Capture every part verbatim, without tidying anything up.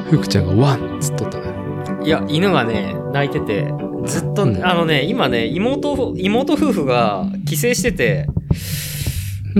ふくちゃんがワンっつっとったね。 いや、犬がね、泣いてて、ずっと、うん、あのね、今ね、妹、妹夫婦が帰省してて、 うん。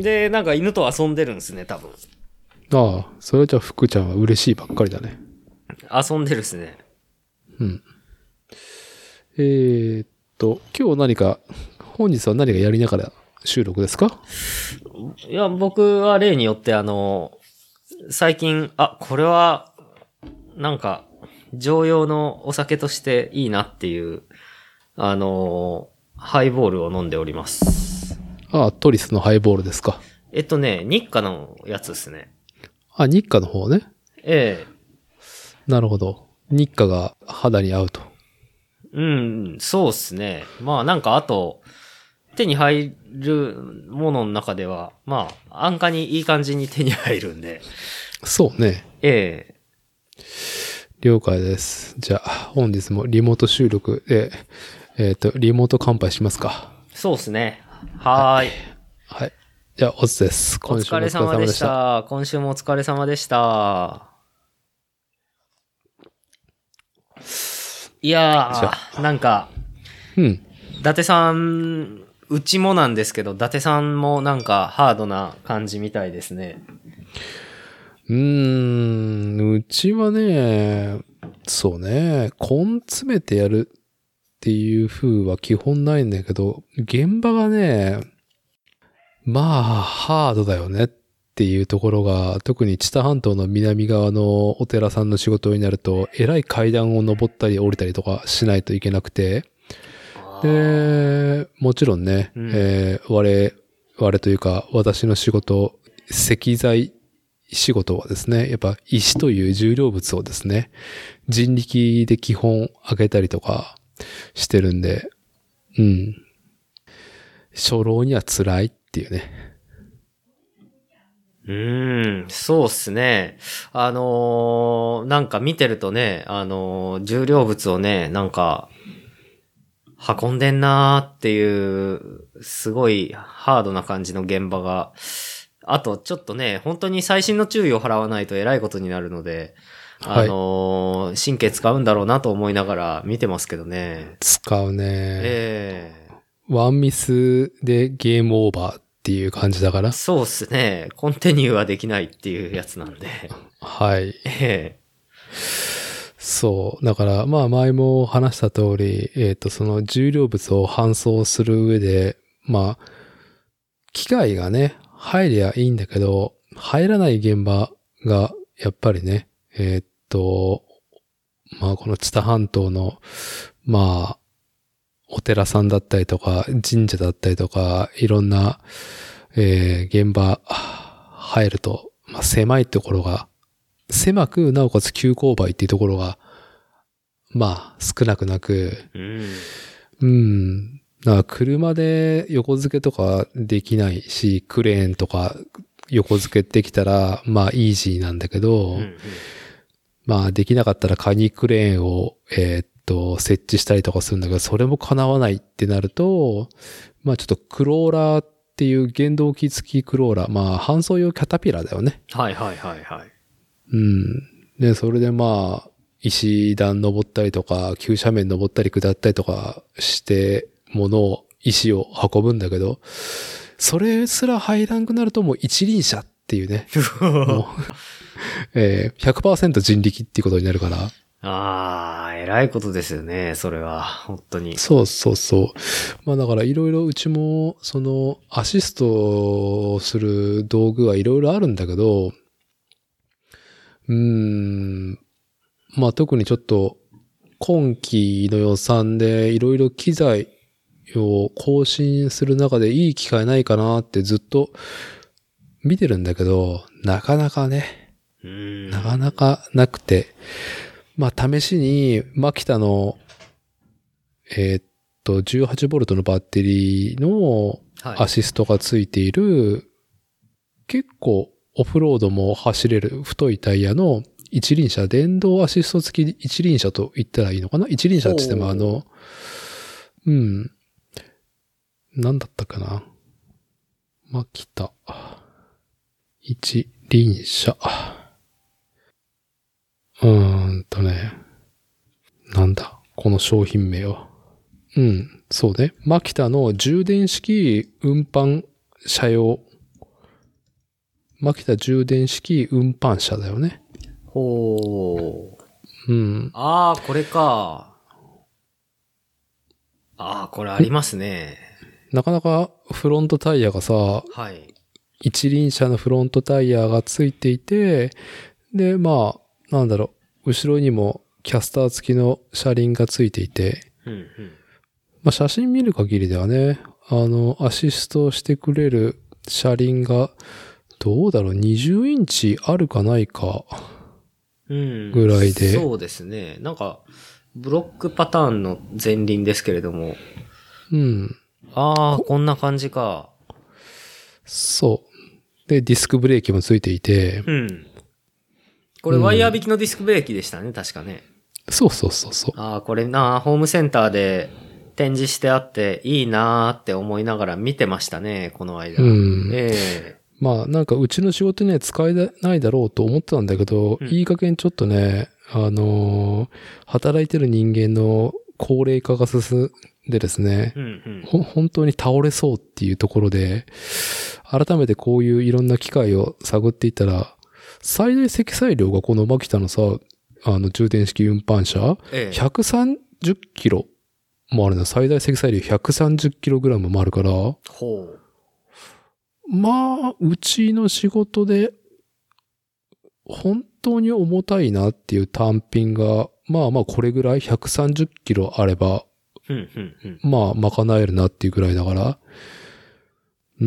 で、なんか犬と遊んでるんですね、多分。 ああ、それじゃあ福ちゃんは嬉しいばっかりだね。 遊んでるっすね。 うん。えー、っと、今日何か、本日は何かやりながら収録ですか？ いや、僕は例によってあの、最近、あ、これは、なんか、常用のお酒としていいなっていう、あの、ハイボールを飲んでおります。 ああ、トリスのハイボールですか。 えっとね、日課のやつですね。 あ、日課の方ね。 ええ。 なるほど。日課が肌に合うと。 うん、そうっすね。まあなんかあと、手に入るものの中では、まあ、安価にいい感じに手に入るんで。 そうね。 ええ。 了解です。じゃあ、本日もリモート収録で、えっと、リモート乾杯しますか。 そうっすね。はーい。 はい。はい、じゃあ、おつです。 今週もお疲れ様でした。今週もお疲れ様でした。いやー、なんか、 うん。 伊達さん、うちもなんですけど、伊達さんもなんかハードな感じみたいですね。 うーん、うちはね、そうね、根詰めてやるっていう風は基本ないんだけど、現場がね、まあ、ハードだよねっていうところが、特に知多半島の南側のお寺さんの仕事になると、えらい階段を登ったり降りたりとかしないといけなくて、で、もちろんね、うん、えー、我、我というか、私の仕事、石材仕事はですね、やっぱ石という重量物をですね、人力で基本上げたりとかしてるんで、うん。初老には辛いっていうね。 うーん、そうっすね。あのー、なんか見てるとね、あのー、重量物をね、なんか、運んでんなーっていう、すごいハードな感じの現場が、あとちょっとね、本当に細心の注意を払わないと偉いことになるので、あのーはい、神経使うんだろうなと思いながら見てますけどね。 使うね。 ええー。ワンミスでゲームオーバーっていう感じだから。 そうっすね。コンティニューはできないっていうやつなんで。 はい。 ええそう。だから、まあ前も話した通り、えっと、その重量物を搬送する上で、まあ、機械がね、入りゃいいんだけど、入らない現場が、やっぱりね、えー、っと、まあこの知多半島の、まあ、お寺さんだったりとか、神社だったりとか、いろんな、えー、現場入ると、まあ狭いところが、狭く、なおかつ急勾配っていうところが、まあ少なくなく、 うん。 うんだから車で横付けとかできないし、クレーンとか横付けできたら、まあイージーなんだけど、 うんうん、 まあできなかったらカニクレーンを、えー、っと、設置したりとかするんだけど、それも叶わないってなると、まあちょっとクローラーっていう原動機付きクローラー、まあ搬送用キャタピラーだよね。 はいはいはいはい。 うん。で、それでまあ、石段登ったりとか、急斜面登ったり下ったりとかして、物を、石を運ぶんだけど、それすら入らんくなるともう一輪車っていうね。もうえー、ひゃくパーセント 人力っていうことになるから。 ああ、偉いことですよね、それは。本当に。 そうそうそう。まあだからいろいろうちも、その、アシストする道具はいろいろあるんだけど、うーん、まあ特にちょっと、今期の予算でいろいろ機材を更新する中でいい機会ないかなってずっと見てるんだけど、なかなかね、 うんなかなかなくて、まあ試しに、マキタの、えー、っと、じゅうはちボルトのバッテリーのアシストがついている、はい、結構オフロードも走れる太いタイヤの一輪車、電動アシスト付き一輪車と言ったらいいのかな？一輪車って言ってもあの、うん。なんだったかな？マキタ。一輪車。 うーんとね、なんだ、この商品名は。うん、そうね。マキタの充電式運搬車用。マキタ充電式運搬車だよね。 ほう。うん。 ああ、これか。ああ、これありますね。 なかなかフロントタイヤがさ、 はい。 一輪車のフロントタイヤがついていて、で、まあ、なんだろう、後ろにもキャスター付きの車輪がついていて、 うんうん。 まあ写真見る限りではね、あの、アシストしてくれる車輪が、どうだろう、にじゅうインチあるかないか、 うん。 ぐらいで。 そうですね。なんか、ブロックパターンの前輪ですけれども。 うん。 ああ、こんな感じか。 そう。で、ディスクブレーキもついていて。 うん。これワイヤー引きのディスクブレーキでしたね、確かね。 そうそうそうそう。 ああ、これな、ホームセンターで展示してあっていいなーって思いながら見てましたね、この間。 うん。 ええまあなんかうちの仕事には使えないだろうと思ってたんだけど、 うんいい加減ちょっとね、あのー働いてる人間の高齢化が進んでですね、 うんうんほ本当に倒れそうっていうところで、改めてこういういろんな機械を探っていったら、最大積載量がこのマキタのさ、あの充電式運搬車、 ええひゃくさんじゅっキロもあるな。最大積載量ひゃくさんじゅっキログラムもあるから、 ほう。 まあ、うちの仕事で、本当に重たいなっていう単品が、まあまあこれぐらいひゃくさんじゅっキロあれば、 うんうんうん。 まあ賄えるなっていうぐらいだから、うん、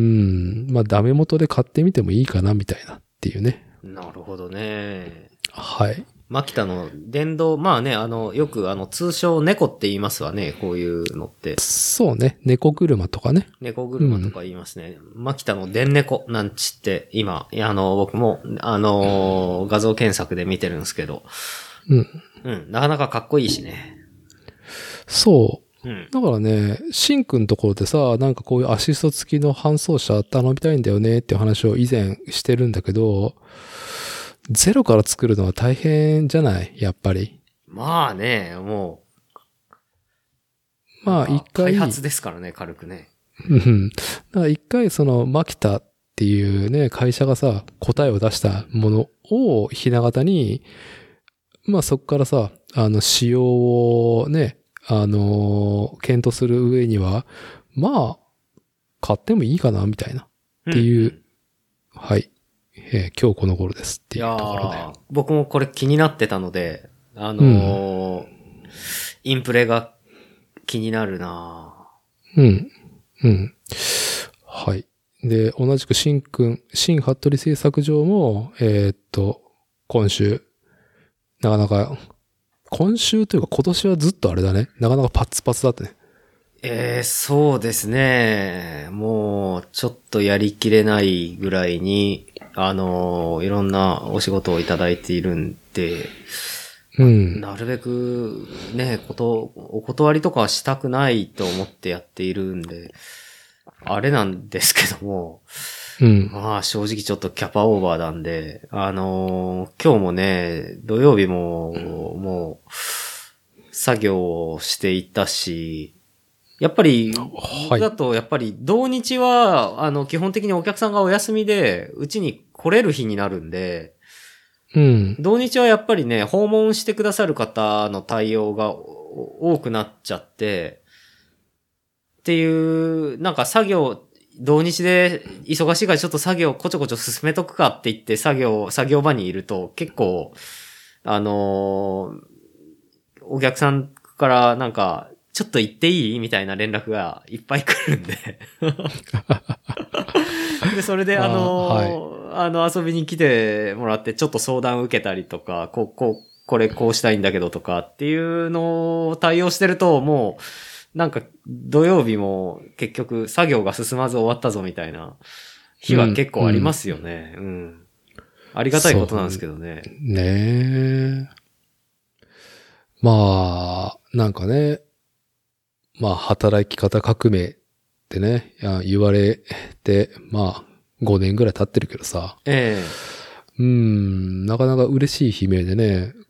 まあダメ元で買ってみてもいいかなみたいなっていうね。 なるほどね。 はい。 マキタの電動、まあね、あの、よくあの、通称猫って言いますわね、こういうのって。 そうね。猫車とかね。 猫車とか言いますね。マキタの電猫なんちって、今、あの、僕も、あの、画像検索で見てるんですけど。 うん。 うん、なかなかかっこいいしね。 そう。 うん。 だからね、シンくんのところでさ、なんかこういうアシスト付きの搬送車頼みたいんだよねっていう話を以前してるんだけど、ゼロから作るのは大変じゃないやっぱり。 まあね、もう。 まあ一回。 開発ですからね、軽くね。 うん。だから一回そのマキタっていうね、会社がさ、答えを出したものをひな形に、まあそこからさ、あの、仕様をね、あの、検討する上には、まあ、買ってもいいかな、みたいな。っていう、 うんうん、 はい。えー、今日この頃ですっていうところで。 僕もこれ気になってたので、あのーうん、インプレが気になるなうん。うん。はい。で、同じくシンくん、シンハットリ製作所も、えー、っと、今週、なかなか、今週というか今年はずっとあれだね。なかなかパツパツだったね。 えー、そうですね。もう、ちょっとやりきれないぐらいに、あのー、いろんなお仕事をいただいているんで、 うん。 なるべく、ね、こと、お断りとかはしたくないと思ってやっているんで、あれなんですけども、 うん。 まあ正直ちょっとキャパオーバーなんで、あのー、今日もね、土曜日も、もう、作業をしていたし、やっぱり、僕だと、やっぱり、同日は、あの、基本的にお客さんがお休みで、うちに来れる日になるんで、 うん。 同日はやっぱりね、訪問してくださる方の対応が多くなっちゃって、っていう、なんか作業、同日で忙しいからちょっと作業こちょこちょ進めとくかって言って作業、作業場にいると結構、あのー、お客さんからなんか、ちょっと行っていいみたいな連絡がいっぱい来るんで。で、それであのー、あ,、はい、あの遊びに来てもらってちょっと相談受けたりとか、こう、こう、これこうしたいんだけどとかっていうのを対応してるともう、なんか土曜日も結局作業が進まず終わったぞみたいな日は結構ありますよね。うん。うん、ありがたいことなんですけどね。 ねえ。まあ、なんかね、まあ働き方革命ってね、言われて、まあごねんぐらい経ってるけどさ。 ええ。 うん、なかなか嬉しい悲鳴でね、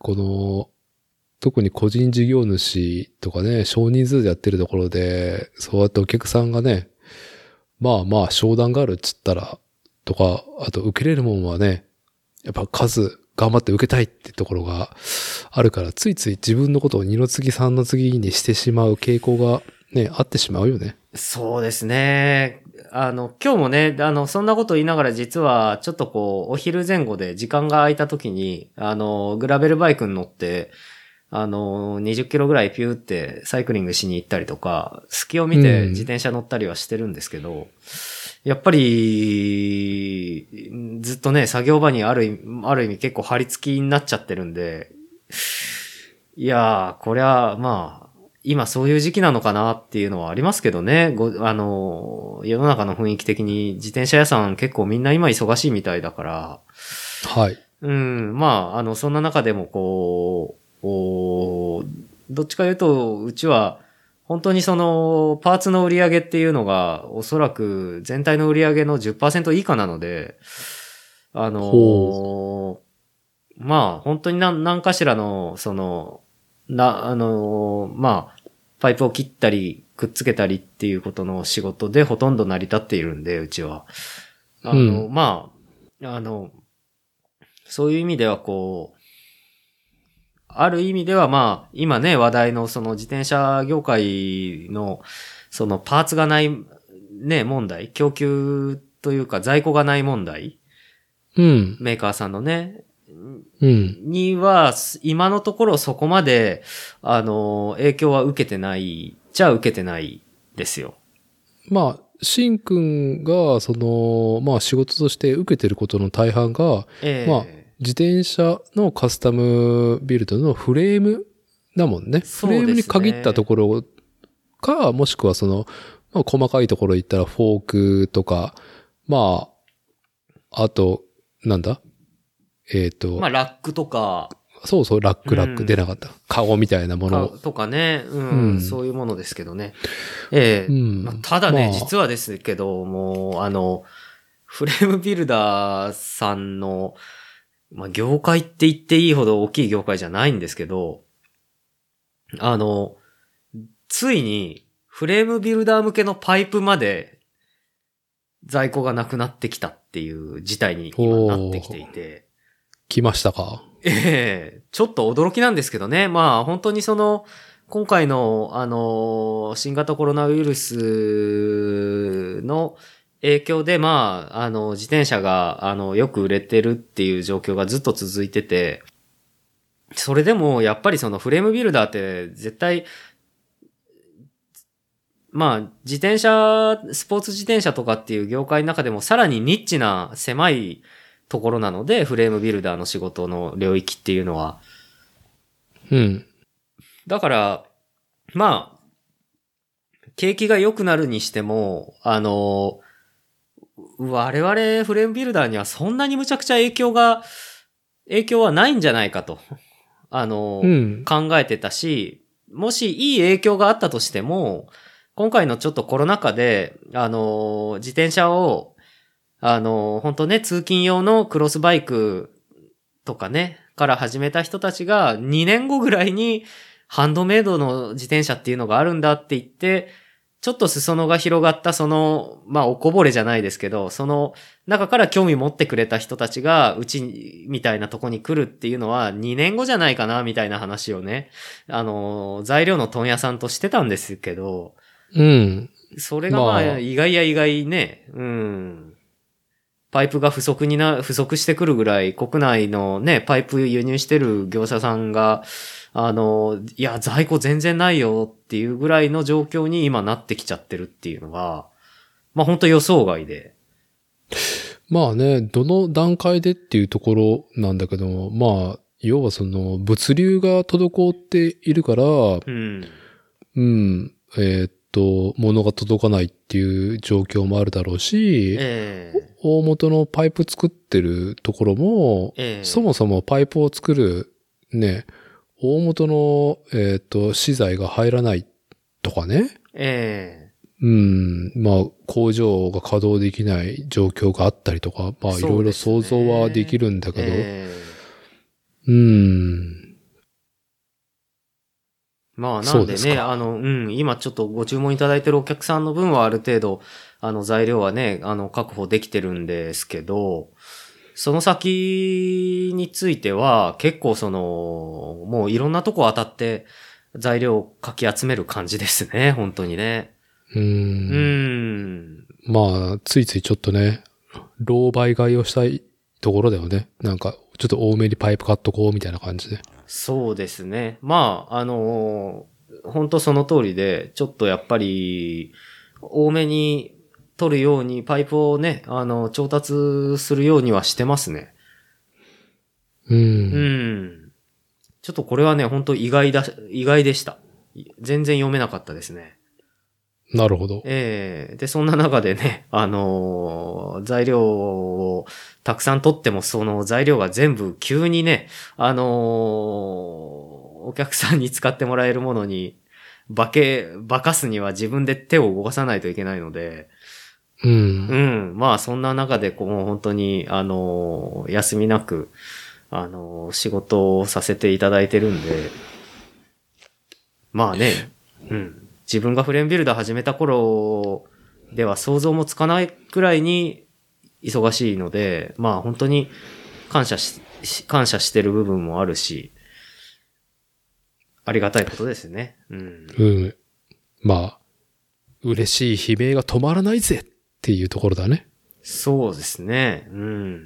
この、特に個人事業主とかね、少人数でやってるところで、そうやってお客さんがね、まあまあ商談があるっつったら、とか、あと受けれるもんはね、やっぱ数頑張って受けたいってところがあるから、ついつい自分のことを二の次三の次にしてしまう傾向がね、あってしまうよね。 そうですね。あの、今日もね、あの、そんなこと言いながら実は、ちょっとこう、お昼前後で時間が空いた時に、あの、グラベルバイクに乗って、あの、にじゅっキロぐらいピューってサイクリングしに行ったりとか、隙を見て自転車乗ったりはしてるんですけど、うん、やっぱり、ずっとね、作業場にある意味、ある意味結構張り付きになっちゃってるんで、いやー、こりゃ、まあ、今そういう時期なのかなっていうのはありますけどね。ご、あの、世の中の雰囲気的に自転車屋さん結構みんな今忙しいみたいだから。 はい。 うん、まあ、あの、そんな中でもこう、おどっちか言うと、うちは、本当にその、パーツの売り上げっていうのが、おそらく全体の売り上げの じゅっパーセント 以下なので、あの、まあ、本当に何、何かしらの、その、な、あの、まあ、パイプを切ったり、くっつけたりっていうことの仕事でほとんど成り立っているんで、うちは。あの、うん、まあ、あの、そういう意味ではこう、ある意味ではまあ、今ね、話題のその自転車業界の、そのパーツがない、ね、問題、供給というか在庫がない問題、 うん。 メーカーさんのね、 うん。 には、今のところそこまで、あの、影響は受けてない、じゃあ受けてないですよ。 まあ、シンくんが、その、まあ仕事として受けてることの大半が、 えー、 まあ、自転車のカスタムビルドのフレームだもんね。フレームに限ったところか、もしくはその、まあ細かいところ言ったらフォークとか、まあ、あと、なんだえっと。 まあ、ラックとか。 そうそう、ラックラック出なかった。うん、カゴみたいなもの。 とかね、うん、うん、そういうものですけどね。ええーうんまあ、ただね、まあ、実はですけど、もう、あの、フレームビルダーさんの、まあ、業界って言っていいほど大きい業界じゃないんですけど、あの、ついに、フレームビルダー向けのパイプまで、在庫がなくなってきたっていう事態に今なってきていて。 来ましたか。 ええー、ちょっと驚きなんですけどね。まあ、本当にその、今回の、あの、新型コロナウイルスの影響で、まあ、あの、自転車が、あの、よく売れてるっていう状況がずっと続いてて、それでも、やっぱりそのフレームビルダーって絶対、まあ、自転車、スポーツ自転車とかっていう業界の中でもさらにニッチな狭いところなので、フレームビルダーの仕事の領域っていうのは。 うん。 だから、まあ、景気が良くなるにしても、あの、我々フレームビルダーにはそんなにむちゃくちゃ影響が、影響はないんじゃないかと、あの、うん、考えてたし、もしいい影響があったとしても、今回のちょっとコロナ禍で、あの、自転車を、あの、本当ね、通勤用のクロスバイクとかね、から始めた人たちがにねんごぐらいにハンドメイドの自転車っていうのがあるんだって言って、ちょっと裾野が広がったその、まあおこぼれじゃないですけど、その中から興味持ってくれた人たちがうちみたいなとこに来るっていうのはにねんごじゃないかなみたいな話をね、あの、材料の問屋さんとしてたんですけど、 うん。 それがまあ意外や意外ね、うん。パイプが不足にな、不足してくるぐらい国内のね、パイプ輸入してる業者さんが、あの、いや、在庫全然ないよっていうぐらいの状況に今なってきちゃってるっていうのが、まあ本当予想外で。 まあね、どの段階でっていうところなんだけども、まあ、要はその物流が滞っているから、 うん。 うん。えー、っと、物が届かないっていう状況もあるだろうし、 えー、 大元のパイプ作ってるところも、 えー、 そもそもパイプを作るね、大元の、えっと、資材が入らないとかね。 ええー、うん。まあ、工場が稼働できない状況があったりとか、まあ、いろいろ想像はできるんだけど、 えー、 うん。 まあ、なんそうでね、 ですかあの、うん、今ちょっとご注文いただいてるお客さんの分はある程度、あの、材料はね、あの、確保できてるんですけど、その先については、結構その、もういろんなとこ当たって材料をかき集める感じですね、本当にね。 うーん。 うーん。 まあ、ついついちょっとね、狼狽買いをしたいところだよね。なんか、ちょっと多めにパイプ買っとこうみたいな感じで。 そうですね。まあ、あのー、本当その通りで、ちょっとやっぱり、多めに取るようにパイプをね、あの、調達するようにはしてますね。 う。 うんん。ちょっとこれはね、本当意外だ、意外でした。全然読めなかったですね。 なるほど。 ええで、そんな中でね、あのー材料をたくさん取っても、その材料が全部急にね、あのーお客さんに使ってもらえるものに、化け、化かすには自分で手を動かさないといけないので、 う。 うんん、まあそんな中で、こう、もう本当に、あのー休みなく、あのー仕事をさせていただいてるんで、まあね、うん。自分がフレームビルダー始めた頃では想像もつかないくらいに忙しいので、まあ本当に感謝し、感謝してる部分もあるし、ありがたいことですね。うん。 うん。まあ、嬉しい悲鳴が止まらないぜっていうところだね。 そうですね。うん。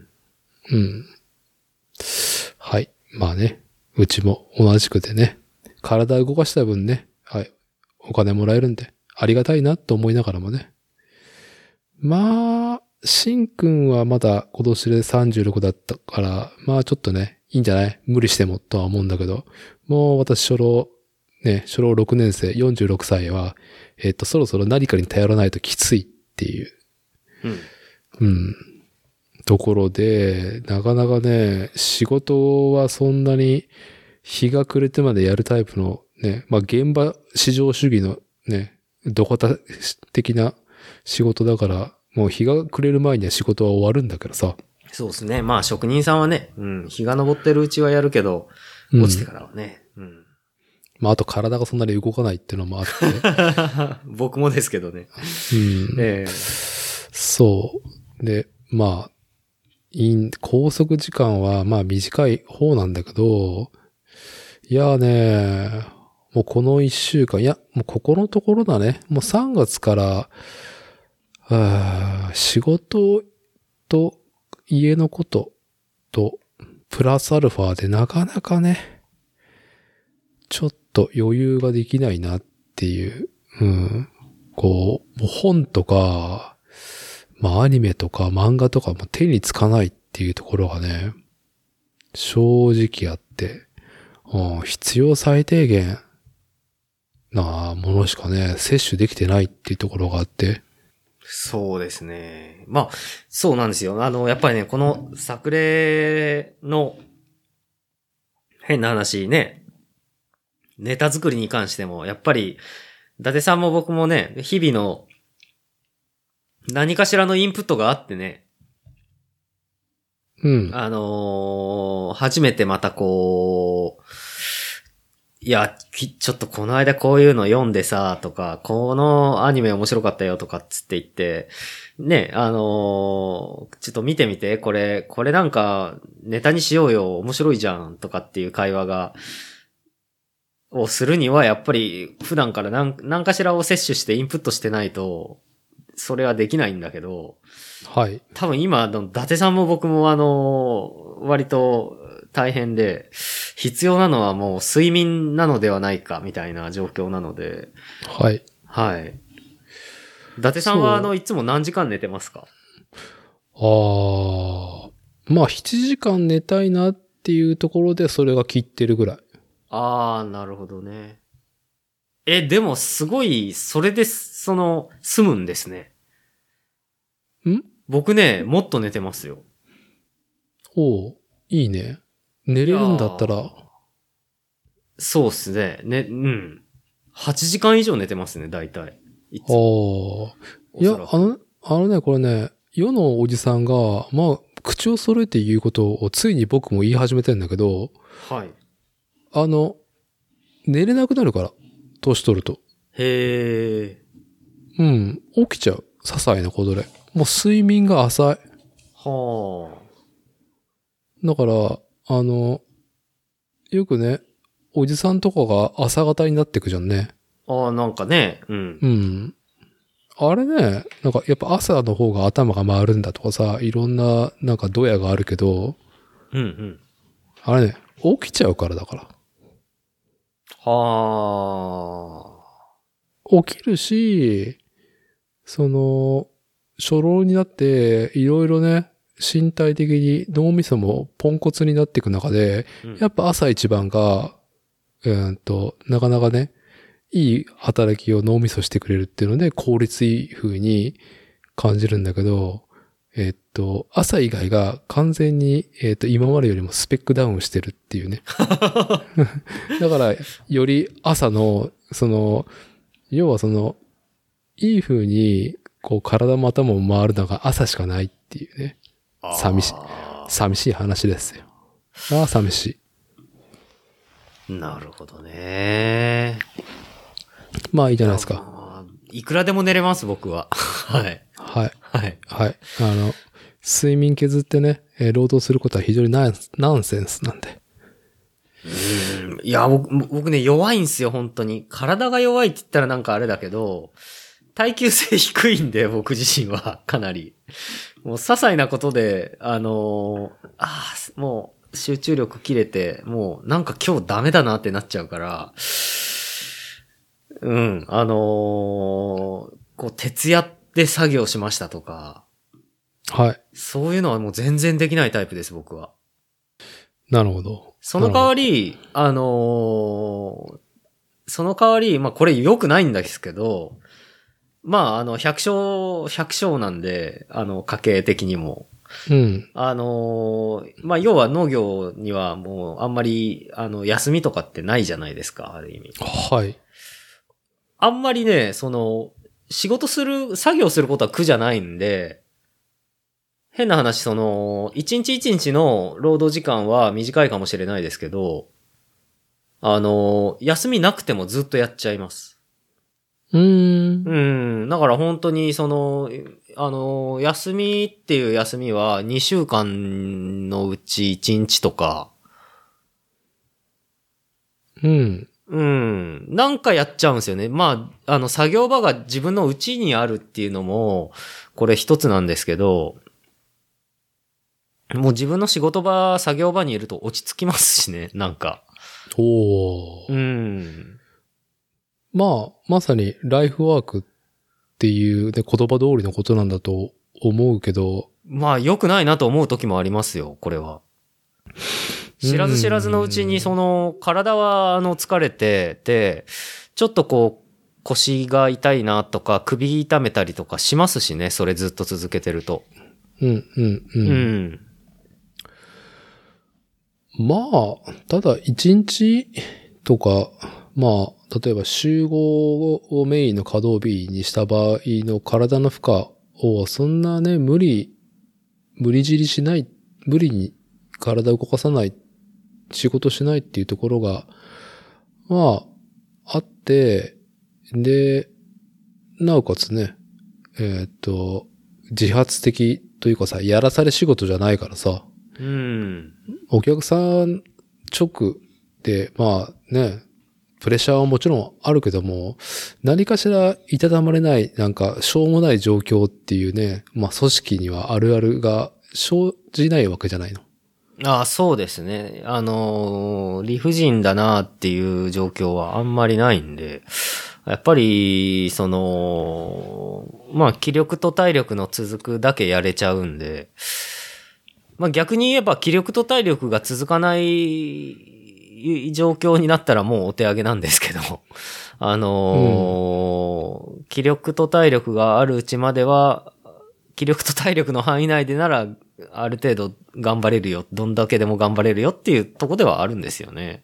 うん。はい。まあね、うちも同じくでね、体動かした分ね、はい、お金もらえるんで、ありがたいなと思いながらもね。まあ、しんくんはまだ今年でさんじゅうろくだったから、まあちょっとね、いいんじゃない無理してもとは思うんだけど、もう私初老、ね、初老ろくねん生、よんじゅうろくさいは、えっと、そろそろ何かに頼らないときついっていう、 うん。 うん、ところで、なかなかね、仕事はそんなに日が暮れてまでやるタイプのね、まあ現場市場主義のね、ドカタ的な仕事だから、もう日が暮れる前には仕事は終わるんだけどさ。 そうですね。まあ職人さんはね、うん、日が昇ってるうちはやるけど、 うん落ちてからはね。うん。 まああと体がそんなに動かないっていうのもあって。 僕もですけどね。 うん、 ええそう。で、まあ、いん拘束時間はまあ短い方なんだけど、いやーね、もうこの一週間、いや、もうここのところだね。もうさんがつから、あー仕事と家のことと、プラスアルファでなかなかね、ちょっと余裕ができないなっていう、うん。こう、もう本とか、まあアニメとか漫画とかも手につかないっていうところがね、正直あって、うん、必要最低限なものしかね、摂取できてないっていうところがあって。 そうですね。まあ、そうなんですよ。あの、やっぱりね、この作例の変な話ね、ネタ作りに関しても、やっぱり、伊達さんも僕もね、日々の何かしらのインプットがあってね、 うん。 あのー初めてまたこう、いや、きちょっとこの間こういうの読んでさ、とか、このアニメ面白かったよとかっつって言って、ね、あのーちょっと見てみて、これ、これなんかネタにしようよ、面白いじゃん、とかっていう会話が、をするには、やっぱり普段から何何かしらを摂取してインプットしてないと、それはできないんだけど、 はい。 多分今、伊達さんも僕もあの、割と大変で、必要なのはもう睡眠なのではないかみたいな状況なので、 はい。 はい。伊達さんはそうあの、いつも何時間寝てますか？ ああ、まあしちじかん寝たいなっていうところでそれが切ってるぐらい。 あー、なるほどね。え、でもすごい、それで、その、済むんですね。 ん僕ね、もっと寝てますよ。 おう、いいね。寝れるんだったら、 そうっすね。ね、うん。はちじかん以上寝てますね、大体。いつあも。 あ。いやおそら、くあの、あのね、これね、世のおじさんが、まあ、口を揃えて言うことをついに僕も言い始めてんだけど、 はい。 あの、寝れなくなるから。 年取ると。 へえ。 うん。起きちゃう。些細なことで。もう睡眠が浅い。 はだから、あの、よくね、おじさんとかが朝方になってくじゃんね。 あ。ああ、なんかね、うん。 うん。あれね、なんかやっぱ朝の方が頭が回るんだとかさ、いろんななんかドヤがあるけど、 うんうん。 あれね、起きちゃうからだから。 は起きるし、その、初老になっていろいろね、身体的に脳みそもポンコツになっていく中で、 あ。うん、 やっぱ朝一番が、うーんと、なかなかね、いい働きを脳みそしてくれるっていうので、効率いい風に感じるんだけど、えっと、朝以外が完全に、えっと、今までよりもスペックダウンしてるっていうね。だから、より朝の、その、要はその、いい風に、こう、体も頭も回るのが朝しかないっていうね。寂しい、寂しい話ですよ。ああ、寂しい。なるほどね。 い。まあいいじゃないですか。 か。いくらでも寝れます、僕は。はい。 はい。 はい。 はい。あの、睡眠削ってね、えー労働することは非常にナンナンセンスなんで。 うんいや、僕、僕ね、弱いんすよ、本当に。体が弱いって言ったらなんかあれだけど、耐久性低いんで、僕自身は、かなり。もう、些細なことで、あのーああ、もう、集中力切れて、もう、なんか今日ダメだなってなっちゃうから、うん、あのーこう、徹夜で作業しましたとか、 はい。 そういうのはもう全然できないタイプです、僕は。 なるほど。 その代わり、あのーその代わり、まあこれ良くないんですけど、まああの、百姓、百姓なんで、あの、家計的にも。 うん。 あのーまあ要は農業にはもうあんまり、あの、休みとかってないじゃないですか、ある意味。 はい。 あんまりね、その、仕事する、作業することは苦じゃないんで、変な話、その、一日一日の労働時間は短いかもしれないですけど、あの、休みなくてもずっとやっちゃいます。 うーん。 うん。だから本当に、その、あの、休みっていう休みはにしゅうかんのうちいちにちとか、 うん。 うん。なんかやっちゃうんですよね。まあ、あの、作業場が自分の家にあるっていうのも、これ一つなんですけど、もう自分の仕事場、作業場にいると落ち着きますしね、なんか。 おー。 うん。 まあ、まさにライフワークっていうね、言葉通りのことなんだと思うけど。 まあ、良くないなと思う時もありますよ、これは。知らず知らずのうちに、その、体は、あの、疲れて、で、ちょっとこう、腰が痛いなとか、首痛めたりとかしますしね、それずっと続けてると。 うん、うん、う。 うんん。 まあ、ただ一日とか、まあ、例えば集合をメインの稼働日にした場合の体の負荷をそんなね、無理、無理尻しない、無理に体を動かさない、仕事しないっていうところが、まあ、あって、で、なおかつね、えーっと、自発的というかさ、やらされ仕事じゃないからさ、 うん。 お客さん直で、まあね、プレッシャーはもちろんあるけども、何かしらいたたまれない、なんか、しょうもない状況っていうね、まあ組織にはあるあるが生じないわけじゃないの。 ああ、そうですね。あのー理不尽だなっていう状況はあんまりないんで、やっぱり、その、まあ、気力と体力の続くだけやれちゃうんで、まあ逆に言えば気力と体力が続かない状況になったらもうお手上げなんですけど、あのー気力と体力があるうちまでは、気力と体力の範囲内でなら、ある程度頑張れるよ。どんだけでも頑張れるよっていうとこではあるんですよね。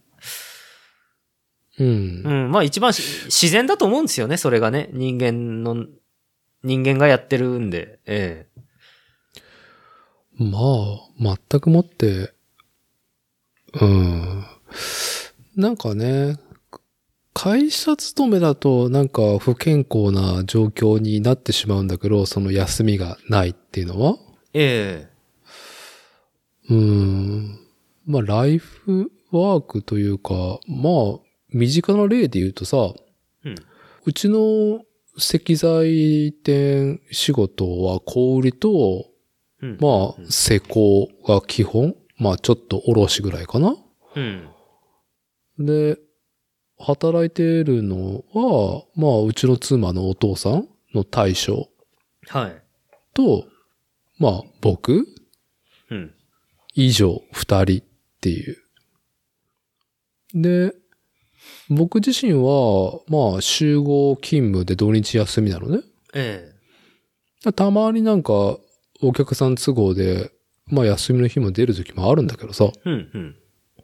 うんう。ん。まあ一番自然だと思うんですよね。それがね。人間の、人間がやってるんで。ええ。 まあ、全くもって、うん。なんかね、 会社勤めだとなんか不健康な状況になってしまうんだけど、その休みがないっていうのはええ。 うーん。まあ、ライフワークというか、まあ、身近な例で言うとさ、 うん。 うちの石材店仕事は小売りと、 うん。 まあ、施工が基本。まあ、ちょっと卸ぐらいかな。 うん。 で、働いてるのは、まあ、うちの妻のお父さんの大将はい。 と、まあ、僕うん。 以上二人っていう。で、僕自身は、まあ、集合勤務で土日休みなのね。 えたまになんか、お客さん都合で、まあ、休みの日も出る時もあるんだけどさ。 え。うん。うん。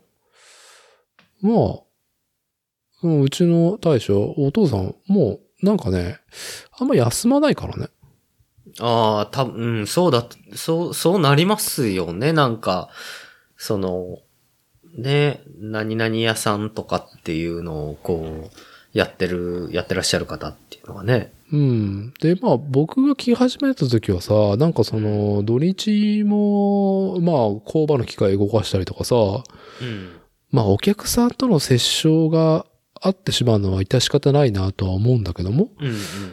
まあ、うんうちの大将、お父さん、もう、なんかね、あんま休まないからね。 ああ、た、うん、そうだ、そう、そうなりますよね。なんか、その、ね、何々屋さんとかっていうのを、こう、やってる、やってらっしゃる方っていうのはね。 うん。で、まあ、僕が来始めた時はさ、なんかその、土日も、まあ、工場の機械動かしたりとかさ、 うん。 まあ、お客さんとの接触があってしまうのは致し方ないなとは思うんだけども、 うん、うん。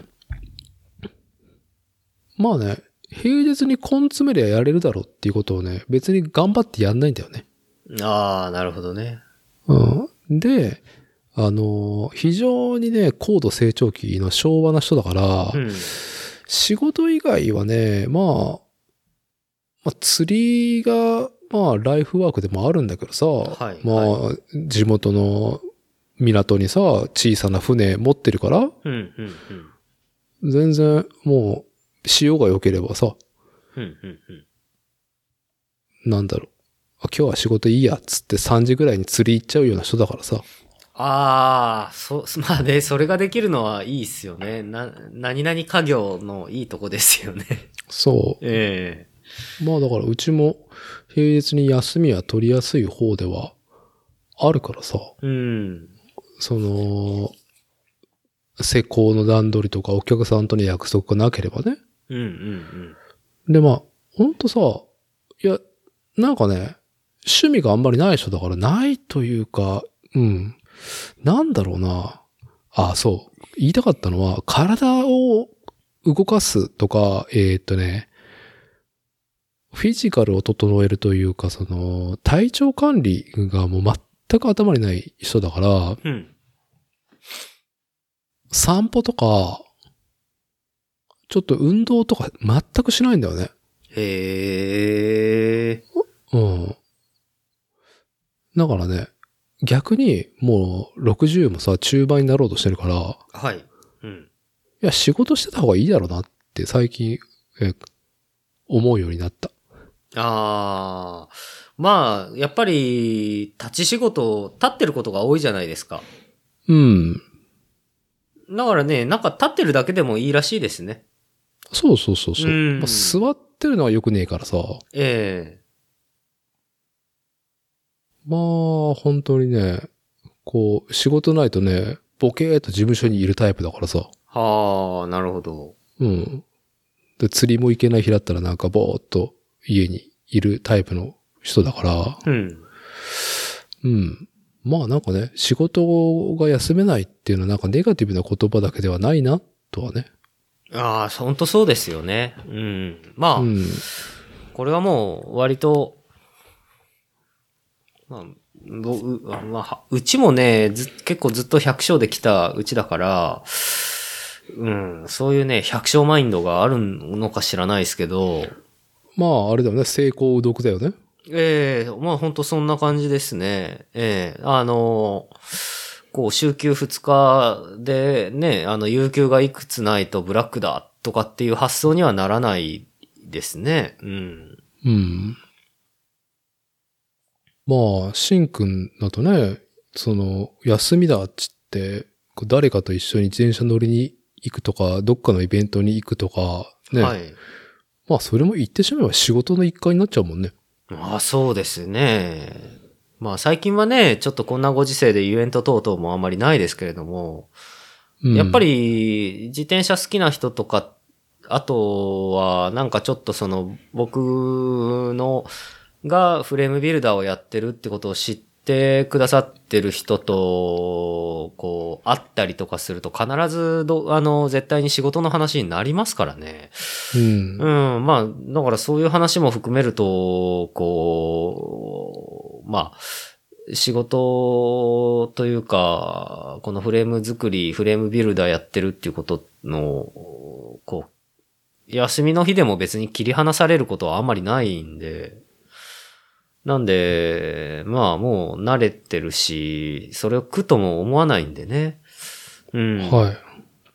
まあね、平日に根詰めりゃやれるだろうっていうことをね、別に頑張ってやんないんだよね。 ああ、なるほどね。 うん。で、あの、非常にね、高度成長期の昭和な人だから、 うん。 仕事以外はね、まあ、まあ、釣りが、まあ、ライフワークでもあるんだけどさ、 はいまあ、 は地元の港にさ、小さな船持ってるから、 うん、うん、うん。 全然もう、潮が良ければさ、 うん、うん、うん。 なんだろう。あ、今日は仕事いいやっつってさんじぐらいに釣り行っちゃうような人だからさ。 ああ、そ、まあね、それができるのはいいっすよね。な、何々家業のいいとこですよね。 そう。 えまあだからうちも平日に休みは取りやすい方ではあるからさ、 え。うん。 その、施工の段取りとかお客さんとの約束がなければね。 うん、うん、 でまあ、ほんとさ、いや、なんかね、趣味があんまりない人だからないというか、うん。なんだろうな。あ、そう。言いたかったのは、体を動かすとか、えーっとね、フィジカルを整えるというか、その、体調管理がもう全く頭にない人だから、 うん。うん。 散歩とか、ちょっと運動とか全くしないんだよね。 へえ。 うん。だからね、逆にもうろくじゅうもさ、中盤になろうとしてるから、 はい。うん。 いや、仕事してた方がいいだろうなって最近、え思うようになった。 ああ。まあ、やっぱり、立ち仕事、立ってることが多いじゃないですか。 うん。 だからね、なんか立ってるだけでもいいらしいですね。 そうそうそうそう。 うんまあ、座ってるのは良くねえからさ。 ええ。 まあ、本当にね、こう、仕事ないとね、ボケーっと事務所にいるタイプだからさ。 はあ、なるほど。 うん。で、釣りも行けない日だったらなんかぼーっと家にいるタイプの人だから。 うん。 うん。まあなんかね、仕事が休めないっていうのはなんかネガティブな言葉だけではないな、とはね。 ああ、ほんとそうですよね。うん。まあ、 うん。 これはもう、割と、まあ、ぼうまあ、うちもね、ず結構ずっと百姓で来たうちだから、うん、そういうね、百姓マインドがあるのか知らないですけど、 まああれだよね、成功うどくだよね。 ええまあ本当そんな感じですね。ええあの、こう、週休二日でね、あの、有給がいくつないとブラックだとかっていう発想にはならないですね。うん。 うん。まあ、シンくんだとね、その、休みだっつって、こう誰かと一緒に自転車乗りに行くとか、どっかのイベントに行くとか、ね。 はい。 まあ、それも言ってしまえば仕事の一環になっちゃうもんね。 まあそうですね。 まあ最近はね、ちょっとこんなご時世でイベント等々もあんまりないですけれども、 うん、 やっぱり自転車好きな人とか、あとはなんかちょっとその僕のがフレームビルダーをやってるってことを知ってくださってる人とこう会ったりとかすると必ずどあの絶対に仕事の話になりますからね。 うん。 うん、まあだからそういう話も含めるとこうまあ。仕事というか、このフレーム作り、フレームビルダーやってるっていうことの、こう、休みの日でも別に切り離されることはあんまりないんで、なんで、まあもう慣れてるし、それを苦とも思わないんでね。うん。 はい。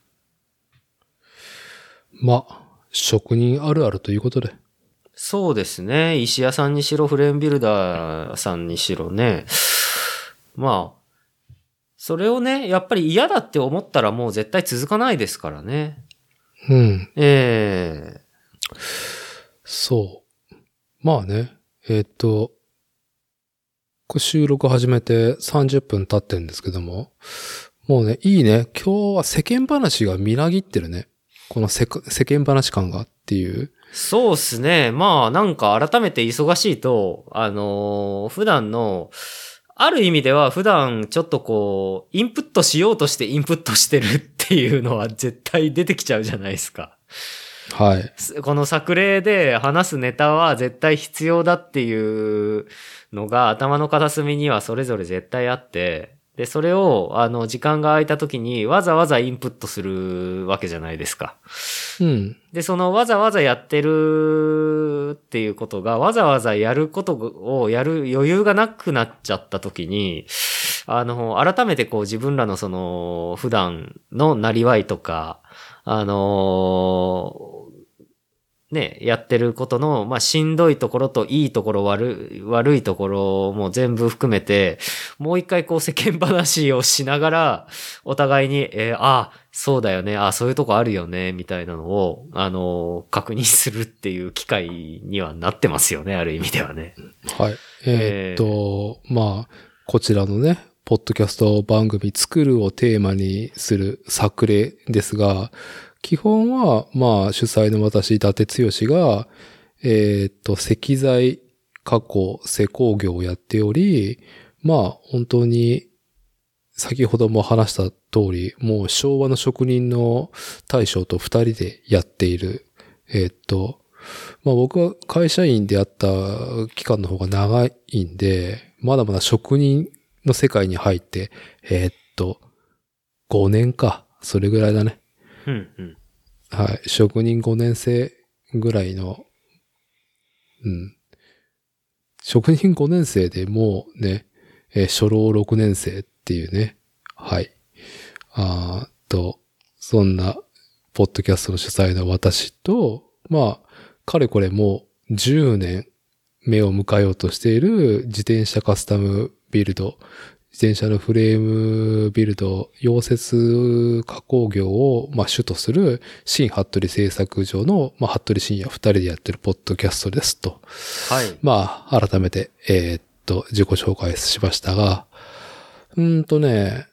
まあ、職人あるあるということで。 そうですね。石屋さんにしろ、フレームビルダーさんにしろね。まあ、それをね、やっぱり嫌だって思ったらもう絶対続かないですからね。 うん。 ええー。 そう。まあね、えー、っと、収録始めてさんじゅっぷん経ってんですけども、もうね、いいね。今日は世間話がみなぎってるね。この世間話感がっていう。 そうっすね。まあなんか改めて忙しいと、あのー、普段の、ある意味では普段ちょっとこう、インプットしようとしてインプットしてるっていうのは絶対出てきちゃうじゃないですか。 はい。 この作例で話すネタは絶対必要だっていうのが頭の片隅にはそれぞれ絶対あって、で、それを、あの、時間が空いた時にわざわざインプットするわけじゃないですか。 うん。 で、そのわざわざやってるっていうことが、わざわざやることをやる余裕がなくなっちゃった時に、あの、改めてこう自分らのその、普段のなりわいとか、あのー、ね、やってることの、まあ、しんどいところといいところ悪い、悪いところも全部含めて、もう一回こう世間話をしながら、お互いに、えー、ああ、そうだよね、ああ、そういうとこあるよね、みたいなのを、あのー、確認するっていう機会にはなってますよね、ある意味ではね。 はい。えー、っと、えー、まあ、こちらのね、ポッドキャスト番組作るをテーマにする作例ですが、基本は、まあ、主催の私、伊達剛が、えー、っと、石材加工、施工業をやっており、まあ、本当に、先ほども話した通り、もう昭和の職人の大将と二人でやっている。えー、っと、まあ僕は会社員であった期間の方が長いんで、まだまだ職人の世界に入って、えー、っと、ごねんか。それぐらいだね。 うんうん。 はい。職人ごねん生ぐらいの、うん。職人ごねん生でもうね、えー、初老ろくねん生っていうね。はい。あーと、そんな、ポッドキャストの主催の私と、まあ、かれこれもうじゅうねん目を迎えようとしている自転車カスタムビルド、自転車のフレームビルド、溶接加工業を、まあ、主とする新服部製作所の、まあ、服部深夜二人でやってるポッドキャストですと。 はい。 まあ、改めて、えー、っと、自己紹介しましたが、うーんとね、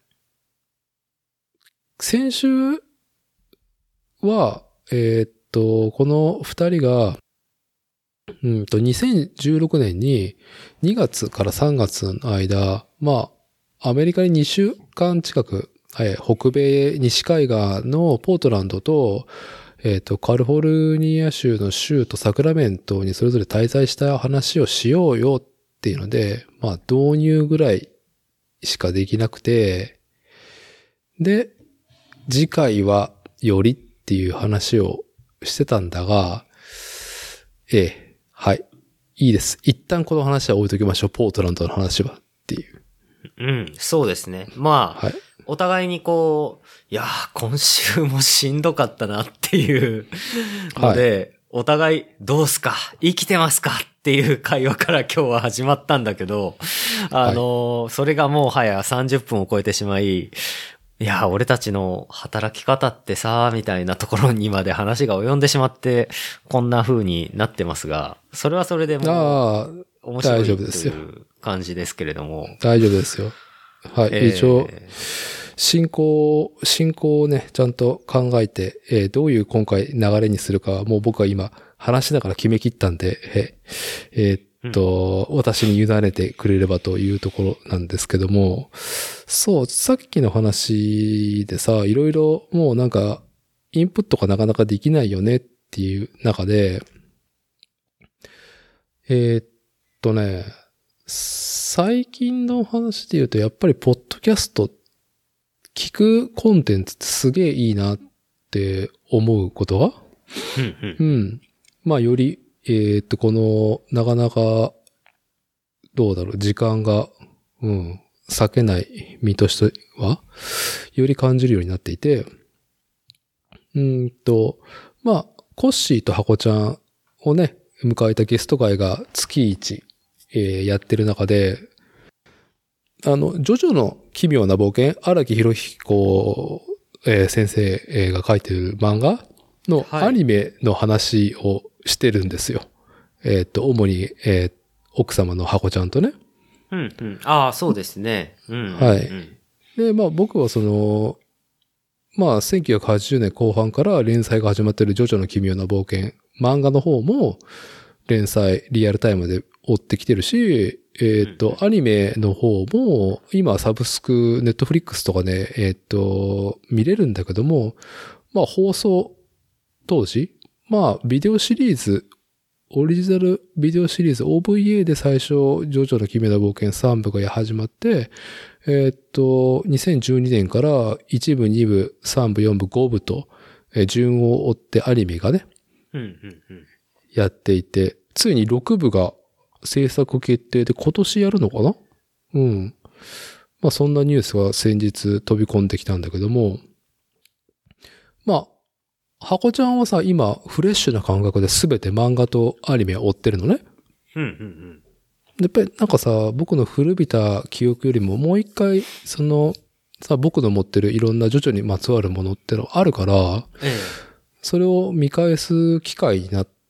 先週は、えー、っと、この二人が、うんと、にせんじゅうろくねんににがつからさんがつの間、まあ、アメリカににしゅうかん近く、えー、北米西海岸のポートランドと、えっと、カリフォルニア州の州とサクラメントにそれぞれ滞在した話をしようよっていうので、まあ、導入ぐらいしかできなくて、で、次回はよりっていう話をしてたんだが、ええ、はい。いいです。一旦この話は置いときましょう。ポートランドの話はっていう。 うん、そうですね。まあ、 はい、 お互いにこう、いやー、今週もしんどかったなっていうので、はい、お互いどうすか生きてますかっていう会話から今日は始まったんだけど、あのーはい、それがもう早さんじゅっぷんを超えてしまい、いや、俺たちの働き方ってさ、みたいなところにまで話が及んでしまって、こんな風になってますが、それはそれでもう、面白いという感じですけれども。 大丈夫ですよ。はい。 えー、 一応、進行、進行をね、ちゃんと考えて、えー、どういう今回流れにするかは、もう僕は今、話しながら決めきったんで、えー、えー、っと、うん、私に委ねてくれればというところなんですけども、そう、さっきの話でさ、いろいろもうなんか、インプットがなかなかできないよねっていう中で、えー、っとね、最近の話で言うと、やっぱりポッドキャスト、聞くコンテンツってすげえいいなって思うことは、 うんうん。まあより、えー、っと、この、なかなか、どうだろう、時間が、うん、割けない身としては、より感じるようになっていて、うんと、まあ、コッシーとハコちゃんをね、迎えたゲスト会が月一、えー、やってる中で、あの、ジョジョの奇妙な冒険、荒木博彦、えー、先生が書いてる漫画のアニメの話をしてるんですよ。はい、えっと、主に、えー、奥様のハコちゃんとね。 うんうん。ああ、そうですね。うん、うん。 はい。で、まあ僕はその、まあせんきゅうひゃくはちじゅうねんこう半から連載が始まってるジョジョの奇妙な冒険、漫画の方も連載リアルタイムで追ってきてるし、えっと、アニメの方も、今サブスク、ネットフリックスとかね、えっと、見れるんだけども、まあ放送当時、まあビデオシリーズ、オリジナルビデオシリーズ オーブイエー で最初、ジョジョの奇妙な冒険さんぶが始まって、えっと、にせんじゅうにねんからいちぶ、にぶ、さんぶ、よんぶ、ごぶと、順を追ってアニメがね、 うんうんうん、 やっていて、ついにろくぶが制作決定で今年やるのかな？うん。まあそんなニュースが先日飛び込んできたんだけども、まあ、ハコちゃんはさ、今フレッシュな感覚で全て漫画とアニメを追ってるのね。 うんうんうん。 やっぱりなんかさ、僕の古びた記憶よりももう一回、その、さ、僕の持ってるいろんなジョジョにまつわるものってのあるから、 ええ、 それを見返す機会になって、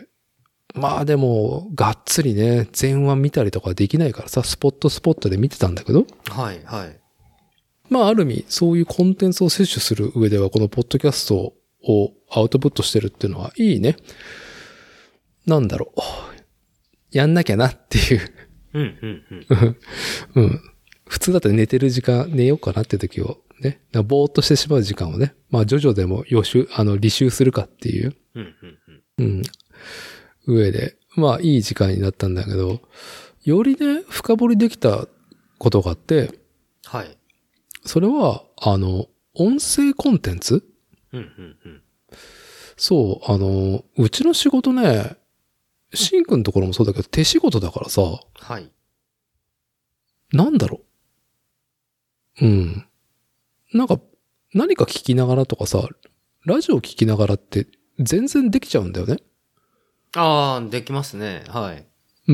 まあでも、がっつりね、全話見たりとかできないからさ、スポットスポットで見てたんだけど。 はいはい。 まあある意味、そういうコンテンツを摂取する上では、このポッドキャストをアウトプットしてるっていうのはいいね。なんだろう。やんなきゃなっていう。 うんうんうん。 うん。普通だったら寝てる時間、寝ようかなって時をね、ぼーっとしてしまう時間をね、まあジョジョでも予習、あの、履修するかっていう。 うんうんうん。 うん。上で、まあいい時間になったんだけど、よりね、深掘りできたことがあって、 はい。 それは、あの、音声コンテンツ？ うんうんうん。 そう、あの、うちの仕事ね、シンくんのところもそうだけど、手仕事だからさ、 はい。 なんだろう。うん。なんか、何か聞きながらとかさ、ラジオ聞きながらって全然できちゃうんだよね。 ああ、できますね。はい。 うん。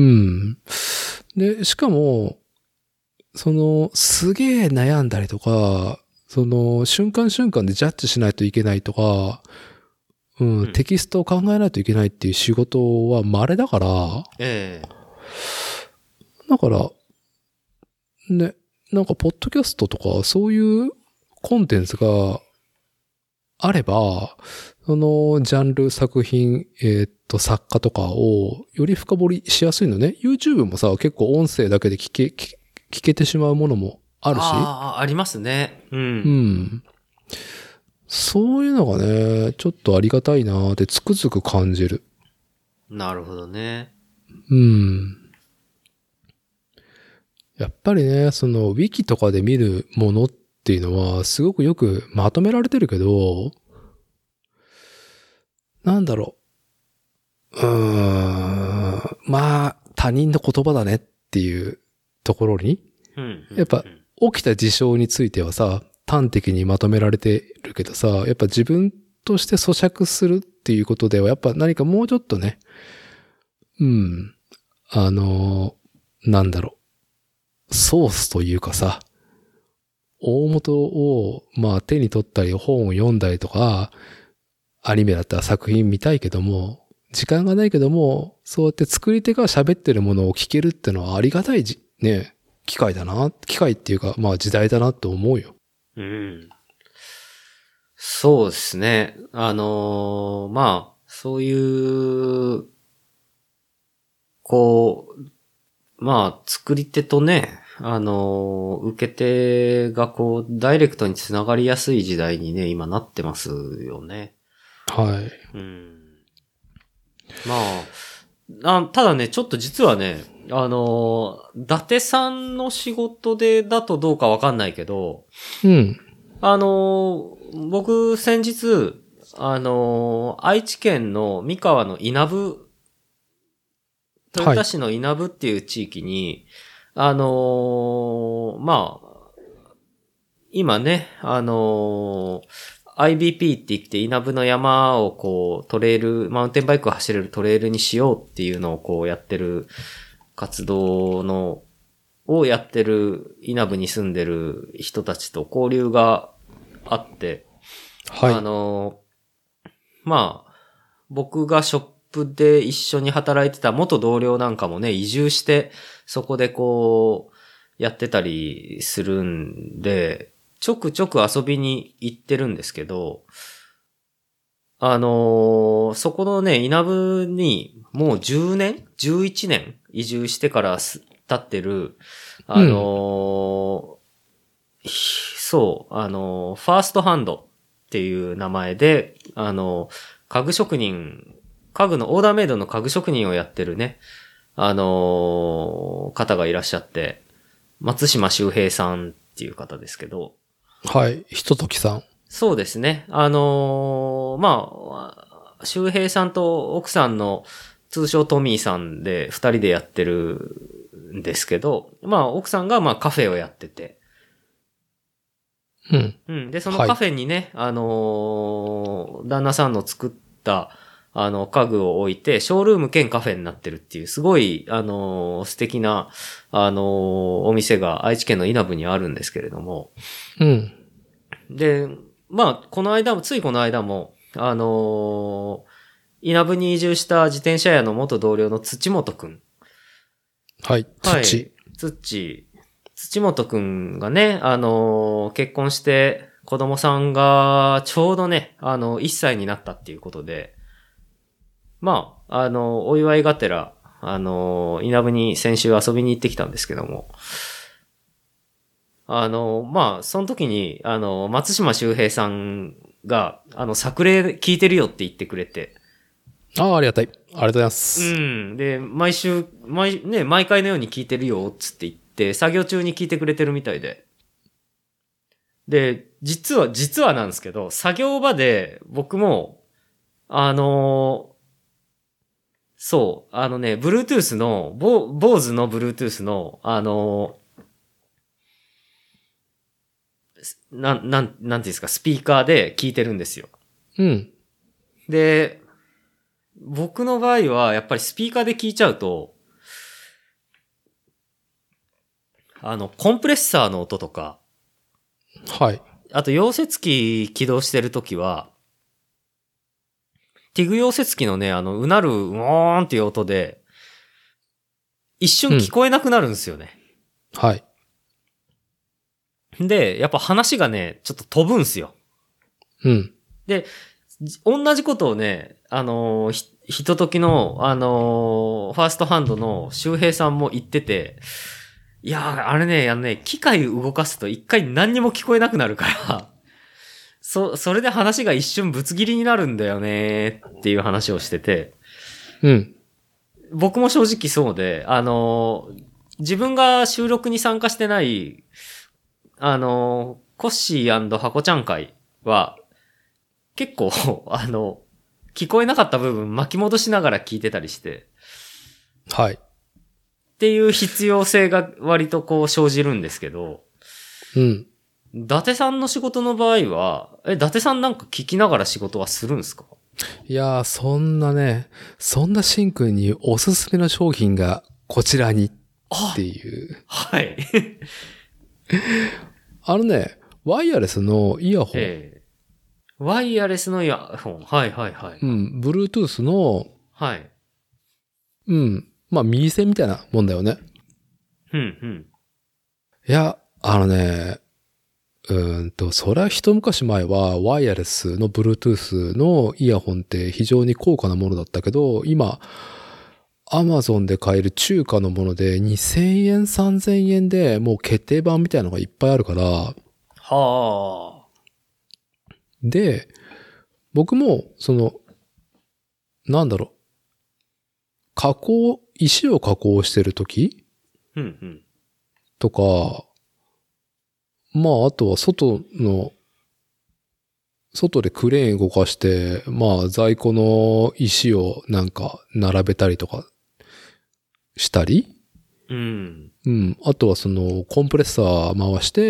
で、しかも、その、すげえ悩んだりとか、その、瞬間瞬間でジャッジしないといけないとか、うん、うん、テキストを考えないといけないっていう仕事は稀だから、 ええー。 だから、ね、なんか、ポッドキャストとか、そういうコンテンツがあれば、その、ジャンル、作品、えー、っと、作家とかを、より深掘りしやすいのね。YouTube もさ、結構音声だけで聞け、聞聞けてしまうものもあるし。 ああ、ありますね。うん。 うん。そういうのがね、ちょっとありがたいなーってつくづく感じる。 なるほどね。 うん。やっぱりね、その、ウィキとかで見るものっていうのは、すごくよくまとめられてるけど、なんだろう。うーん。まあ、他人の言葉だねっていうところに、 うんうんうん、 やっぱ起きた事象についてはさ、端的にまとめられてるけどさ、やっぱ自分として咀嚼するっていうことでは、やっぱ何かもうちょっとね、うん、あの、なんだろう、ソースというかさ、大元を、まあ手に取ったり本を読んだりとか、アニメだったら作品見たいけども、 時間がないけども、そうやって作り手が喋ってるものを聞けるってのはありがたいじ、ね、機会だな、機会っていうか、まあ時代だなと思うよ。 うん。そうですね。あのー、まあ、そういう、こう、まあ、作り手とね、あのー、受け手がこう、ダイレクトにつながりやすい時代にね、今なってますよね。 はい。 うん。まあ、あ、ただね、ちょっと実はね、あのー、伊達さんの仕事でだとどうかわかんないけど、 うん。 あのー、僕先日、あのー、愛知県の三河の稲部、豊田市の稲部っていう地域に、はい、あのー、まあ、今ね、あのー、アイビーピー って言って稲部の山をこうトレイル、マウンテンバイクを走れるトレイルにしようっていうのをこうやってる活動の、をやってる稲部に住んでる人たちと交流があって、 はい。 あの、まあ、僕がショップで一緒に働いてた元同僚なんかもね、移住して、そこでこう、やってたりするんで、ちょくちょく遊びに行ってるんですけど、あの、そこのね、稲部にもうじゅうねん ?じゅういち 年移住してから経ってる、あの、うん、そう、あの、ファーストハンドっていう名前で、あの、家具職人、家具のオーダーメイドの家具職人をやってるね、あの、方がいらっしゃって、松島周平さんっていう方ですけど。 はい、ひとときさん。 そうですね。あのー、まあ、周平さんと奥さんの通称トミーさんで二人でやってるんですけど、まあ奥さんがまあカフェをやってて。 うん。 うん。で、そのカフェにね、はい、あのー、旦那さんの作ったあの家具を置いて、ショールーム兼カフェになってるっていう、すごい、あのー、素敵な、あのー、お店が愛知県の稲部にあるんですけれども。 うん。 で、まあ、この間も、ついこの間も、あのー、稲部に移住した自転車屋の元同僚の土本くん。 はい、土。はい、 土。土本くんがね、あのー、結婚して子供さんがちょうどね、あの、いっさいになったっていうことで、まあ、あの、お祝いがてら、あの、稲部に先週遊びに行ってきたんですけども、あの、まあ、その時に、あの、松島周平さんが、あの、作例聞いてるよって言ってくれて。 ああ、ありがたい。ありがとうございます。 うん。で、毎週、毎、ね、毎回のように聞いてるよ、つって言って、作業中に聞いてくれてるみたいで。で、実は、実はなんですけど、作業場で、僕も、あの、そう、あのね、Bluetooth の、ボ、ボーズの Bluetooth の、あの、なん、なん、なんていうんですか、スピーカーで聞いてるんですよ。 うん。 で、僕の場合は、やっぱりスピーカーで聞いちゃうと、あの、コンプレッサーの音とか、 はい。 あと、溶接機起動してるときは、ティグ溶接機のね、あの、うなる、うーんっていう音で、一瞬聞こえなくなるんですよね。 うん、はい。 で、やっぱ話がね、ちょっと飛ぶんすよ。 うん。 で、同じことをね、あのー、ひ、ひとときの、あのー、ファーストハンドの周平さんも言ってて、いやー、あれね、あのね、機械動かすと一回何にも聞こえなくなるから、そ、それで話が一瞬ぶつ切りになるんだよねっていう話をしてて、 うん。 僕も正直そうで、あのー、自分が収録に参加してない、あの、コッシー&ハコちゃん会は、結構、あの、聞こえなかった部分巻き戻しながら聞いてたりして。 はい。 っていう必要性が割とこう生じるんですけど。 うん。 伊達さんの仕事の場合は、え、伊達さんなんか聞きながら仕事はするんですか？ いやー、そんなね、そんなシンくんにおすすめの商品がこちらにっていう。 はい。 あのね、ワイヤレスのイヤホン。 えー、ワイヤレスのイヤホン。はいはいはい。 うん、Bluetooth のはい。 うん。まあ、右線みたいなもんだよね。 うん、うん。 いや、あのね、うーんと、それは一昔前はワイヤレスの Bluetooth のイヤホンって非常に高価なものだったけど、今、Amazon で買える中華のものでにせんえん、さんぜんえんでもう決定版みたいなのがいっぱいあるから、 はあ。 で、僕も、その、なんだろう、加工、石を加工してるときうん、うん。 とか、まあ、あとは外の、外でクレーン動かして、まあ、在庫の石をなんか並べたりとかしたり、 うん。 うん。あとはその、コンプレッサー回して、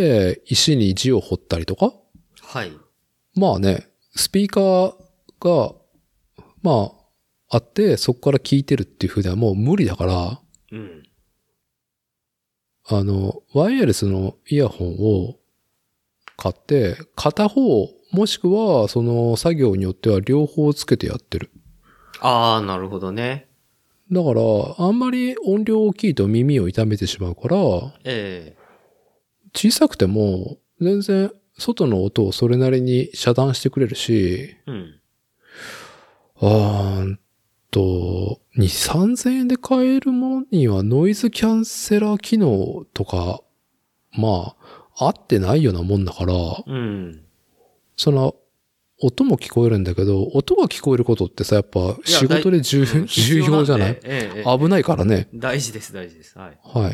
石に字を彫ったりとか。 はい。 まあね、スピーカーが、まあ、あって、そこから聞いてるっていう風ではもう無理だから、 うん。 あの、ワイヤレスのイヤホンを買って、片方、もしくは、その作業によっては両方つけてやってる。 ああ、なるほどね。 だから、あんまり音量大きいと耳を痛めてしまうから、 ええ小さくても、全然、外の音をそれなりに遮断してくれるし、 うん。 あーんと、に、さんぜんえんで買えるものにはノイズキャンセラー機能とか、まあ、合ってないようなもんだから、 うん。 その、音も聞こえるんだけど、音が聞こえることってさ、やっぱ仕事で重,、 うん重要じゃない、 ええええ危ないからね。 大事です、大事です。はい。 はい。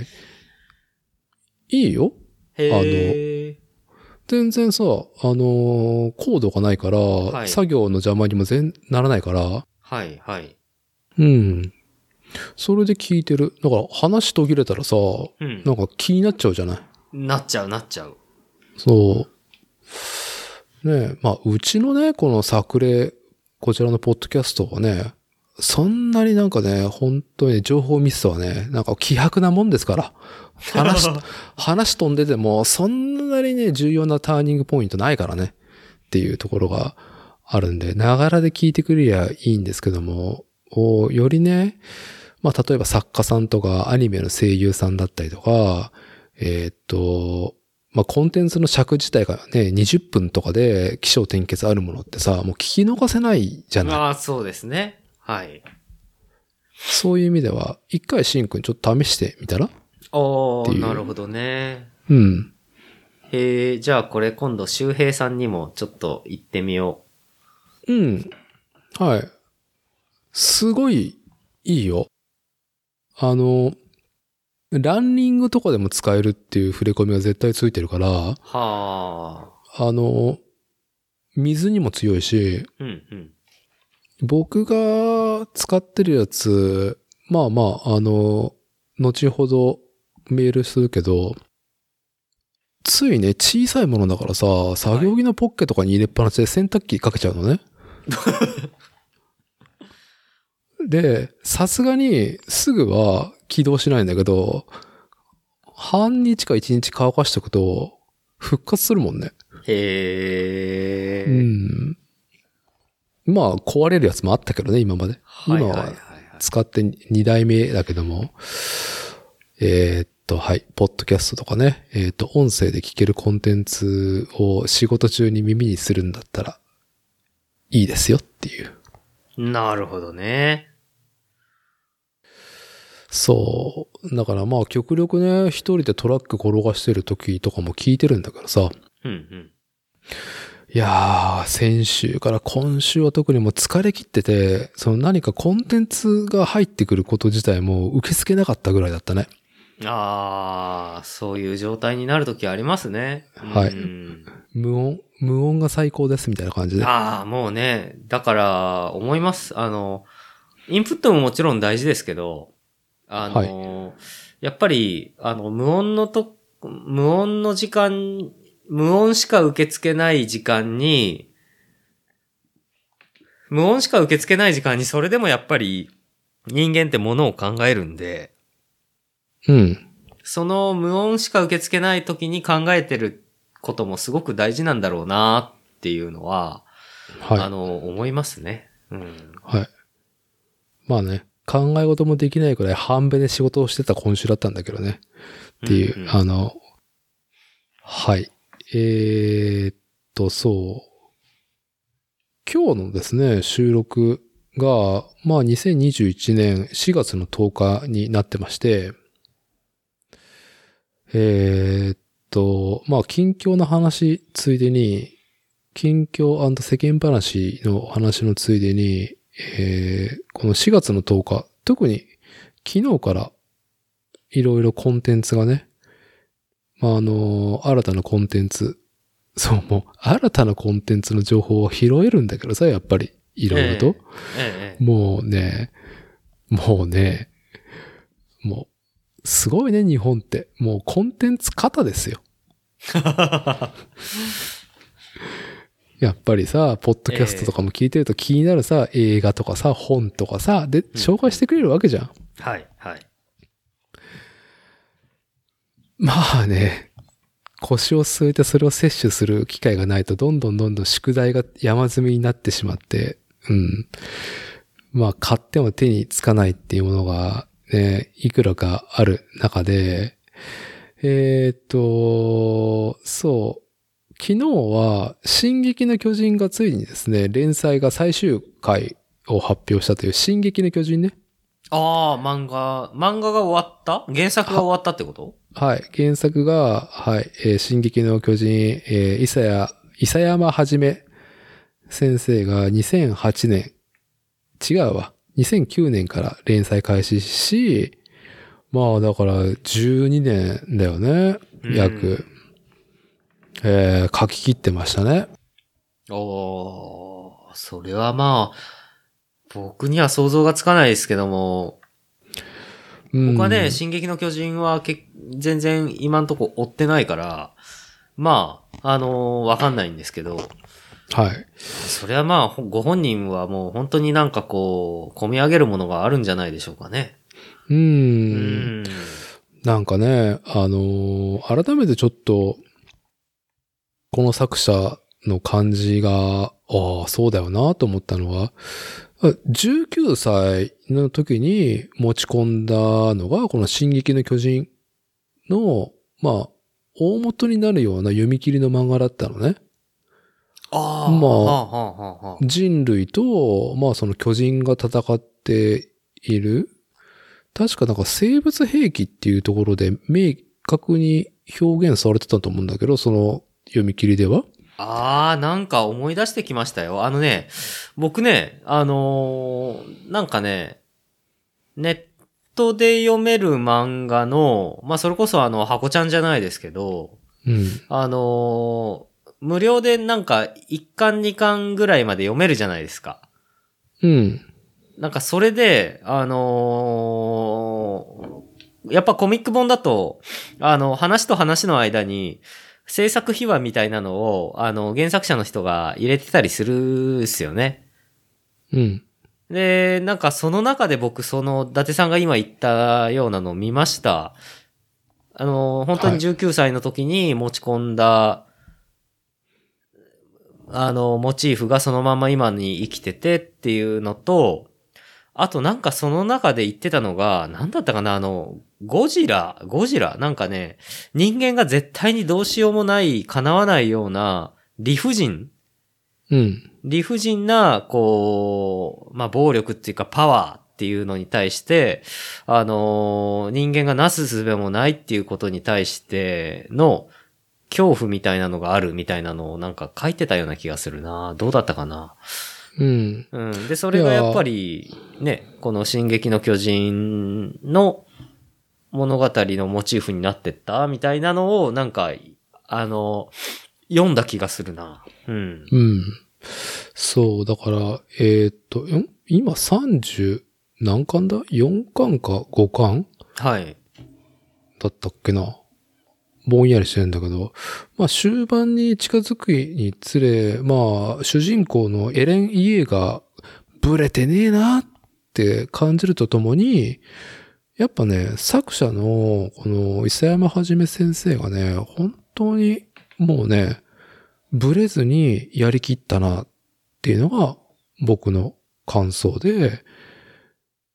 いいよ。あの、 へえ。 全然さ、あのーコードがないから、 はい。 作業の邪魔にも全ならないから、 はい、はい。 うん。それで聞いてる。だから話途切れたらさ、 うん。 なんか気になっちゃうじゃない。 なっちゃう、なっちゃう。 そう。ねえ、まあ、うちのね、この作例、こちらのポッドキャストはね、そんなになんかね、本当に情報ミスはね、なんか希薄なもんですから。話、話飛んでても、そんなにね、重要なターニングポイントないからね。っていうところがあるんで、ながらで聞いてくれりゃいいんですけども、およりね、まあ、例えば作家さんとかアニメの声優さんだったりとか、えーっと、まあ、コンテンツの尺自体がね、にじゅっぷんとかで起承転結あるものってさ、もう聞き逃せないじゃない。 ああ、そうですね。はい。 そういう意味では、一回シンくんちょっと試してみたらっおー、 ていう。 なるほどね。 うん。 へえ、じゃあこれ今度周平さんにもちょっと行ってみようん。はい。すごいいいよ。あの、ランニングとかでも使えるっていう触れ込みが絶対ついてるから、 う。はあ。 あの、水にも強いし、 うん、うん。 僕が使ってるやつ、まあまあ、あの、後ほどメールするけど、ついね、小さいものだからさ、作業着のポッケとかに入れっぱなしで洗濯機かけちゃうのね。で、さすがにすぐは起動しないんだけど、半日か一日乾かしておくと復活するもんね。 へうえ。 ん。まあ壊れるやつもあったけどね、今まで。 はい今ははいはいはい。 使ってにだいめだけども。えーっと、はい。ポッドキャストとかね。えーっと、音声で聞けるコンテンツを仕事中に耳にするんだったらいいですよっていう。 なるほどね。 そう。だからまあ極力ね、一人でトラック転がしてる時とかも聞いてるんだからさ。 うんうん。 いやー、先週から今週は特にもう疲れ切ってて、その何かコンテンツが入ってくること自体も受け付けなかったぐらいだったね。 ああ、そういう状態になるときありますね。 はいうん無音、無音が最高ですみたいな感じで。 ああ、もうね、だから思います。あの、インプットももちろん大事ですけど、あの、やっぱり、あの、無音のと、無音の時間、無音しか受け付けない時間に、無音しか受け付けない時間に、それでもやっぱり人間ってものを考えるんで、 うん。 その無音しか受け付けない時に考えてることもすごく大事なんだろうなっていうのは、 はい。 あの、思いますね。うん。 はい。 まあね、考え事もできないくらい半べで仕事をしてた今週だったんだけどね。っていう、うんうん、あの、はい。えー、っと、そう。今日のですね、収録が、まあにせんにじゅういちねんしがつのとおかになってまして、えー、っと、まあ近況の話ついでに、近況&世間話の話のついでに、えー、このしがつのとおか、特に昨日からいろいろコンテンツがね、まあ、あの、新たなコンテンツ、そう、もう、新たなコンテンツの情報を拾えるんだけどさ、やっぱり、いろいろと。ええええ、もうね、もうね、もう、すごいね、日本って。もうコンテンツ型ですよ。やっぱりさ、ポッドキャストとかも聞いてると気になるさ、えー、映画とかさ、本とかさ、で、紹介してくれるわけじゃん。うん、 はい、はい。 まあね、腰を据えてそれを摂取する機会がないと、どんどんどんどん宿題が山積みになってしまって、うん。まあ、買っても手につかないっていうものが、ね、いくらかある中で、えー、っと、そう、昨日は、進撃の巨人がついにですね、連載が最終回を発表したという、進撃の巨人ね。 ああ、漫画、漫画が終わった？原作が終わったってこと？ はい。原作が、はい。えー、進撃の巨人、えー、伊佐谷、伊佐山はじめ先生がにせんはちねん、違うわ。にせんきゅうねんから連載開始し、まあだからじゅうにねんだよね。約。えー、書き切ってましたね。 おー、それはまあ、僕には想像がつかないですけども、僕はね、進撃の巨人はけ全然今んとこ追ってないから、まあ、あのー、わかんないんですけど。 はい。 それはまあ、ご本人はもう本当になんかこう、込み上げるものがあるんじゃないでしょうかね。 うーん。うんなんかね、あのー、改めてちょっと、この作者の感じが、ああ、そうだよなと思ったのは、じゅうきゅうさいの時に持ち込んだのが、この進撃の巨人の、まあ、大元になるような読み切りの漫画だったのね。 ああ、 まあ、 はあはあはあ、 人類と、まあその巨人が戦っている。確かなんか生物兵器っていうところで明確に表現されてたと思うんだけど、その読み切りでは。 ああ、なんか思い出してきましたよ。あのね、僕ね、あのー、なんかね、ネットで読める漫画の、まあ、それこそあの、箱ちゃんじゃないですけど、 うん、 あのー、無料でなんかいっかんにかんぐらいまで読めるじゃないですか。 うん。 なんかそれで、あのー、やっぱコミック本だと、あの、話と話の間に、制作秘話みたいなのを、あの、原作者の人が入れてたりするっすよね。 うん。 で、なんかその中で僕、その、伊達さんが今言ったようなのを見ました。あの、本当にじゅうきゅうさいの時に持ち込んだ、はい、あの、モチーフがそのまま今に生きててっていうのと、あとなんかその中で言ってたのが、なんだったかな、あの、ゴジラ、ゴジラ、なんかね、人間が絶対にどうしようもない、叶わないような理不尽、 うん、 理不尽な、こう、まあ、暴力っていうかパワーっていうのに対して、あのー、人間がなすすべもないっていうことに対しての恐怖みたいなのがあるみたいなのをなんか書いてたような気がするな。どうだったかな。 うん。 うん。で、それがやっぱり、ね、この進撃の巨人の物語のモチーフになってったみたいなのを、なんか、あの、読んだ気がするな。うん。 うん。そう、だから、えー、っと、ん今さんじゅう何巻だ ?よん 巻かごかんはい。 だったっけな。ぼんやりしてるんだけど、まあ終盤に近づくにつれ、まあ主人公のエレン・イエーがブレてねえなって感じるとともに、やっぱね、作者のこの伊佐山はじめ先生がね、本当にもうね、ブレずにやりきったなっていうのが僕の感想で、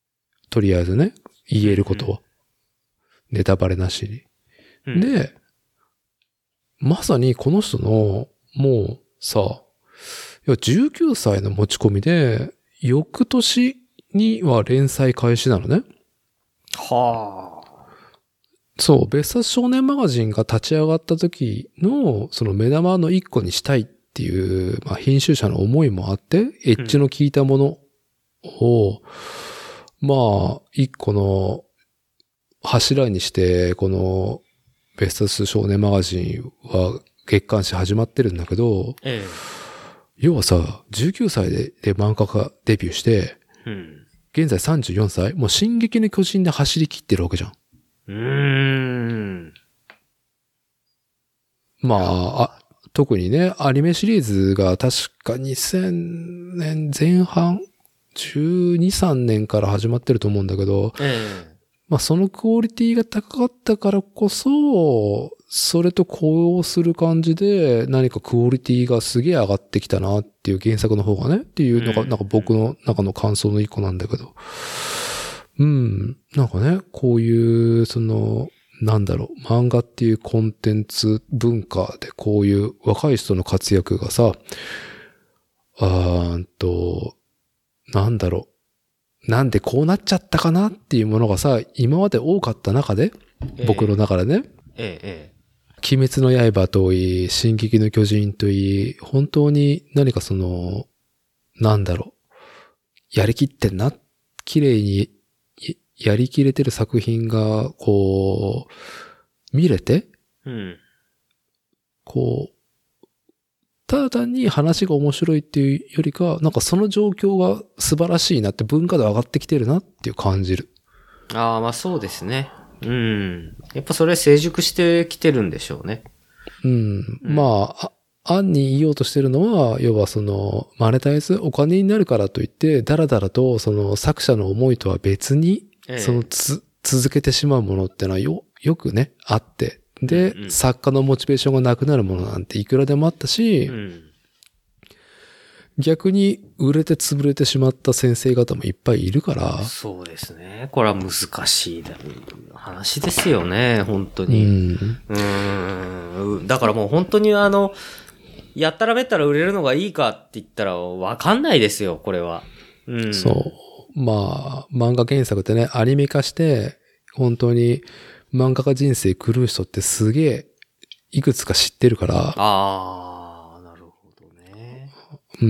とりあえずね、言えることは。ネタバレなしに。 うん、 で、まさにこの人の、もうさ、いやじゅうきゅうさいの持ち込みで、翌年には連載開始なのね。 はあ。 そう、別冊少年マガジンが立ち上がった時の、その目玉の一個にしたいっていう、まあ、編集者の思いもあって、エッジの効いたものを、うん、まあ、一個の柱にして、この別冊少年マガジンは月刊誌始まってるんだけど、 ええ、 要はさ、じゅうきゅうさいで、で漫画家デビューして、うん、現在さんじゅうよんさい、もう進撃の巨人で走り切ってるわけじゃん。 うーん。 まあ、あ、特にね、アニメシリーズが確かにせんねんぜん半、じゅうに、さんねんから始まってると思うんだけど、 ええ、 まあそのクオリティが高かったからこそ、それと呼応する感じで何かクオリティがすげえ上がってきたなっていう原作の方がね、っていうのがなんか僕の中の感想の一個なんだけど、うん、なんかね、こういうその、なんだろう、漫画っていうコンテンツ文化でこういう若い人の活躍がさ、あーんと、なんだろう、なんでこうなっちゃったかなっていうものがさ、今まで多かった中で、僕の中でね、 ええええ、 鬼滅の刃といい、進撃の巨人といい、本当に何かその、なんだろう、やりきってんな、綺麗にやりきれてる作品が、こう、見れて、 うん、 こう、ただ単に話が面白いっていうよりか、なんかその状況が素晴らしいなって文化で上がってきてるなっていう感じる。 ああ、まあそうですね。うん。やっぱそれ成熟してきてるんでしょうね。 うん。うん、まあ、案に言おうとしてるのは、要はその、マネタイズ、お金になるからといって、だらだらとその作者の思いとは別に、ええ、そのつ、続けてしまうものってのはよ、よくね、あって。で、うんうん、作家のモチベーションがなくなるものなんていくらでもあったし、うん、逆に売れて潰れてしまった先生方もいっぱいいるから。 そうですね。これは難しい話ですよね、本当に。うん。うーん。だからもう本当にあの、やったらめったら売れるのがいいかって言ったらわかんないですよ、これは。うん。 そう。まあ、漫画原作ってね、アニメ化して、本当に漫画家人生狂う人ってすげえ、いくつか知ってるから。 ああ、なるほどね。 うん。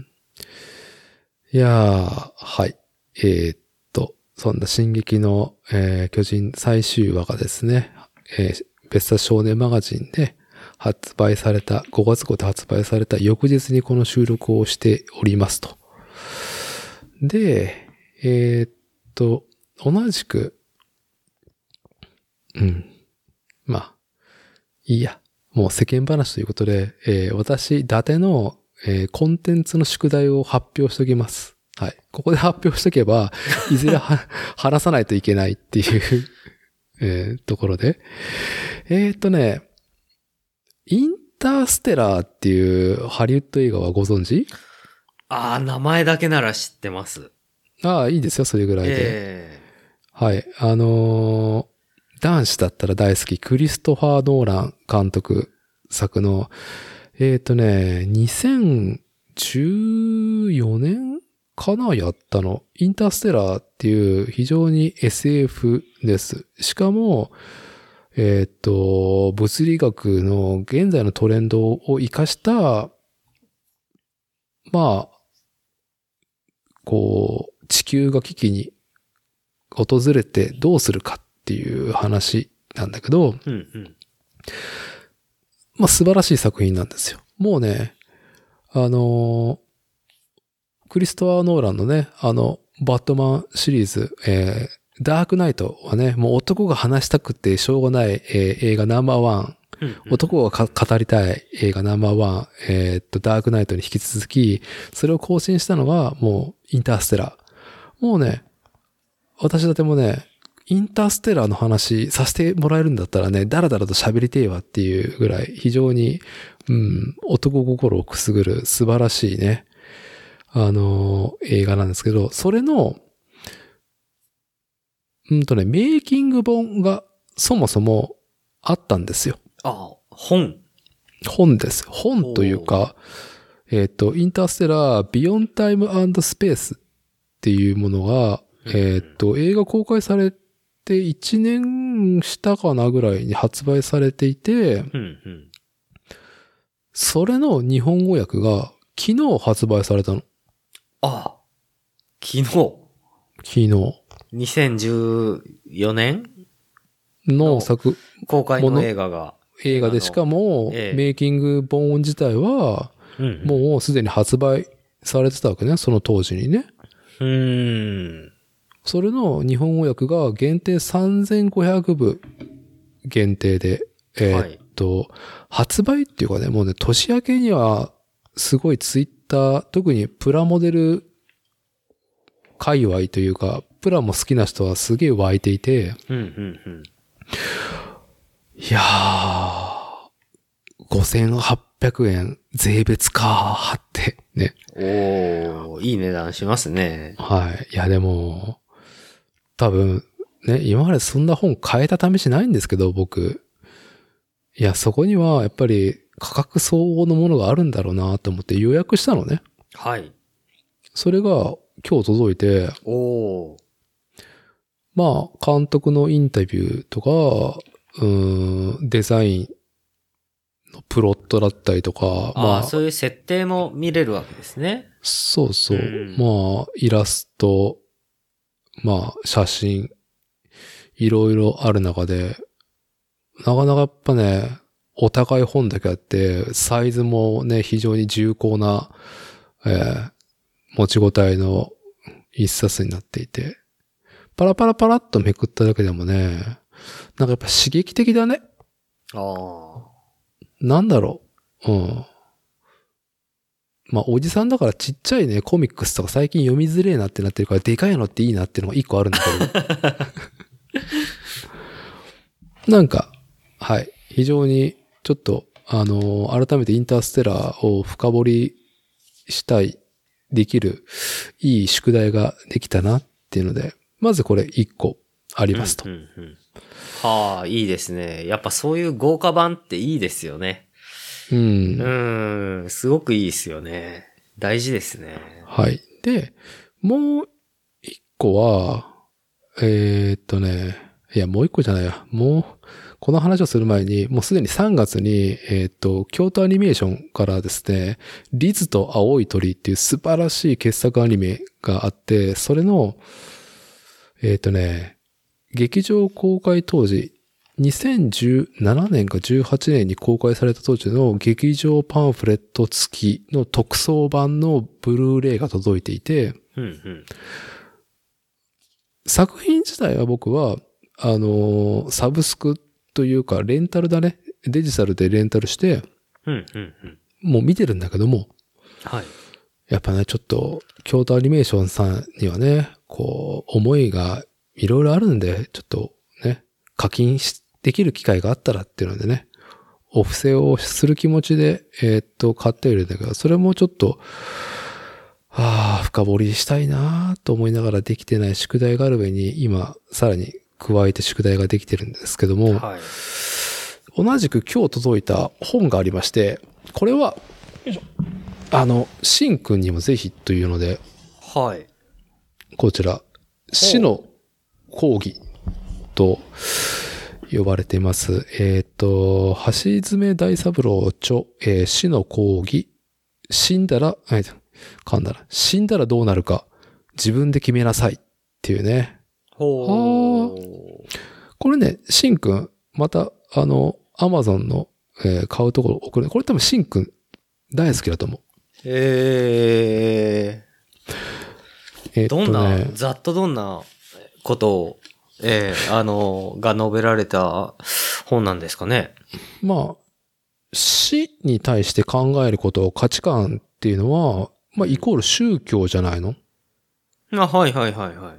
いやー、はい。えー、っと、そんな進撃の、えー、巨人最終話がですね、えー、別冊少年マガジンで発売された、ごがつ号で発売された翌日にこの収録をしておりますと。で、えー、っと、同じく、うん。まあ、いいや。もう世間話ということで、えー、私、伊達の、えー、コンテンツの宿題を発表しておきます。はい。ここで発表しておけば、いずれは話さないといけないっていう、えー、ところで。えー、っとね、インターステラーっていうハリウッド映画はご存知？ ああ、名前だけなら知ってます。 ああ、いいですよ、それぐらいで。 えー、はい。あのー、男子だったら大好き、クリストファー・ノーラン監督作の、えっとね、にせんじゅうよねんかなやったの。インターステラーっていう非常に エスエフ です。しかも、えっと、物理学の現在のトレンドを活かした、まあ、こう、地球が危機に訪れてどうするかっていう話なんだけど、 うんうん、 まあ素晴らしい作品なんですよ。もうね、あのー、クリストファー・ノーランのね、あの、バットマンシリーズ、えー、ダークナイトはね、もう男が話したくてしょうがない、えー、映画ナンバーワン、うんうん、男が語りたい映画ナンバーワン、えー、っと、ダークナイトに引き続き、それを更新したのがもうインターステラー。もうね、私だってもね、インターステラーの話させてもらえるんだったらね、だらだらと喋りてえわっていうぐらい、非常に、うん、男心をくすぐる素晴らしいね、あのー、映画なんですけど、それの、 うんとね、メイキング本がそもそもあったんですよ。 あ、本。 本です。本というか、えっと、インターステラー、ビヨンタイム&スペースっていうものが、えっと、映画公開されていちねんしたかなぐらいに発売されていて、 うんうん、 それの日本語訳が昨日発売されたの。 あ、昨日。 昨日。 にせんじゅうよねんの作、 公開の映画が。 映画で、しかも、ええ、メイキング本自体は、もうすでに発売されてたわけね、その当時にね。 うーん。 それの日本語訳が限定さんぜんごひゃくぶ限定で、えー、っと、はい、発売っていうかね、もうね、年明けには、すごいツイッター、特にプラモデル界隈というか、プラも好きな人はすげえ湧いていて、 うんうんうん、 いやー、ごせんはっぴゃくえん税別かーってね。 おー、いい値段しますね。 はい。いやでも、多分、ね、今までそんな本買えた試しないんですけど、僕。いや、そこにはやっぱり価格相応のものがあるんだろうなと思って予約したのね。 はい。 それが今日届いて、 おー。 まあ、監督のインタビューとか、うーん、デザインのプロットだったりとか、 あまあ、そういう設定も見れるわけですね。 そうそう。うん、まあ、イラスト、まあ、写真、いろいろある中で、なかなかやっぱね、お高い本だけあって、サイズもね、非常に重厚な、えー、持ち応えの一冊になっていて、パラパラパラっとめくっただけでもね、なんかやっぱ刺激的だね。 ああ。 なんだろう。うん。まあ、おじさんだからちっちゃいね、コミックスとか最近読みづれえなってなってるから、でかいのっていいなっていうのが一個あるんだけど。なんか、はい。非常に、ちょっと、あのー、改めてインターステラーを深掘りしたい、できる、いい宿題ができたなっていうので、まずこれ一個ありますと。 うんうんうん、はあ、いいですね。やっぱそういう豪華版っていいですよね。 うん。 うん、すごくいいですよね。大事ですね。 はい。で、もう一個は、えー、っとね、いや、もう一個じゃないや。もう、この話をする前に、もうすでにさんがつに、えー、っと、京都アニメーションからですね、リズと青い鳥っていう素晴らしい傑作アニメがあって、それの、えー、っとね、劇場公開当時、にせんじゅうななねんかじゅうはちねんに公開された当時の劇場パンフレット付きの特装版のブルーレイが届いていて、 うんうん、 作品自体は僕は、あのー、サブスクというかレンタルだね。デジタルでレンタルして、 うんうんうん、 もう見てるんだけども、 はい、 やっぱね、ちょっと京都アニメーションさんにはね、こう、思いがいろいろあるんで、ちょっとね、課金して、できる機会があったらっていうのでね、お布施をする気持ちで、えー、っと、買っているんだけど、それもちょっと、ああ、深掘りしたいなと思いながらできてない宿題がある上に、今、さらに加えて宿題ができてるんですけども、はい、同じく今日届いた本がありまして、これは、あの、しんくんにもぜひというので、 はい。 こちら、死の講義と、呼ばれています。えっ、ー、と、橋爪大三郎著、えー、死の講義、死んだら、えー、噛んだら、死んだらどうなるか、自分で決めなさいっていうね。 ほー。 これね、しんくん、また、あの、アマゾンの、えー、買うところ送る。これ多分しんくん大好きだと思う。 えー。えー、どんな、ざっとどんなことを、ええー、あの、が述べられた本なんですかね。 まあ、死に対して考えることを価値観っていうのは、まあ、イコール宗教じゃないの？ あ、はいはいはいはい。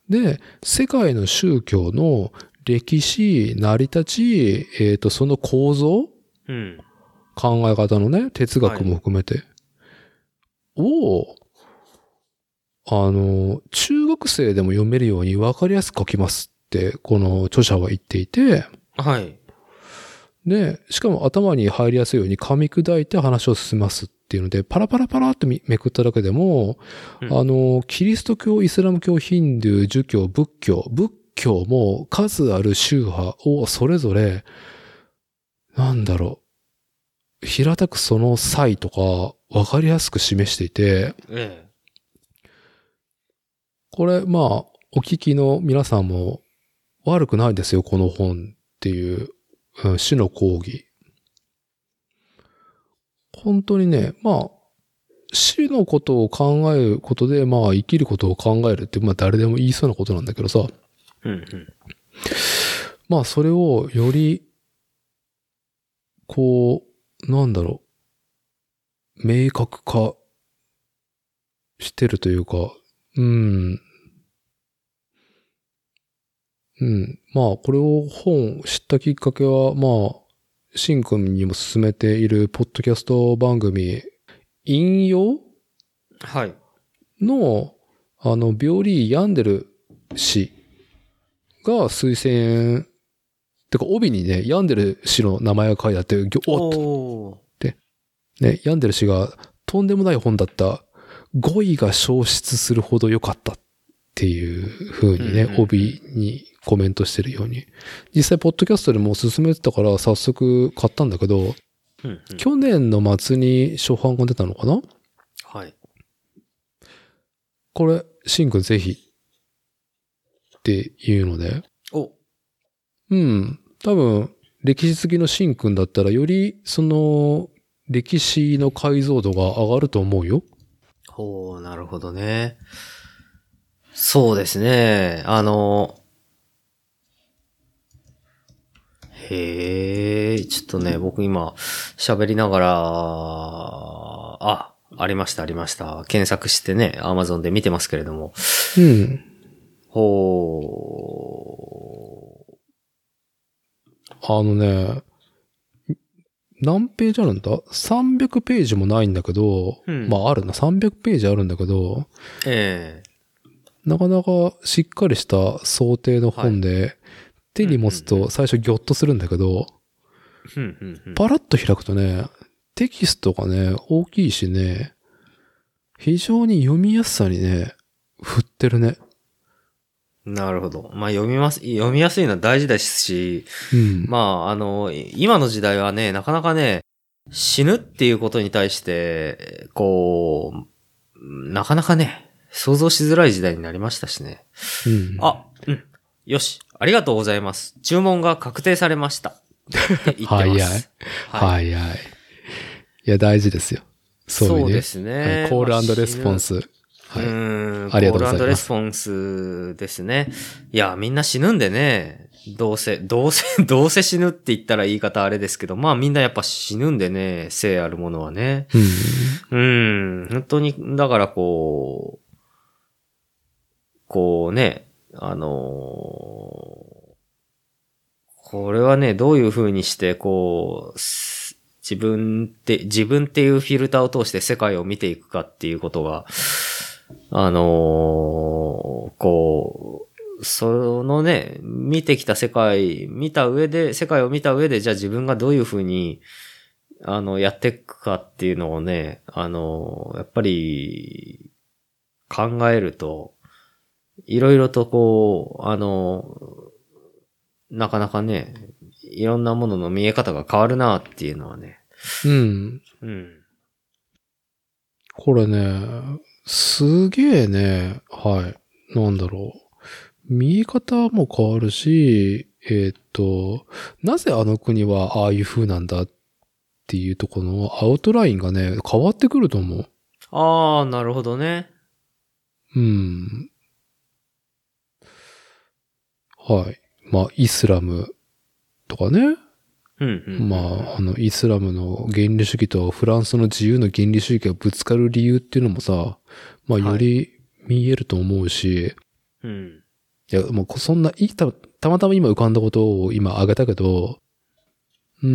で、世界の宗教の歴史、成り立ち、えっと、その構造、 うん、 考え方のね、哲学も含めて、はい、を、 あの、中学生でも読めるように分かりやすく書きますって、この著者は言っていて、 はい。 で、しかも頭に入りやすいように噛み砕いて話を進ますっていうので、パラパラパラってめくっただけでも、うん、あの、キリスト教、イスラム教、ヒンドゥー、儒教、仏教、仏教も数ある宗派をそれぞれ、なんだろう、平たくその際とか分かりやすく示していて、ええ、これ、まあ、お聞きの皆さんも悪くないですよ、この本っていう、うん、死の講義。本当にね、まあ、死のことを考えることで、まあ、生きることを考えるって、まあ、誰でも言いそうなことなんだけどさ。 うんうん、 まあ、それをより、こう、なんだろう、明確化してるというか、うん。うん。まあ、これを本知ったきっかけは、まあ、シンくんにも勧めているポッドキャスト番組、引用はい。 の、あの、ビョーリー・ヤンデル氏が推薦、てか帯にね、ヤンデル氏の名前が書いてあって、おっって、ね、ヤンデル氏がとんでもない本だった、語彙が消失するほど良かったっていう風にね、うんうん、帯にコメントしてるように。実際、ポッドキャストでも勧めてたから早速買ったんだけど、うんうん、去年の末に初版が出たのかな？ はい。 これ、シンくんぜひっていうので。 お。 うん。多分、歴史好きのシンくんだったら、より、その、歴史の解像度が上がると思うよ。 ほう、なるほどね。そうですね。あの、へえ、ちょっとね、僕今、喋りながら、あ、ありました、ありました。検索してね、Amazon で見てますけれども。 うん。 ほう。 あのね、何ページあるんだ ?さんびゃく ページもないんだけど、うん、まああるな、さんびゃくページあるんだけど、 ええー、なかなかしっかりした想定の本で、はい、手に持つと最初ギョッとするんだけど、 うんうんうん、 パラッと開くとね、テキストがね、大きいしね、非常に読みやすさにね、振ってるね。 なるほど。まあ読みます、読みやすいのは大事ですし、うん、まああの、今の時代はね、なかなかね、死ぬっていうことに対して、こう、なかなかね、想像しづらい時代になりましたしね。 うん、 あ、うん。よし。ありがとうございます。注文が確定されました。って言ってます。 早い。はい。早い。いや、大事ですよ。そういうね。 そうですね。 コール&レスポンス。 はい。うん。ありがとうございます。コール&レスポンスですね。いや、みんな死ぬんでね。どうせ、どうせ、どうせ死ぬって言ったら言い方あれですけど、まあみんなやっぱ死ぬんでね、生あるものはね。うん。うん。本当に、だからこう、こうね、あのー、これはね、どういう風にして、こう、自分って、自分っていうフィルターを通して世界を見ていくかっていうことが、あのー、こう、そのね、見てきた世界、見た上で、世界を見た上で、じゃあ自分がどういう風に、あの、やっていくかっていうのをね、あのー、やっぱり、考えると、いろいろとこう、あの、なかなかね、いろんなものの見え方が変わるなっていうのはね。 うん。 うん。 これね、すげえね、はい。なんだろう。見え方も変わるし、えっと、なぜあの国はああいう風なんだっていうところのアウトラインがね、変わってくると思う。 ああ、なるほどね。 うん。はい。まあ、イスラムとかね。 うんうん、 まあ、あの、イスラムの原理主義とフランスの自由の原理主義がぶつかる理由っていうのもさ、まあ、より見えると思うし、 はい、うん。 いや、もうそんな、いた、たまたま今浮かんだことを今挙げたけど、うん。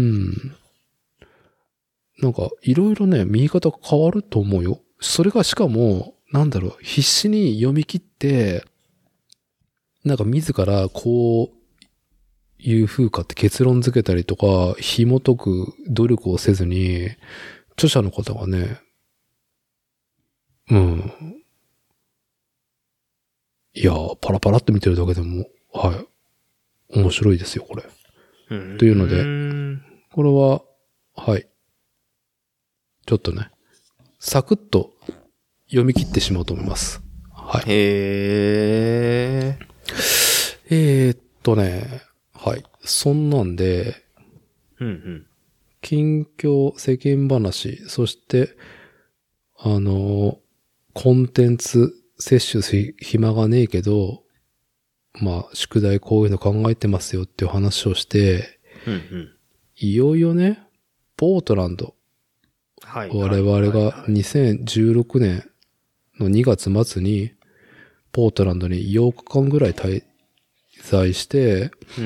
なんか、いろいろね、見え方が変わると思うよ。それがしかも、 なんだろう、必死に読み切って、なんか自らこういう風かって結論付けたりとか、紐解く努力をせずに、著者の方がね、うん。いやー、パラパラって見てるだけでも、はい。面白いですよ、これ。 うん、 というので、 うん、 これは、はい。ちょっとね、サクッと読み切ってしまおうと思います。はい。 へー。 えーっとね、はい。そんなんで、 うんうん。 近況、世間話、そして、あの、コンテンツ摂取し暇がねえけど、まあ、宿題こういうの考えてますよっていう話をして、 うんうん。 いよいよね、ポートランド、 はい。 我々がにせんじゅうろくねんのにがつ末に、ポートランドにようかかんぐらい滞在して、 うん。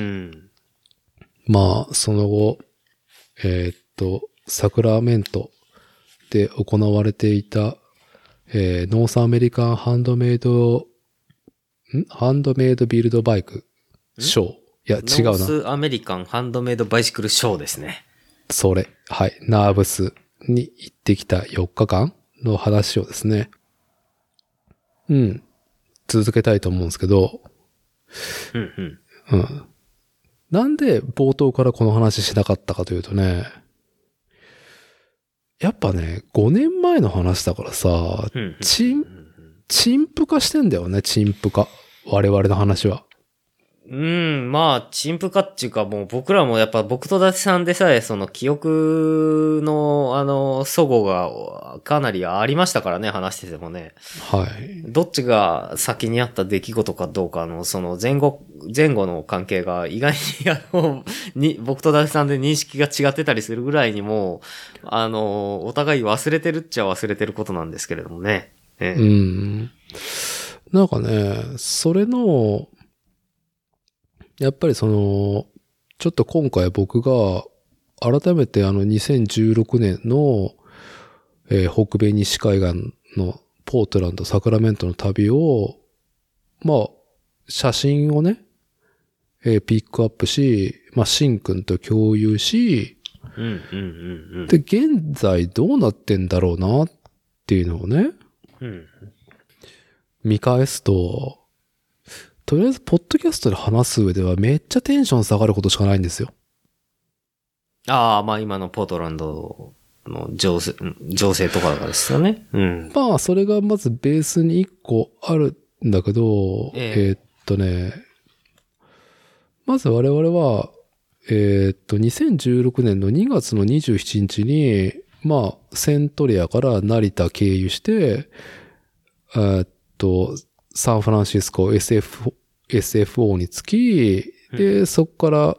まあ、その後、えーっと、サクラメントで行われていた、えーノースアメリカンハンドメイド、んハンドメイドビルドバイクショー。いや、違うな。 ノースアメリカンハンドメイドバイシクルショーですね。 それ。はい。ナーブスに行ってきたよっかかんの話をですね。うん。続けたいと思うんですけど、 うんうん。 うん。なんで冒頭からこの話しなかったかというとね、やっぱね、ごねんまえの話だからさ、 うんうんチン、陳腐化してんだよね、陳腐化。我々の話は。 うん、まあ、陳腐化っていうかもう僕らもやっぱ僕と伊達さんでさえその記憶のあの、齟齬がかなりありましたからね、話しててもね。 はい。 どっちが先にあった出来事かどうかのその前後、前後の関係が意外にあの、に、僕と伊達さんで認識が違ってたりするぐらいにもう、あの、お互い忘れてるっちゃ忘れてることなんですけれどもね。ええ、 うん。なんかね、それの、やっぱりその、ちょっと今回僕が改めてあのにせんじゅうろくねんの、えー北米西海岸のポートランド、サクラメントの旅を、まあ、写真をね、えーピックアップし、まあ、シンくんと共有し、 うんうんうんうん。 で、現在どうなってんだろうなっていうのをね、 うん見返すと、とりあえず、ポッドキャストで話す上ではめっちゃテンション下がることしかないんですよ。 ああ、まあ今のポートランドの情勢、情勢とかですよね。うん。 まあ、それがまずベースに一個あるんだけど、 えええーっとね、まず我々は、えーっと、にせんじゅうろくねんのにがつのにじゅうしちにちに、まあ、セントレアから成田経由して、えーっと、サンフランシスコ エスエフ、エスエフオー につき、で、そこから、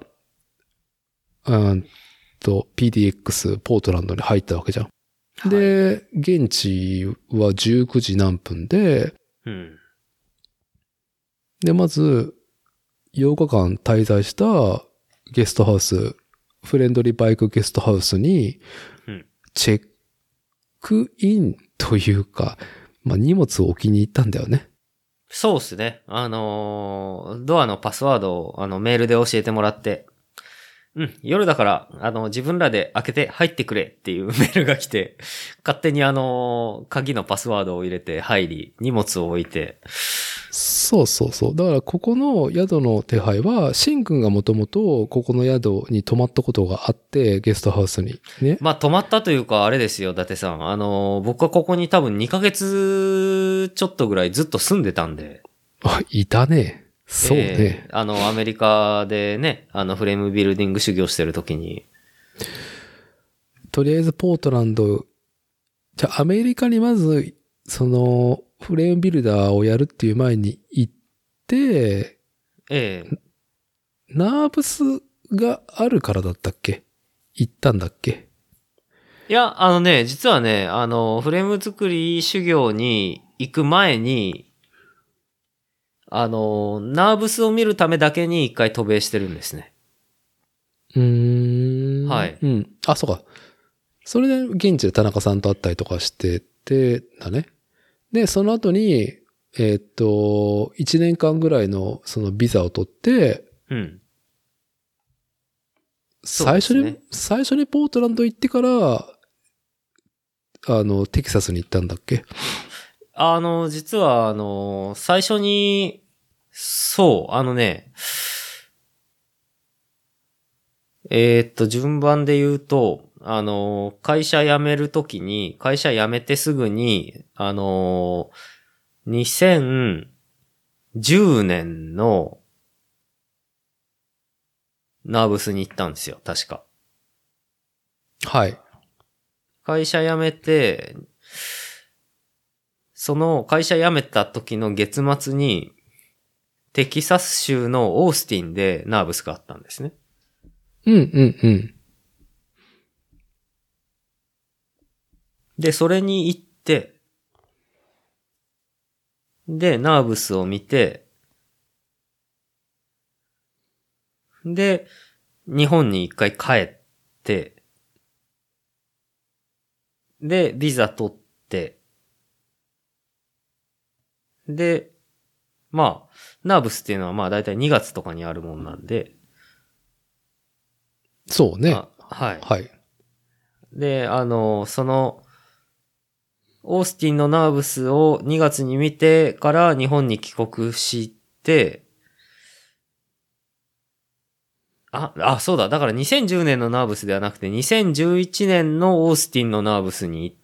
うんと、ピーディーエックス ポートランドに入ったわけじゃん。 はい、 で、現地はじゅうくじ何分で、 うん。 で、まず、ようかかん滞在したゲストハウス、フレンドリーバイクゲストハウスにうん、 チェックインというか、まあ、荷物を置きに行ったんだよね。 そうっすね。あのードアのパスワードをあのメールで教えてもらって、うん、夜だから、あの、自分らで開けて入ってくれっていうメールが来て、勝手にあのー鍵のパスワードを入れて入り、荷物を置いて、 そうそうそう。だからここの宿の手配は、シンくんがもともとここの宿に泊まったことがあって、ゲストハウスにね。 まあ、泊まったというか、あれですよ、伊達さん。あのー僕はここに多分にかげつちょっとぐらいずっと住んでたんで。 あ、いたね。そうね。 えーあの、アメリカでね、あの、フレームビルディング修行してるときに。 とりあえずポートランド、じゃあアメリカにまず、その、フレームビルダーをやるっていう前に行って、 ええナーブスがあるからだったっけ？行ったんだっけ？ いや、あのね、実はね、あの、フレーム作り修行に行く前に、あの、ナーブスを見るためだけに一回渡米してるんですね。 うーん。 はいうん。あ、そうか。それで現地で田中さんと会ったりとかしてて、だね。 で、その後に、えーっと、いちねんかんぐらいのそのビザを取って、 うん。 最初に、 そうですね最初にポートランド行ってから、あの、テキサスに行ったんだっけ？ あの、実は、あの、最初に、そう、あのね、えーっと、順番で言うと、あの、会社辞めるときに、会社辞めてすぐに、あの、にせんじゅうねんのナーブスに行ったんですよ、確か。 はい。 会社辞めて、その会社辞めた時の月末に、テキサス州のオースティンでナーブスがあったんですね。 うんうんうん。 で、それに行って、で、ナーブスを見て、で、日本に一回帰って、で、ビザ取って、で、まあ、ナーブスっていうのはまあだいたいにがつとかにあるもんなんで、 そうね。 あはい。 はい。 で、あの、その、オースティンのナーブスをにがつに見てから日本に帰国して、あ、あ、そうだ。だからにせんじゅうねんのナーブスではなくてにせんじゅういちねんのオースティンのナーブスに行って、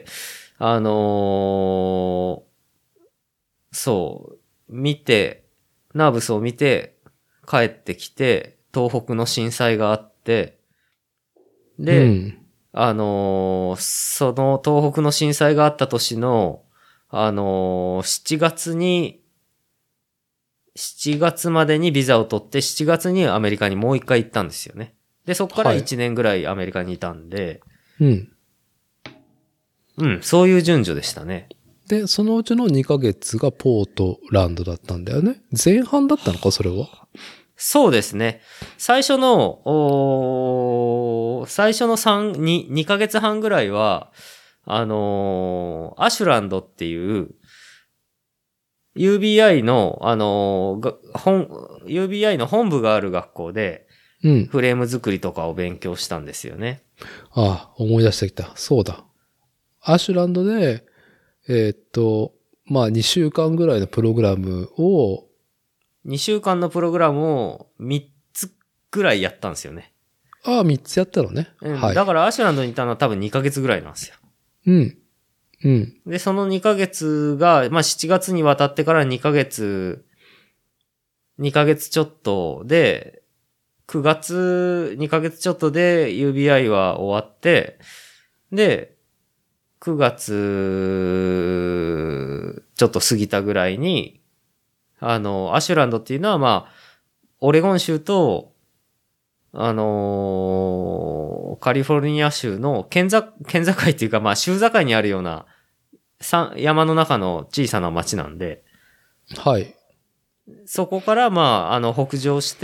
あのーそう、見て、ナーブスを見て帰ってきて、東北の震災があって、で、 うん。 あのーその東北の震災があった年の、あのーしちがつに、しちがつまでにビザを取って、しちがつにアメリカにもう一回行ったんですよね。で、そこからはいいちねんぐらいアメリカにいたんで、 うん。 うん、そういう順序でしたね。 で、そのうちのにかげつがポートランドだったんだよね。前半だったのか、それは。 そうですね。最初の、おー最初の3、に、にかげつはんぐらいは、あのーアシュランドっていう、ユービーアイ の、あのーが本、ユービーアイ の本部がある学校で、 うん。 フレーム作りとかを勉強したんですよね。 ああ、思い出してきた。そうだ。アシュランドで、えーっと、まあにしゅうかんぐらいのプログラムを、 にしゅうかんのプログラムをみっつぐらいやったんですよね。 ああ、みっつやったのね。 うんはい。 だからアシュランドにいたのは多分にかげつぐらいなんですよ。 うん。うん。 で、そのにかげつが、まあ、しちがつに渡ってからにかげつ、にかげつちょっとで、くがつ、にかげつちょっとで ユービーアイ は終わって、で、くがつ、ちょっと過ぎたぐらいに、あの、アシュランドっていうのはまあ、オレゴン州と、あのーカリフォルニア州の県境、県境っていうかまあ州境にあるような山山の中の小さな町なんで、 はい。 そこからまあ、あの、北上して、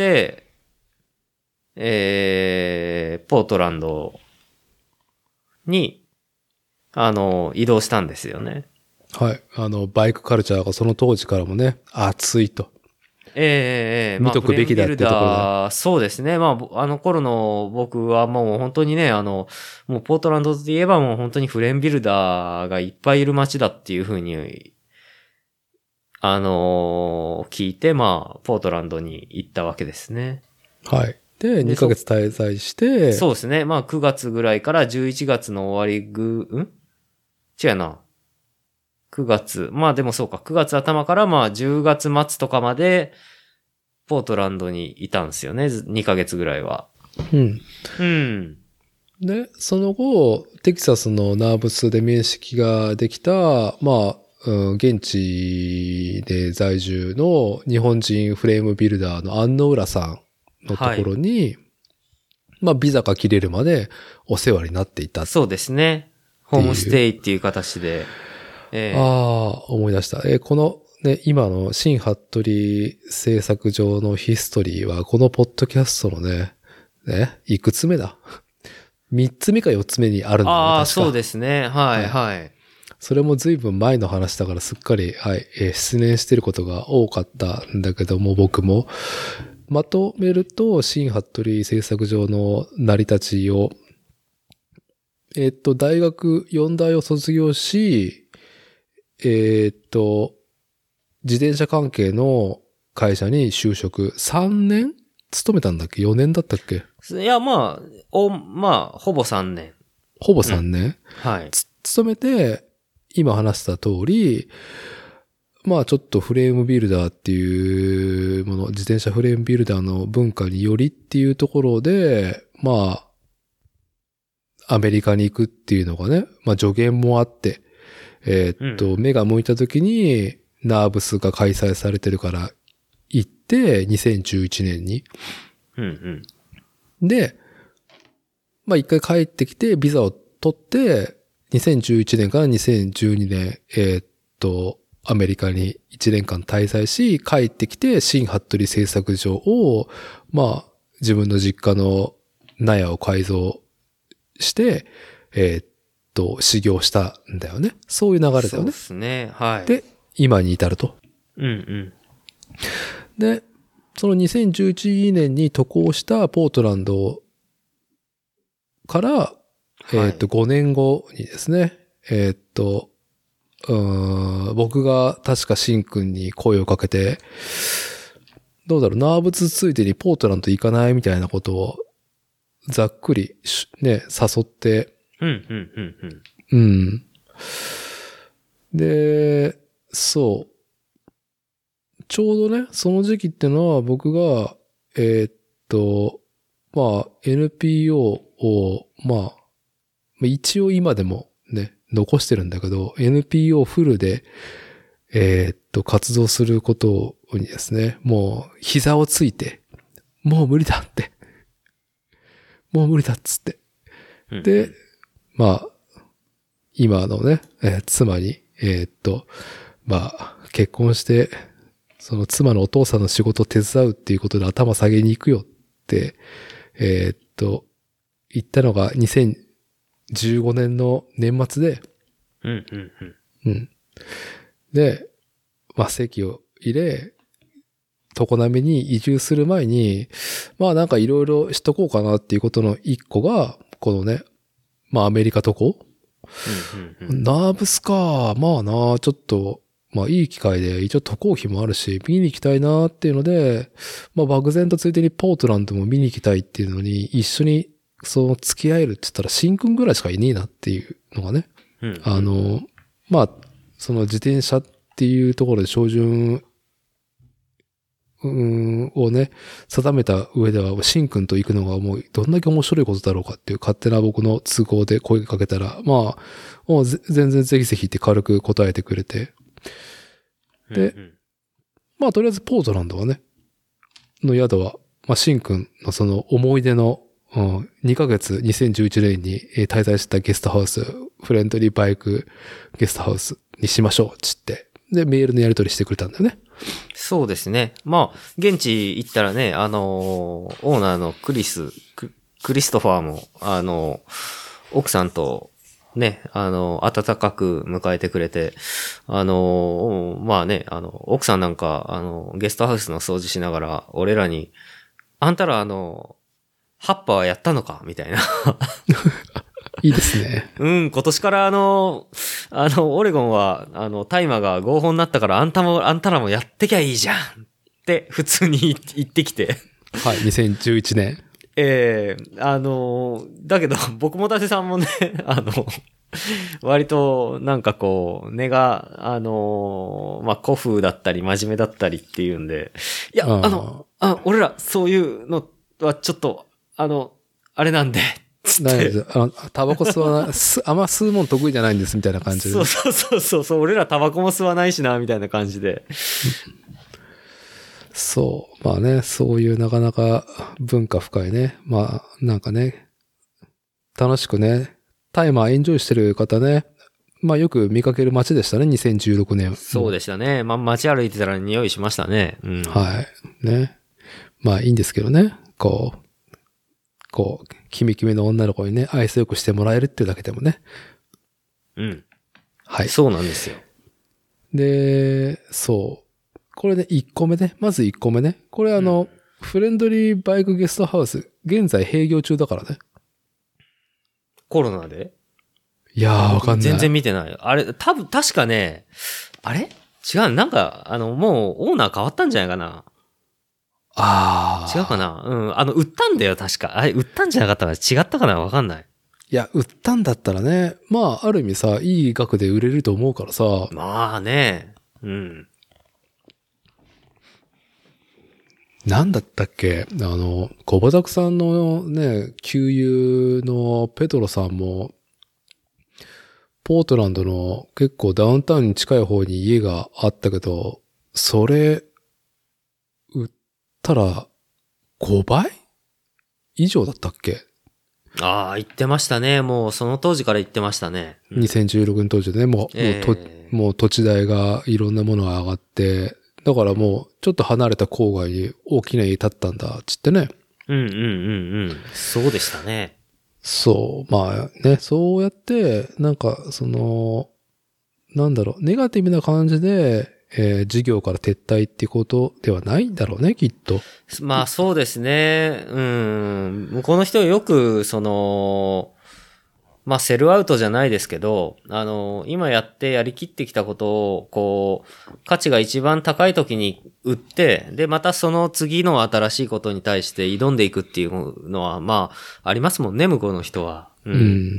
えー、ポートランドに、あの、移動したんですよね。 はい。あの、バイクカルチャーがその当時からもね、熱いと。 ええええ見とくべきだっていうところでまあフレームビルダーそうですね。まあぼ、あの頃の僕はもう本当にね、あの、もうポートランドといえばもう本当にフレームビルダーがいっぱいいる街だっていうふうに、あのー聞いて、まあ、ポートランドに行ったわけですね。 はい。で、 でにかげつ滞在して、 そうですね。まあ、くがつぐらいからじゅういちがつの終わりぐ、ん違うな。くがつ。まあでもそうか。くがつ頭からまあじゅうがつ末とかまで、ポートランドにいたんですよね。ずにかげつぐらいは。 うん。 うん。 で、その後、テキサスのナーブスで面識ができた、まあ、うん、現地で在住の日本人フレームビルダーの安野浦さんのところに、まあ、ビザが切れるまでお世話になっていた。 そうですね。ホームステイっていう形で。えーああ、思い出した。えーこのね、今の新服部製作上のヒストリーは、このポッドキャストのね、ね、いくつ目だ三つ目か四つ目にあるんだよね、 ああ、 確か。 そうですね。はい、はい。 それも随分前の話だからすっかり、はい、えー失念してることが多かったんだけども、僕も。まとめると、新服部製作所の成り立ちを、えっと、大学よん大を卒業し、えっと、自転車関係の会社に就職。さんねん勤めたんだっけ ?よ 年だったっけ？ いや、まあ、お、まあ、ほぼさんねん。 ほぼさんねん、 うん、はい。 つ勤めて、今話した通り、まあちょっとフレームビルダーっていうもの、自転車フレームビルダーの文化によりっていうところで、まあ、アメリカに行くっていうのがね、まあ助言もあって、えーっと、うん、目が向いた時に、ナーブスが開催されてるから行って、にせんじゅういちねんに。 うんうん、 で、まあ一回帰ってきて、ビザを取って、にせんじゅういちねんからにせんじゅうにねん、えーっと、アメリカにいちねんかん滞在し、帰ってきて、新服部製作所を、まあ、自分の実家の納屋を改造して、えーっと、修行したんだよね。そういう流れだよね。そうですね。はい。 で、今に至ると。 うんうん。 で、そのにせんじゅういちねんに渡航したポートランドから、はい、えーっと、ごねんごにですね、えーっと、うーん僕が確かシンくんに声をかけて、どうだろう、ナーブツついてにポートランド行かないみたいなことをざっくりね、誘って、 うん、うん、うん、 うん。うん。で、そう。ちょうどね、その時期ってのは僕が、えー、っと、まあ、エヌピーオー を、まあ、一応今でもね、残してるんだけど、エヌピーオー フルで、えー、っと、活動することにですね、もう膝をついて、もう無理だって。もう無理だっつって。 うん、 で、まあ、今のね、えー、妻に、えー、っと、まあ、結婚して、その妻のお父さんの仕事を手伝うっていうことで頭下げに行くよって、えー、っと、言ったのがにせんじゅうごねんの年末で、 うんうんうん。 うん。で、まあ、籍を入れ、常滑に移住する前に、まあなんかいろいろしとこうかなっていうことの一個が、このね、まあアメリカ渡航、 うんうんうん、 ナーブスか、まあな、ちょっと、まあいい機会で、一応渡航費もあるし、見に行きたいなっていうので、まあ漠然とついでにポートランドも見に行きたいっていうのに、一緒にその付き合えるって言ったら、シンくんぐらいしかいねえなっていうのがね、 うんうん、 あの、まあ、その自転車っていうところで照準うーんをね、定めた上では、シンくんと行くのがもうどんだけ面白いことだろうかっていう勝手な僕の都合で声かけたら、まあ、もう全然ぜひぜひって軽く答えてくれて。で、うんうん、まあとりあえずポートランドはね、の宿は、まあシンくんのその思い出の、うん、にかげつにせんじゅういちねんに滞在したゲストハウス、フレンドリーバイクゲストハウスにしましょう、つって。で、メールのやり取りしてくれたんだよね。 そうですね。まあ、現地行ったらね、あのー、オーナーのクリス、ク、クリストファーも、あのー、奥さんと、ね、あのー、温かく迎えてくれて、あのー、まあね、あの、奥さんなんか、あの、ゲストハウスの掃除しながら、俺らに、あんたらあの、ハッパはやったのかみたいな。 いいですね。 うん、今年からあの、あの、オレゴンは、あの、大麻が合法になったから、あんたも、あんたらもやってきゃいいじゃんって普通に言ってきて。 はい、にせんじゅういちねん。 ええー、あの、だけど、僕も伊達さんもね、あの、割と、なんかこう、根が、あの、まあ、古風だったり、真面目だったりっていうんで、いや、あ, あの、あ、俺ら、そういうのはちょっと、あの、あれなんで、 ないです。あの、タバコ吸わない、あんま吸うもん得意じゃないんです、みたいな感じで。 そうそうそうそう、俺らタバコも吸わないしな、みたいな感じで。 そう。まあね、そういうなかなか文化深いね。まあ、なんかね、楽しくね、タイマーエンジョイしてる方ね、まあよく見かける街でしたね、にせんじゅうろくねん。 そうでしたね。まあ街歩いてたら匂いしましたね。うん、 はい。ね。まあいいんですけどね、こう。こう、キメキメの女の子にね、愛想よくしてもらえるっていうだけでもね。 うん。 はい。 そうなんですよ。 で、そう。これね、いっこめね。まずいっこめね。これあの、うん、フレンドリーバイクゲストハウス、現在閉業中だからね。 コロナで？ いやー、わかんない。 全然見てない。あれ、多分、確かね、あれ違う、なんか、あの、もう、オーナー変わったんじゃないかな。 ああ。 違うかな。うん。あの、売ったんだよ、確か。あれ、売ったんじゃなかったかな。違ったかな、わかんない。 いや、売ったんだったらね、まあ、ある意味さ、いい額で売れると思うからさ。 まあね。うん。 なんだったっけあの、小畑さんのね、旧友のペトロさんも、ポートランドの結構ダウンタウンに近い方に家があったけど、それ、売ったらごばい以上だったっけ？ ああ、言ってましたね。もうその当時から言ってましたね。 うん、にせんじゅうろくねん当時でね、もう、えー、もうと、もう土地代がいろんなものが上がって、だからもうちょっと離れた郊外に大きな家建ったんだ、つってね。 うんうんうんうん。そうでしたね。 そう。まあね、そうやって、なんか、その、なんだろう、ネガティブな感じで、えー、事業から撤退っていうことではないんだろうね、きっと。 まあそうですね。うん。向こうの人はよく、その、まあセルアウトじゃないですけど、あの、今やってやりきってきたことを、こう、価値が一番高い時に売って、で、またその次の新しいことに対して挑んでいくっていうのは、まあ、ありますもんね、向こうの人は。 うん。うん、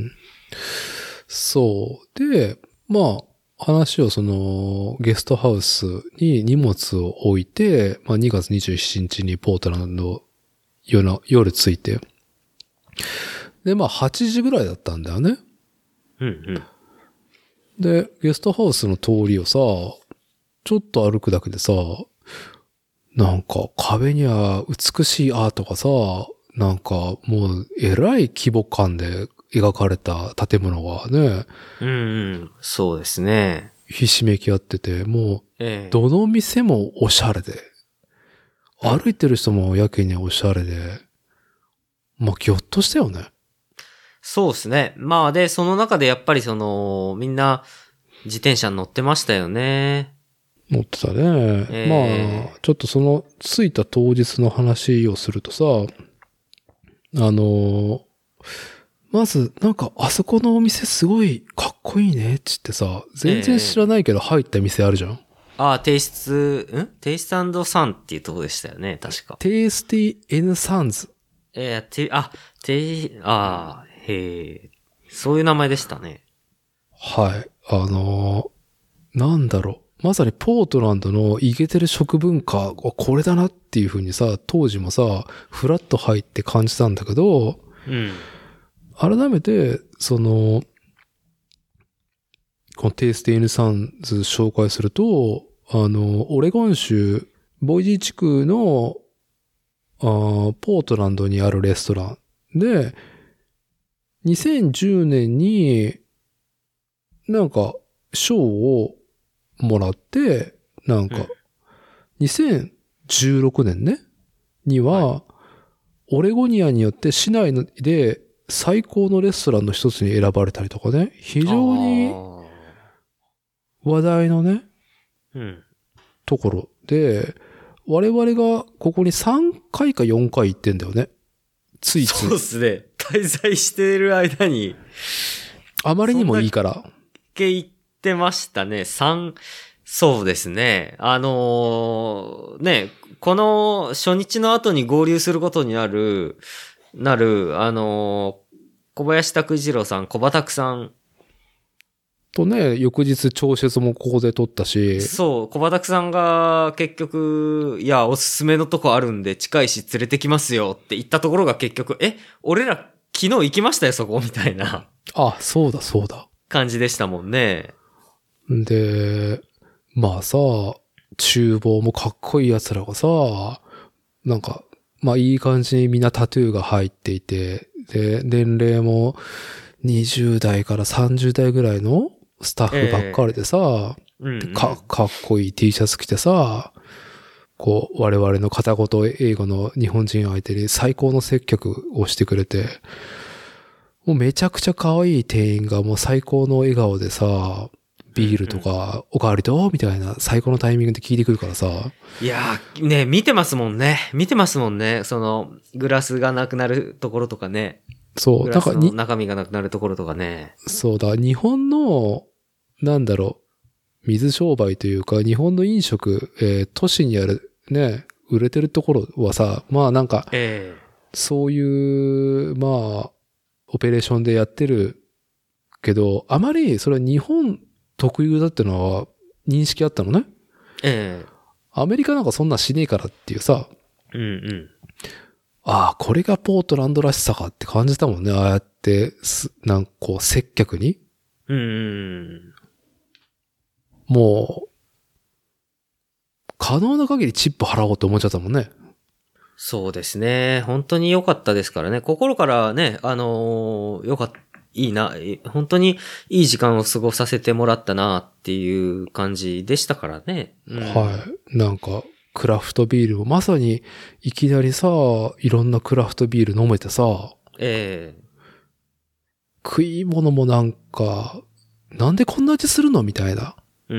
そう。で、まあ、話をその、ゲストハウスに荷物を置いて、まあにがつにじゅうしちにちにポートランド夜の、夜着いて、で、まあはちじぐらいだったんだよね。 うんうん。 で、ゲストハウスの通りをさ、ちょっと歩くだけでさ、なんか壁には美しいアートがさ、なんかもうえらい規模感で描かれた建物がね、 うんうん、そうですね。 ひしめき合ってて、もう、どの店もおしゃれで、えー、歩いてる人もやけにおしゃれで、まあ、ぎょっとしたよね。 そうですね。まあ、で、その中でやっぱりその、みんな自転車に乗ってましたよね。 乗ってたね。えー、まあ、ちょっとその、着いた当日の話をするとさ、あの、まず、なんか、あそこのお店すごいかっこいいね、つってさ、全然知らないけど入った店あるじゃん。えー、 ああ、テイスト、んテイスト&サンっていうとこでしたよね、確か。 テイスティ&サンズ。 えー、て、あ、て、ああ、へえ、そういう名前でしたね。 はい。あのー、なんだろう。まさにポートランドのイケてる食文化、これだなっていう風にさ、当時もさ、フラッと入って感じたんだけど、 うん。 改めて、その、このテイスティ&サンズ紹介すると、あの、オレゴン州、ボイジー地区の、あーポートランドにあるレストランで、にせんじゅうねんになんか賞をもらって、なんか、にせんじゅうろくねんね、には、オレゴニアによって市内で最高のレストランの一つに選ばれたりとかね、非常に話題のね、 うん、 ところで、我々がここにさんかいかよんかい行ってんだよね。ついつい。 そうですね。滞在している間に。 あまりにもいいから。 け言ってましたね。三、そうですね。あのー、ね、この初日の後に合流することになる、なる、あのー、小林拓一郎さん、小畑さん。 とね、翌日朝食もここで撮ったし。 そう、小畑さんが結局、いや、おすすめのとこあるんで近いし連れてきますよって言ったところが結局、え、俺ら昨日行きましたよ、そこみたいな。 あ、そうだそうだ。 感じでしたもんね。 で、まあさ、厨房もかっこいい奴らがさ、なんか、まあいい感じにみんなタトゥーが入っていて、で、年齢もにじゅう代からさんじゅう代ぐらいのスタッフばっかりでさ、えーうんうん、か、かっこいい T シャツ着てさ、こう、我々の片言英語の日本人相手に最高の接客をしてくれて、もうめちゃくちゃ可愛い店員がもう最高の笑顔でさ、 ビールとか、おかわりどうみたいな最高のタイミングで聞いてくるからさ。 いやー、ね、見てますもんね。見てますもんね。その、グラスがなくなるところとかね。 そう、 グラスの中身がなくなるところとかね。 そうだ、日本の、なんだろう、水商売というか、日本の飲食、えー、都市にある、ね、売れてるところはさ、まあなんか、 ええそういう、まあ、オペレーションでやってるけど、あまりそれは日本特有だってのは認識あったのね。 ええアメリカなんかそんなしねえからっていうさ、 うんうん。 ああ、これがポートランドらしさかって感じたもんね。ああやってす、なんかこう、接客に。 うんうん。 もう、可能な限りチップ払おうと思っちゃったもんね。 そうですね。本当に良かったですからね。心からね、あのー、よかった。いいな、本当にいい時間を過ごさせてもらったなっていう感じでしたからね。 うん、はい。なんか、クラフトビールをまさにいきなりさ、いろんなクラフトビール飲めてさ、 ええ食い物もなんか、なんでこんな味するのみたいな。 うん。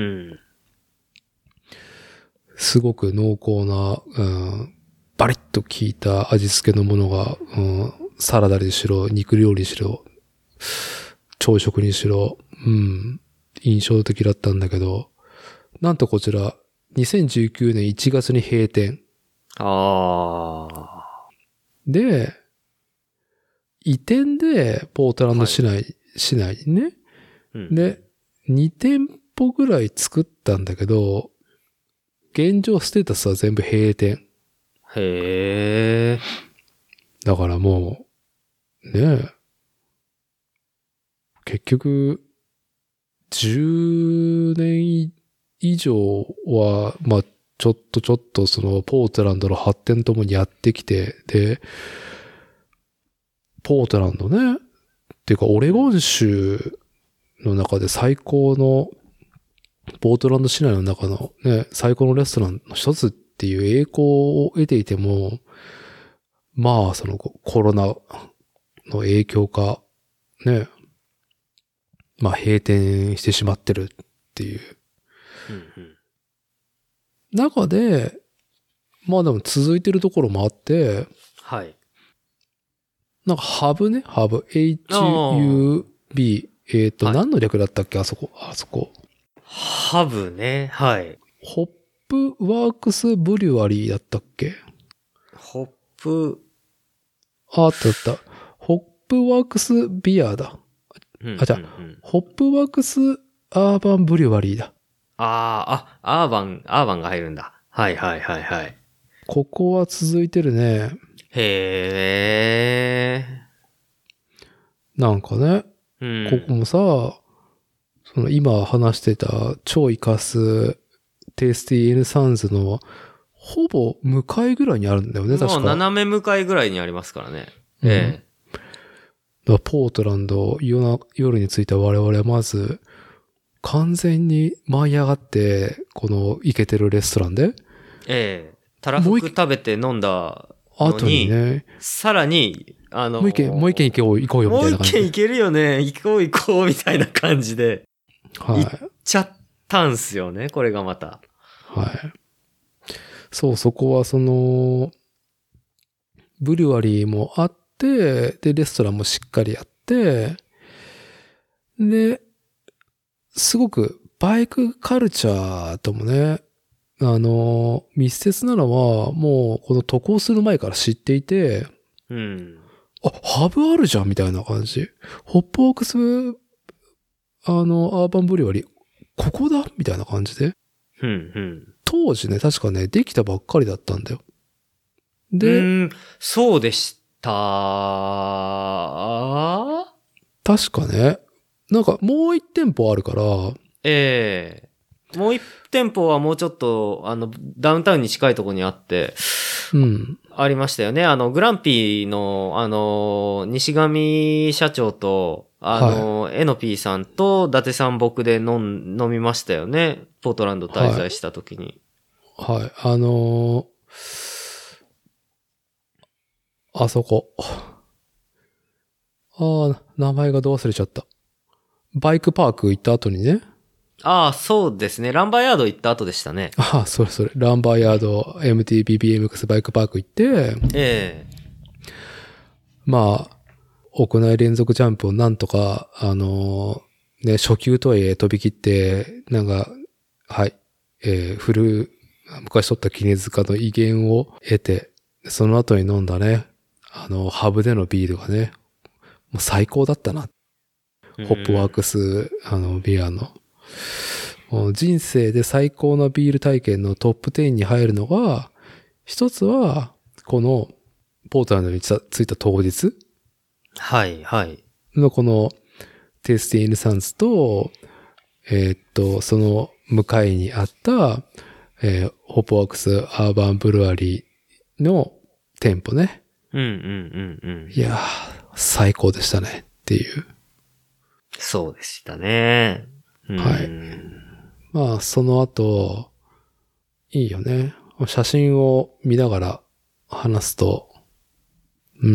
すごく濃厚な、うん、バリッと効いた味付けのものが、うん、サラダにしろ、肉料理にしろ、朝食にしろ、うん、印象的だったんだけど、なんとこちら、にせんじゅうきゅうねんいちがつに閉店。 ああ。 で、移転で、ポートランド市内、はい、市内にね、うん。で、に店舗ぐらい作ったんだけど、現状ステータスは全部閉店。 へえ。 だからもう、ねえ、結局、じゅうねん以上は、まあ、ちょっとちょっとそのポートランドの発展ともにやってきて、で、ポートランドね、っていうかオレゴン州の中で最高の、ポートランド市内の中のね、最高のレストランの一つっていう栄光を得ていても、まあそのコロナの影響か、ね、まあ閉店してしまってるっていう。うんうん、中で、まあでも続いてるところもあって、 はい。 なんかハブね、ハブ。エイチユービー。えっと、はい、何の略だったっけあそこ、あそこ。 ハブね、はい。 ホップワークスブリュワリーだったっけホップ。 あ、あったあった。ホップワークスビアだ。うんうんうん、あ、じゃあ、ホップワークスアーバンブリュワリーだ。 ああ、あ、アーバン、アーバンが入るんだ。はいはいはいはい。 ここは続いてるね。 へー。 なんかね、うん、ここもさ、その今話してた超イカステイスティー N サンズのほぼ向かいぐらいにあるんだよね、確か。 もう斜め向かいぐらいにありますからね。うん、ええ。 だポートランド夜、夜に着いた我々はまず、完全に舞い上がって、このイケてるレストランで。 ええ。たらふく食べて飲んだのに、 後にね、 さらに、あのー、 もう一軒、もう一軒行こう、行こうよみたいな感じで。 もう一軒行けるよね、行こう行こうみたいな感じで。はい。行っちゃったんすよね、これがまた。 はい。そう、そこはその、ブリュワリーもあって、で、レストランもしっかりあって、で、すごくバイクカルチャーともね、あの、密接なのは、もうこの渡航する前から知っていて、 うん。 あ、ハブあるじゃんみたいな感じ。ホップオークス、あの、アーバンブリュワリー、ここだみたいな感じで。 うん、うん。 当時ね、確かね、できたばっかりだったんだよ。 で、うん、そうでした。 確かね、なんかもう一店舗あるから、 ええー、もう一店舗はもうちょっと、あの、ダウンタウンに近いところにあって、 うん。 ありましたよね。あの、グランピーの、あの、西上社長と、あの、はい、エノピーさんと伊達さん僕で飲ん、飲みましたよね。ポートランド滞在した時に。 はい。はい、あのー、あそこ。ああ、名前がどう忘れちゃった。バイクパーク行った後にね。 ああ、そうですね。ランバーヤード行った後でしたね。 ああ、それそれ。ランバーヤード エムティービービーエムエックス バイクパーク行って、 ええまあ、屋内連続ジャンプをなんとか、あのーね、初級とはいえ飛び切って、なんか、はい、えー、フル、昔取った絹塚の威厳を得て、その後に飲んだね、あの、ハブでのビールがね、もう最高だったな。ホップワークス、あの、ビアの。もう人生で最高のビール体験のトップじゅうに入るのが、一つは、この、ポートランドに着いた当日はい、はい。 のこの、テイスティー・イン・サンズと、えーっと、その向かいにあった、えー、ホップワークス・アーバン・ブルワリーの店舗ね。 うん、うん、うん、うん。 いやー、最高でしたねっていう。 そうでしたね。 はい。まあ、その後、いいよね。写真を見ながら話すと、うん、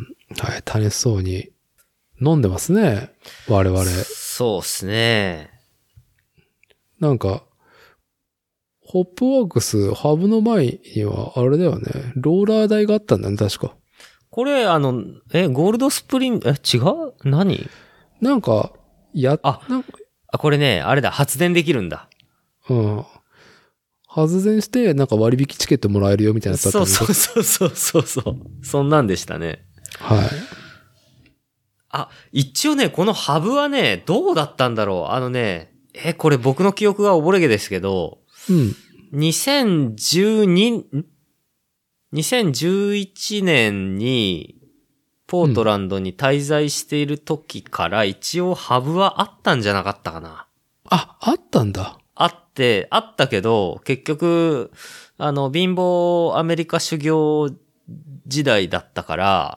はい、楽しそうに飲んでますね。我々。 そうっすね。 なんか、ホップワークス、ハブの前には、あれだよね。ローラー台があったんだね、確か。 これ、あの、え、ゴールドスプリング、え、違う何なんか、や、 あ、 なんか、 あ、これね、あれだ、発電できるんだ。 うん。発電して、なんか割引チケットもらえるよみたいなやつだったそうそうそうそうそうそう。そんなんでしたね。 はい。 あ、一応ね、このハブはね、どうだったんだろう。あのね、え、これ僕の記憶がおぼれげですけど、 うん。 にせんじゅうに、ん にせんじゅういちねんに、ポートランドに滞在している時から一応ハブはあったんじゃなかったかな。 あ、あったんだ。 あって、あったけど、結局、あの、貧乏アメリカ修行時代だったから、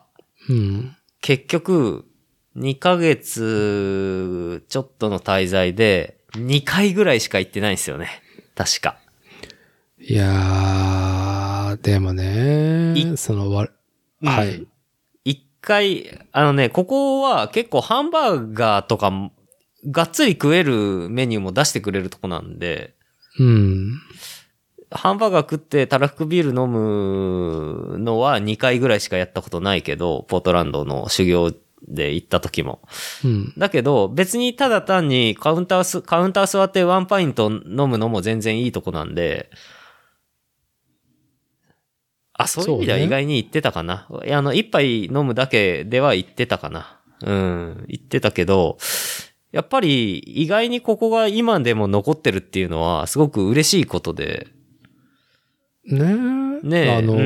うん。 結局、にかげつちょっとの滞在で、にかいぐらいしか行ってないんですよね。確か。 いやー、でもね、そのわ、はい。 一回、あのね、ここは結構ハンバーガーとかも、がっつり食えるメニューも出してくれるとこなんで、 うん。 ハンバーガー食ってたらふくビール飲むのはにかいぐらいしかやったことないけど、ポートランドの修行で行った時も。 うん。 だけど、別にただ単にカウンターす、カウンター座ってワンパイント飲むのも全然いいとこなんで、あ、そういう意味では意外に行ってたかな。いや、あの、一杯飲むだけでは行ってたかな。うん、行ってたけど、やっぱり意外にここが今でも残ってるっていうのはすごく嬉しいことで。 ねえ。 ねえ。 あの、 うん、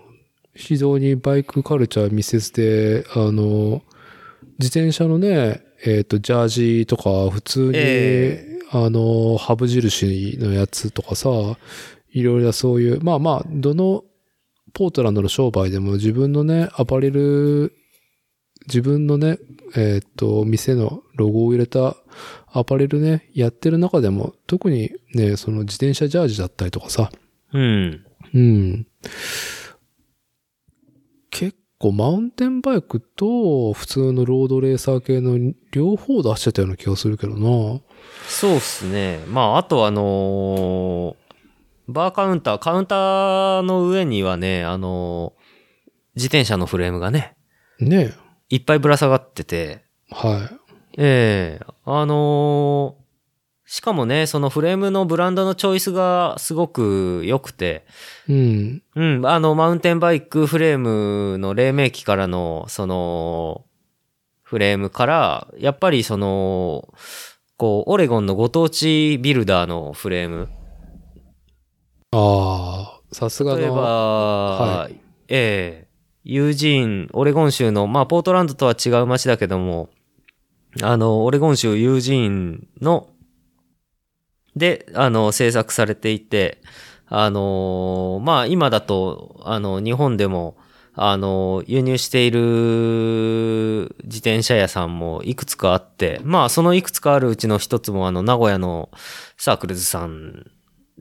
非常にバイクカルチャー密接で、あの、自転車のね、えっと、ジャージとか、普通に、 えあの、ハブ印のやつとかさ、いろいろそういう、まあまあ、どの、ポートランドの商売でも自分のね、アパレル、自分のね、えっと、店のロゴを入れたアパレルね、やってる中でも、特にね、その自転車ジャージだったりとかさ、 うん。 うん。結構マウンテンバイクと普通のロードレーサー系の両方出してたような気がするけどな。 そうっすね。まあ、あとあのーバーカウンター、カウンターの上にはね、あのー自転車のフレームがね、 ねいっぱいぶら下がってて、 え。はええあのーしかもね、そのフレームのブランドのチョイスがすごく良くて、 い。うん。 うん、あの、マウンテンバイクフレームの黎明期からの、その、フレームから、やっぱりその、こう、オレゴンのご当地ビルダーのフレーム。 ああ、さすがの。 例えば、 はい。 ええユージーン、オレゴン州の、まあ、ポートランドとは違う街だけども、あの、オレゴン州ユージーンの、で、あの、制作されていて、あの、まあ、今だと、あの、日本でも、あの、輸入している自転車屋さんもいくつかあって、まあ、そのいくつかあるうちの一つも、あの、名古屋のサークルズさん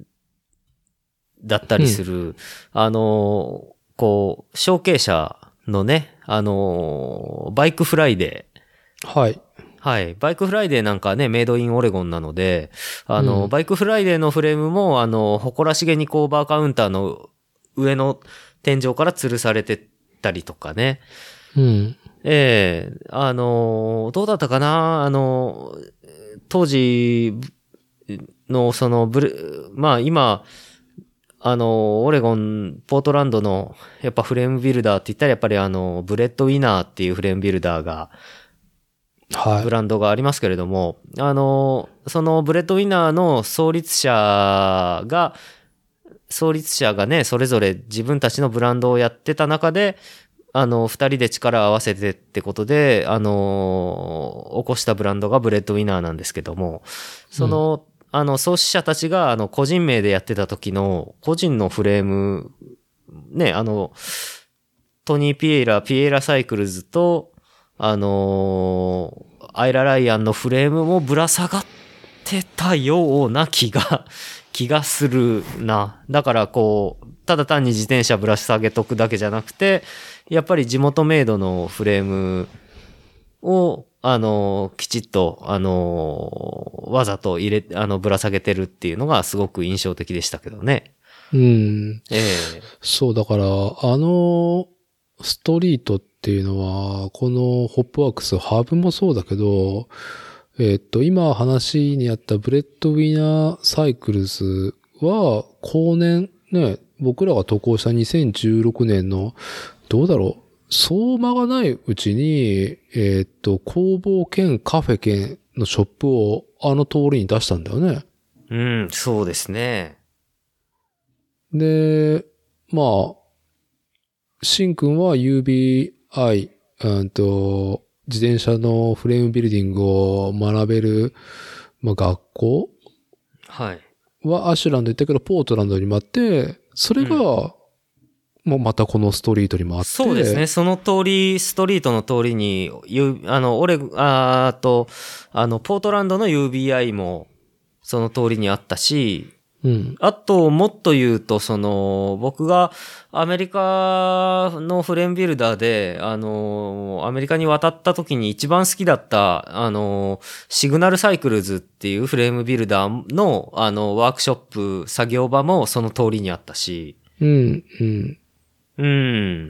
だったりする、うん、あの、こう、承継者のね、あの、バイクフライデー。 はい。 はい。バイクフライデーなんかね、メイドインオレゴンなので、あの、 うんバイクフライデーのフレームも、あの、誇らしげにこう、バーカウンターの上の天井から吊るされてたりとかね。 うん。 ええあの、どうだったかなあの、当時の、その、ブレ、まあ今、あの、オレゴン、ポートランドの、やっぱフレームビルダーって言ったら、やっぱりあの、ブレッドウィナーっていうフレームビルダーが、 はい。 ブランドがありますけれども、あの、そのブレッドウィナーの創立者が、創立者がね、それぞれ自分たちのブランドをやってた中で、あの、二人で力を合わせてってことで、あの、起こしたブランドがブレッドウィナーなんですけども、その、うん、あの、創始者たちが、あの、個人名でやってた時の、個人のフレーム、ね、あの、トニー・ピエイラ、ピエイラサイクルズと、あのー、アイラ・ライアンのフレームもぶら下がってたような気が、気がするな。だからこう、ただ単に自転車ぶら下げとくだけじゃなくて、やっぱり地元メイドのフレームを、あのー、きちっと、あのー、わざと入れ、あの、ぶら下げてるっていうのがすごく印象的でしたけどね。 うん。 ええそう、だから、あの、ストリートっていうのは、このホップワークス、ハーブもそうだけど、えっと、今話にあったブレッドウィナーサイクルズは、後年、ね、僕らが渡航したにせんじゅうろくねんの、どうだろう、相馬がないうちに、えっと、工房兼カフェ兼のショップをあの通りに出したんだよね。 うん、そうですね。 で、まあ、シン君は ユービーアイ、うんと、自転車のフレームビルディングを学べる、まあ、学校はい。 はアシュランド行ったけど、ポートランドにもあって、それが、うん、もうまたこのストリートにもあって。 そうですね。その通り、ストリートの通りに、あの、俺、あと、あの、ポートランドの ユービーアイ も、その通りにあったし、 うん。 あと、もっと言うと、その、僕がアメリカのフレームビルダーで、あの、アメリカに渡った時に一番好きだった、あの、シグナルサイクルズっていうフレームビルダーの、あの、ワークショップ、作業場もその通りにあったし。 うん、うん。 うん。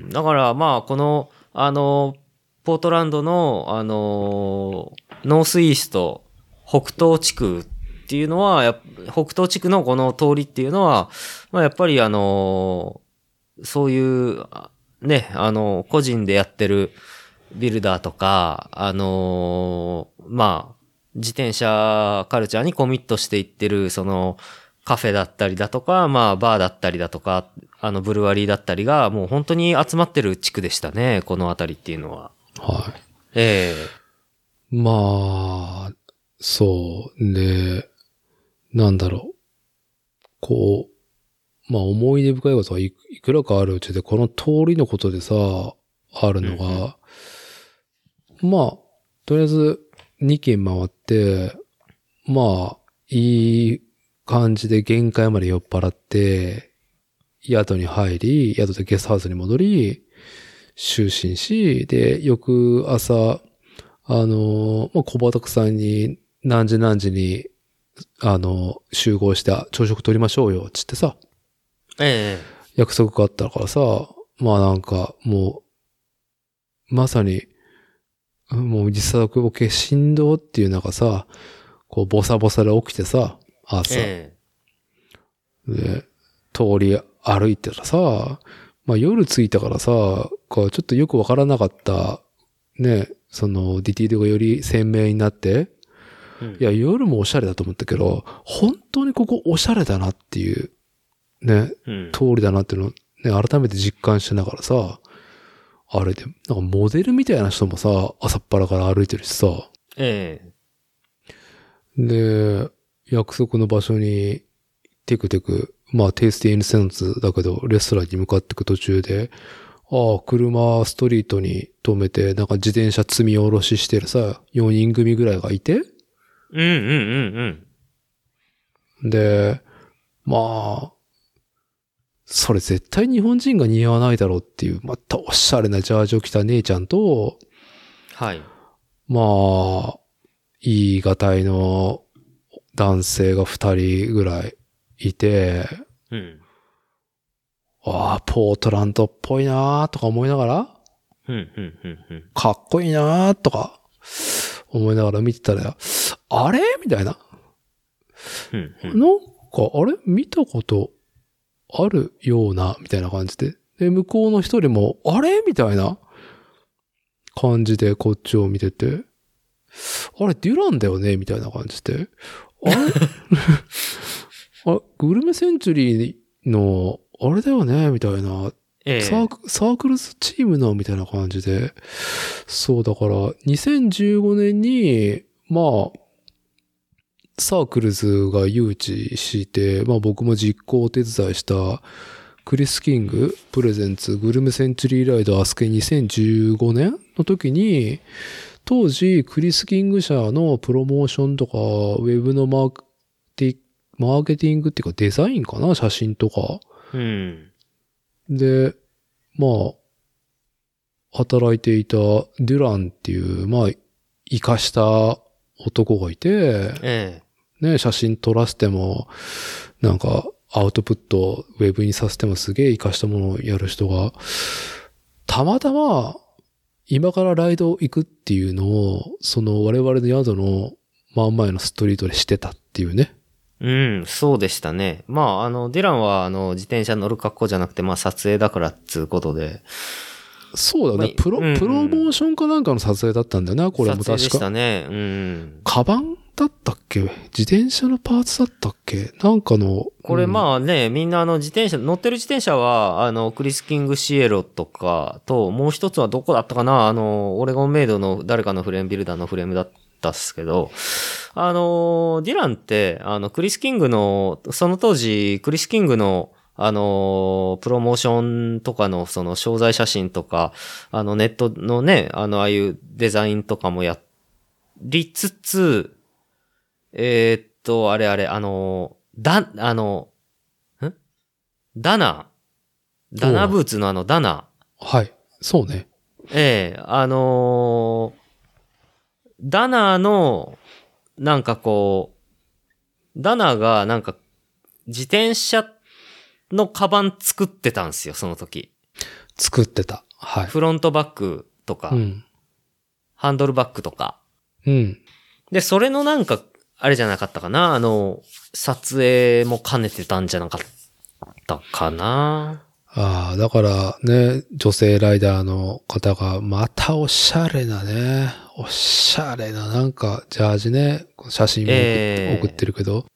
だから、まあ、この、あの、ポートランドの、あの、ノースイースト、北東地区っていうのは、や北東地区のこの通りっていうのは、まあ、やっぱりあの、そういう、ね、あの、個人でやってるビルダーとか、あの、まあ、自転車カルチャーにコミットしていってる、その、カフェだったりだとか、まあ、バーだったりだとか、あの、ブルワリーだったりが、もう本当に集まってる地区でしたね、この辺りっていうのは。 はい。 ええー。まあ、そう。で、なんだろう。こう、まあ思い出深いことはいくらかあるうちで、この通りのことでさ、あるのが、うんうん、まあ、とりあえずにけん回って、まあ、いい感じで限界まで酔っ払って、宿に入り、宿でゲストハウスに戻り、就寝し、で、翌朝、あの、まあ、小畑さんに何時何時に、あの、集合して朝食取りましょうよ、つってさ。 ええ。 約束があったからさ、まあなんか、もう、まさに、もう実際ボケしんどっていう中さ、こう、ボサボサで起きてさ、朝。ええ、で、通り歩いてたらさ、まあ夜着いたからさ、こう、ちょっとよくわからなかった、ね、その、ディティールがより鮮明になって、うん、いや、夜もおしゃれだと思ったけど、本当にここおしゃれだなっていう、ね、うん、通りだなっていうのを、ね、改めて実感しながらさ、あれで、なんかモデルみたいな人もさ、朝っぱらから歩いてるしさ。 ええ。で、約束の場所に、テクテク、まあ、テイスティングセンスだけど、レストランに向かっていく途中で、ああ、車ストリートに止めて、なんか自転車積み下ろししてるさ、よにん組ぐらいがいて、 うんうんうんうん。で、まあ、それ絶対日本人が似合わないだろうっていう、またおしゃれなジャージを着た姉ちゃんと、 はい。 まあ、 いいがたいの男性が二人ぐらいいて、 うん。 ああ、ポートランドっぽいなーとか思いながら、 うん、うん、うん、うん。 かっこいいなーとか思いながら見てたら、あれみたいな。 うんうん、 なんか、あれ見たことあるようなみたいな感じで。で、向こうの一人も、あれみたいな感じでこっちを見てて、あれ、デュランだよねみたいな感じで。あれあ、グルメセンチュリーの、あれだよねみたいな。 ええ、 サーク、サークルスチームのみたいな感じで。そう、だから、にせんじゅうごねんに、まあ、サークルズが誘致して、まあ僕も実行お手伝いしたクリス・キングプレゼンツグルメセンチュリーライドアスケにせんじゅうごねんの時に、当時クリス・キング社のプロモーションとか、ウェブのマーケティ、マーケティングっていうかデザインかな、写真とか。 うん。 で、まあ、働いていたデュランっていう、まあ、活かした男がいて、 ええ。 ね、写真撮らせても、なんか、アウトプット、ウェブにさせてもすげえ活かしたものをやる人が、たまたま、今からライド行くっていうのを、その我々の宿の真ん前のストリートでしてたっていうね。 うん、そうでしたね。まあ、あの、ディランは、あの、自転車乗る格好じゃなくて、まあ、撮影だからっつうことで。 そうだね。 まあプロ、 うんうんプロモーションかなんかの撮影だったんだよな、これも撮影で確か。 したね。うん。 カバンだったっけ？自転車のパーツだったっけ？なんかの。 これうんまあね、みんなあの自転車、乗ってる自転車は、あの、クリス・キング・シエロとかと、もう一つはどこだったかな、あの、オレゴンメイドの誰かのフレームビルダーのフレームだったっすけど、あの、ディランって、あの、クリス・キングの、その当時、クリス・キングの、あの、プロモーションとかの、その、商材写真とか、あの、ネットのね、あの、ああいうデザインとかもやりつつ、えーっと、あれあれ、あの、だ、あの、んダナー。ダナーブーツのあのダナはい。そうね。 ー。ええあのーダナーの、なんかこう、ダナーがなんか、自転車のカバン作ってたんですよ、その時。 作ってた。はい。 フロントバッグとか、 うん。 ハンドルバッグとか。 うん。 で、それのなんか、あれじゃなかったかな、あの、撮影も兼ねてたんじゃなかったかな。 ああ、だからね、女性ライダーの方がまたおしゃれなね、おしゃれななんかジャージね、写真も送って、 えー送ってるけど、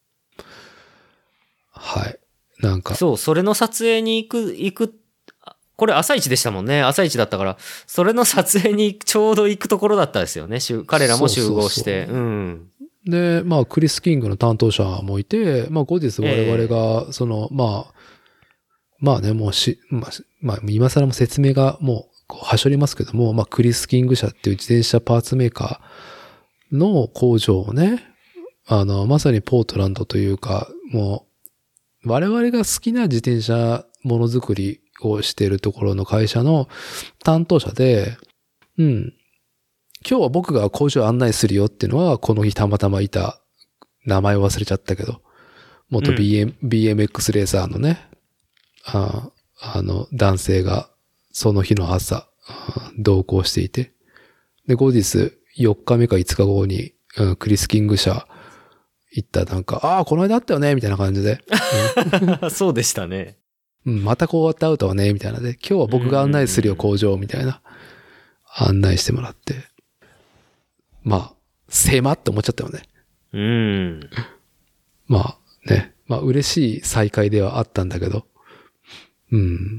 はい。なんか、 そう、それの撮影に行く、行く、これ朝一でしたもんね。朝一だったから、それの撮影にちょうど行くところだったんですよね。集彼らも集合して。 そうそうそううん。 で、まあ、クリス・キングの担当者もいて、まあ、後日我々が、その、まあ、まあね、もうし、まあ、まあ、今更も説明がもう、こう、はしょりますけども、まあ、クリス・キング社っていう自転車パーツメーカーの工場をね、あの、まさにポートランドというか、もう、我々が好きな自転車ものづくりをしているところの会社の担当者で、うん。今日は僕が工場案内するよっていうのは、この日たまたまいた、名前忘れちゃったけど、元 ビーエム、うん、ビーエムエックス レーサーのね、あ, あの、男性が、その日の朝、同行していて。で、後日、よっかめかいつかごに、うん、クリス・キング社行ったなんか、ああ、この間あったよねみたいな感じで。 うん、そうでしたね。 うん、またこうやって会うとはねみたいなで、今日は僕が案内するよ、工場、みたいな。案内してもらって。まあ、狭って思っちゃったよね。 うん。 まあ、ね。まあ、嬉しい再会ではあったんだけど。うん。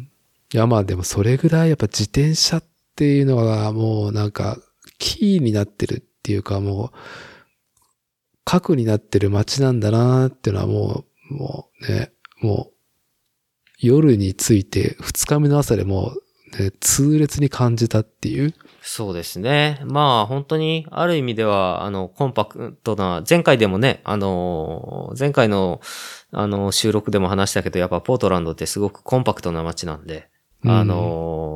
いや、まあでもそれぐらいやっぱ自転車っていうのがもうなんかキーになってるっていうかもう核になってる街なんだなっていうのはもう、もうね、もう夜に着いて二日目の朝でもうね、痛烈に感じたっていう。 そうですね。まあ本当にある意味ではあのコンパクトな、前回でもね、あの、前回のあの収録でも話したけどやっぱポートランドってすごくコンパクトな街なんで、あの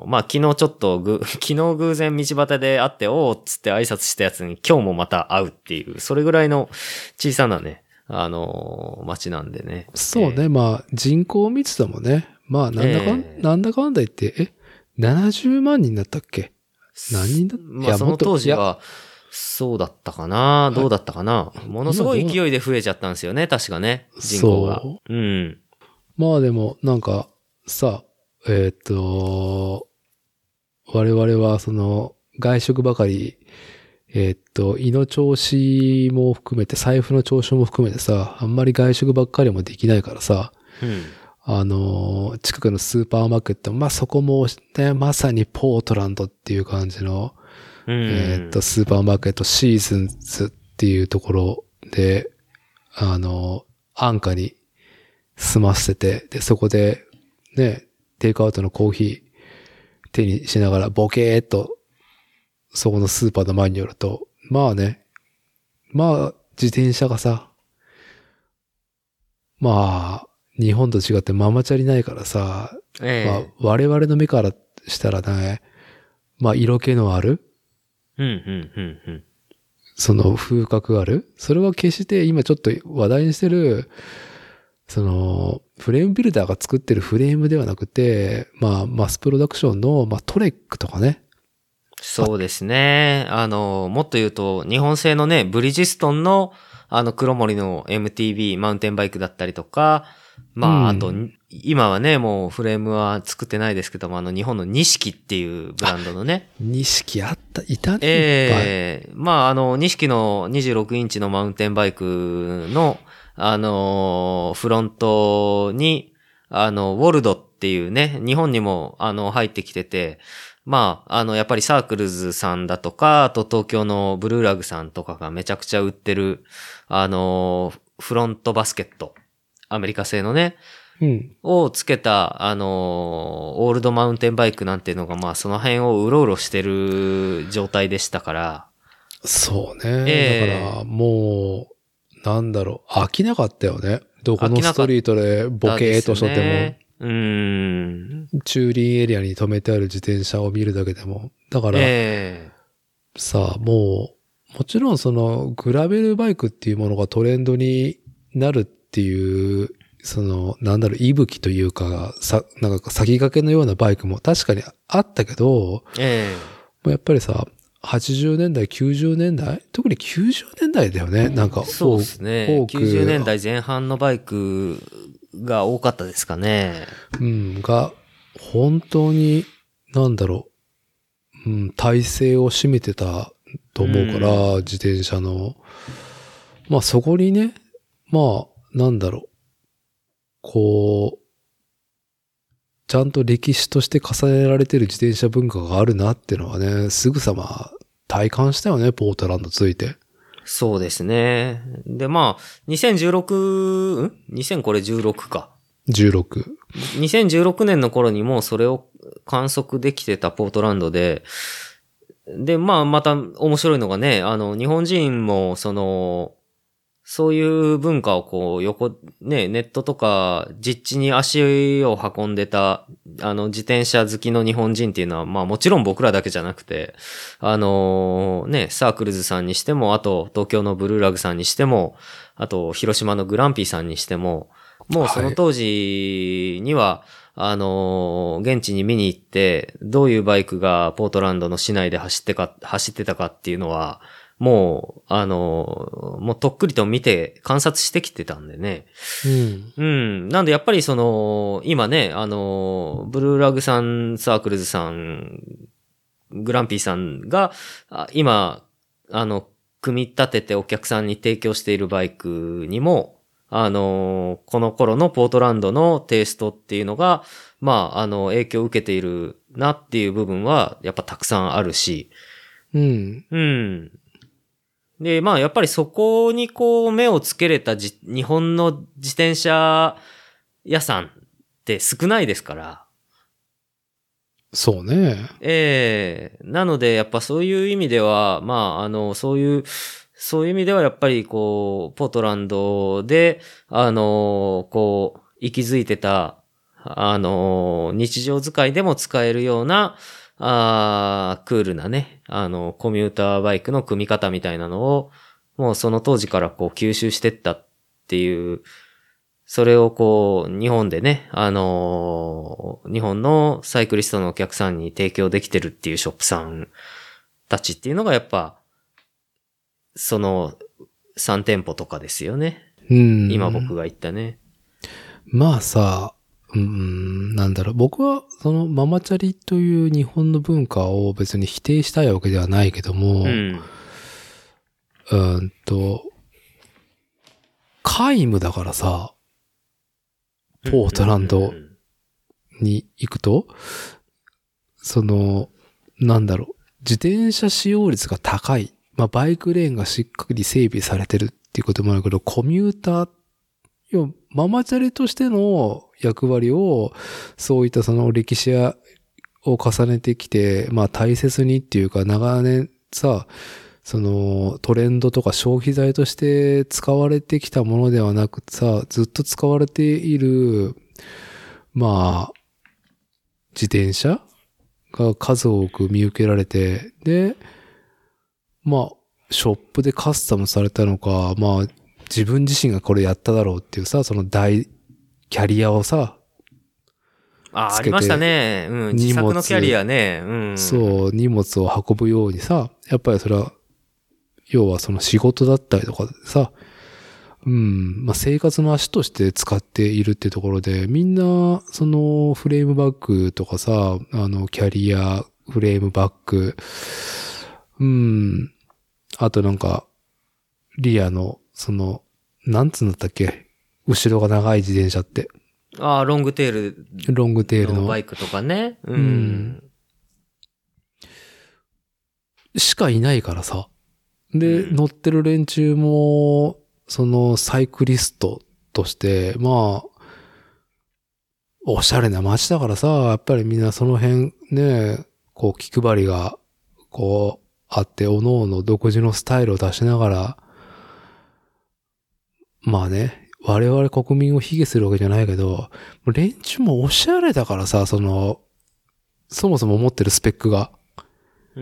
の、まあ、昨日ちょっとぐ、昨日偶然道端で会って、おーっつって挨拶したやつに今日もまた会うっていう、それぐらいの小さなね、あの、町なんでね。 そうね、 えーまあ、人口密度もね、まあ、なんだかん、 えーなんだかんだ言って、え、ななじゅうまん人だったっけ？何人だった？ まあ、その当時は、そうだったかな、どうだったかな。ものすごい勢いで増えちゃったんですよね、確かね、人口が。 そうん。 まあでも、なんか、さ、えーっと、我々はその、外食ばかり、えーっと、胃の調子も含めて、財布の調子も含めてさ、あんまり外食ばっかりもできないからさ、 うん。 あの、近くのスーパーマーケット、まあそこもね、まさにポートランドっていう感じの、 うん。 えーっと、スーパーマーケットシーズンズっていうところで、あの、安価に済ませてて、で、そこで、ね、テイクアウトのコーヒー手にしながらボケーっと、そこのスーパーの前に寄ると、まあね、まあ、自転車がさ、まあ、日本と違ってママチャリないからさ、 ええまあ、我々の目からしたらね、まあ、色気のある、 うん、うん、うん、うん。 その風格ある、それは決して今ちょっと話題にしてる、その、フレームビルダーが作ってるフレームではなくて、まあ、マスプロダクションの、まあ、トレックとかね。 そうですね。あの、もっと言うと、日本製のね、ブリヂストンの、あの、黒森の エムティービー、マウンテンバイクだったりとか、まあ、 うんあと、今はね、もうフレームは作ってないですけども、あの、日本の錦っていうブランドのね。 錦あった、いたね。 ええまあ、あの、錦のにじゅうろくインチのマウンテンバイクの、あの、フロントに、あの、ウォルドっていうね、日本にも、あの、入ってきてて、まあ、あの、やっぱりサークルズさんだとか、あと東京のブルーラグさんとかがめちゃくちゃ売ってる、あの、フロントバスケット、アメリカ製のね、 うん。 をつけた、あの、オールドマウンテンバイクなんていうのが、まあ、その辺をうろうろしてる状態でしたから。 そうね。 ええだから、もう、なんだろう、飽きなかったよね。どこのストリートでボケーっとしとっても。うーん。 も、駐輪エリアに止めてある自転車を見るだけでも。だから、 ええさあ、もう、もちろんその、グラベルバイクっていうものがトレンドになるっていう、その、なんだろう、息吹というか、さ、なんか先駆けのようなバイクも確かにあったけど、 えもうやっぱりさ、はちじゅうねんだい、きゅうじゅうねんだい特にきゅうじゅうねんだいだよね。なんか、 そうですね。 多くきゅうじゅうねんだいぜん半のバイクが多かったですかね。 うん、が、本当に、なんだろう、うん、体勢を占めてたと思うから、自転車の。まあそこにね、まあ、なんだろう、こう、ちゃんと歴史として重ねられてる自転車文化があるなっていうのはね、すぐさま体感したよね、ポートランドついて。 そうですね。で、まあ、にせんじゅうろく、ん ?にせん これじゅうろくか。 じゅうろく。 にせんじゅうろくねんの頃にもうそれを観測できてたポートランドで、で、まあ、また面白いのがね、あの、日本人も、その、そういう文化をこう、横、ね、ネットとか、実地に足を運んでた、あの、自転車好きの日本人っていうのは、まあもちろん僕らだけじゃなくて、あのね、サークルズさんにしても、あと東京のブルーラグさんにしても、あと広島のグランピーさんにしても、もうその当時には、あのー、現地に見に行って、どういうバイクがポートランドの市内で走ってか、走ってたかっていうのは、もう、あのー、もうとっくりと見て観察してきてたんでね。 うん。 うん。なんでやっぱりその、今ね、あのー、ブルーラグさん、サークルズさん、グランピーさんが、あ今、あの、組み立ててお客さんに提供しているバイクにも、あの、この頃のポートランドのテイストっていうのが、まあ、あの、影響を受けているなっていう部分は、やっぱたくさんあるし、 うん。 うん。で、まあ、やっぱりそこにこう、目をつけれたじ日本の自転車屋さんって少ないですから。 そうね。 ええなので、やっぱそういう意味では、まあ、あの、そういう、そういう意味ではやっぱりこう、ポートランドで、あの、こう、息づいてた、 あの、日常使いでも使えるような、あークールなね、あの、コミューターバイクの組み方みたいなのを、もうその当時からこう吸収してったっていう、それをこう、日本でね、あのー、日本のサイクリストのお客さんに提供できてるっていうショップさんたちっていうのがやっぱ、そのさん店舗とかですよね。 うん。 今僕が言ったね。 まあさ、うーん、なんだろう。僕はそのママチャリという日本の文化を別に否定したいわけではないけども、 うん。 うーんと、皆無だからさ、ポートランドに行くと、その、なんだろう、自転車使用率が高い。まあ、バイクレーンがしっかり整備されてるっていうこともあるけど、コミューター、要はママチャリとしての役割を、そういったその歴史を重ねてきて、まあ大切にっていうか、長年さ、そのトレンドとか消費財として使われてきたものではなくさ、ずっと使われている、まあ、自転車が数多く見受けられて、で、まあ、ショップでカスタムされたのか、まあ、自分自身がこれやっただろうっていうさ、その大、キャリアをさ、 あ、ありましたね。うん。自作のキャリアね。うん。 そう、荷物を運ぶようにさ、やっぱりそれは、要はその仕事だったりとかでさ、うん、まあ生活の足として使っているっていうところで、みんな、そのフレームバッグとかさ、あの、キャリア、フレームバッグ、うん、あとなんか、リアの、その、なんつうんだったっけ、後ろが長い自転車って。 ああ、ロングテール。 ロングテールの。 バイクとかね。うん。 うん、しかいないからさ。で、うん、乗ってる連中も、そのサイクリストとして、まあ、おしゃれな街だからさ、やっぱりみんなその辺ね、こう気配りが、こう、あって、おのおの独自のスタイルを出しながら、まあね、我々国民を卑下するわけじゃないけど、連中もおしゃれだからさ、その、そもそも持ってるスペックが。 うん。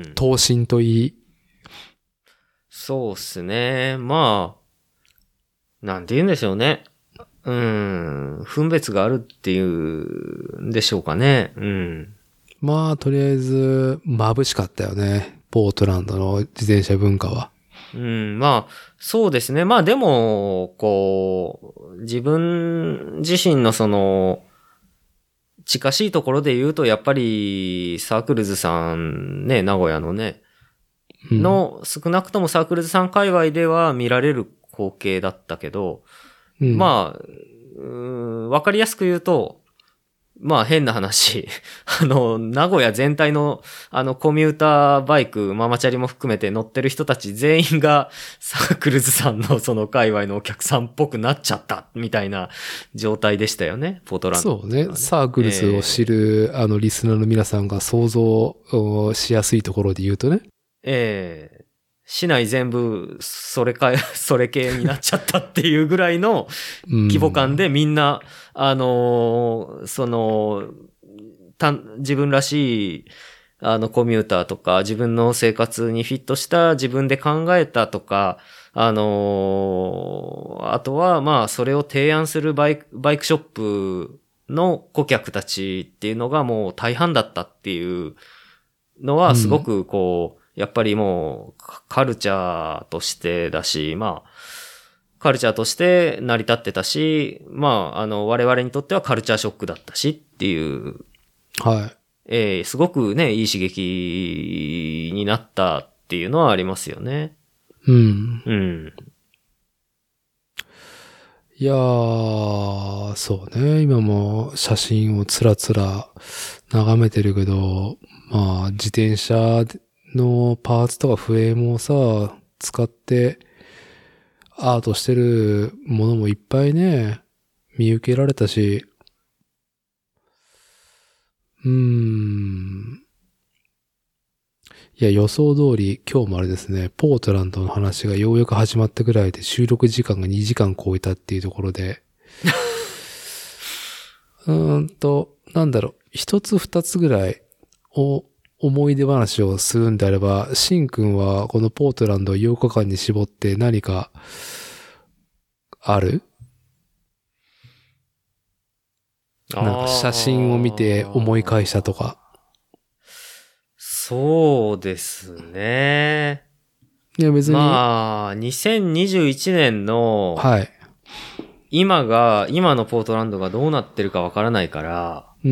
頭身といい。 そうっすね。まあ、なんて言うんでしょうね。うん。分別があるっていうんでしょうかね。うん。 まあ、とりあえず、眩しかったよね。ポートランドの自転車文化は。 うん、まあ、そうですね。まあでも、こう、自分自身のその、近しいところで言うと、やっぱり、サークルズさんね、名古屋のね、うん、の、少なくともサークルズさん界隈では見られる光景だったけど、うん、まあ、うーん、わかりやすく言うと、まあ変な話。あの、名古屋全体の、あの、コミューターバイク、ママチャリも含めて乗ってる人たち全員が、サークルズさんのその界隈のお客さんっぽくなっちゃった、みたいな状態でしたよね、ポートランド、ね。 そうね。サークルズを知る、えー、あの、リスナーの皆さんが想像しやすいところで言うとね。 ええー。市内全部、それか、それ系になっちゃったっていうぐらいの規模感でみんな、うん、あの、その、た、自分らしい、あの、コミューターとか、自分の生活にフィットした自分で考えたとか、あの、あとは、まあ、それを提案するバイク、バイクショップの顧客たちっていうのがもう大半だったっていうのは、すごくこう、うんやっぱりもうカルチャーとしてだし、まあ、カルチャーとして成り立ってたし、まあ、あの、我々にとってはカルチャーショックだったしっていう。 はい。 えー、すごくね、いい刺激になったっていうのはありますよね。 うん。 うん。 いやー、そうね。今も写真をつらつら眺めてるけど、まあ、自転車のパーツとかフレームをさ、使ってアートしてるものもいっぱいね、見受けられたし、うーん。いや、予想通り今日もあれですね、ポートランドの話がようやく始まったぐらいで収録時間がにじかん超えたっていうところで、 うーんと、なんだろう、一つ二つぐらいを思い出話をするんであれば、シンくんはこのポートランドをようかかんに絞って何かある？なんか写真を見て思い返したとか。 そうですね。 いや別に。 まあ、にせんにじゅういちねんの、 はい。 今が、今のポートランドがどうなってるかわからないから、 うん。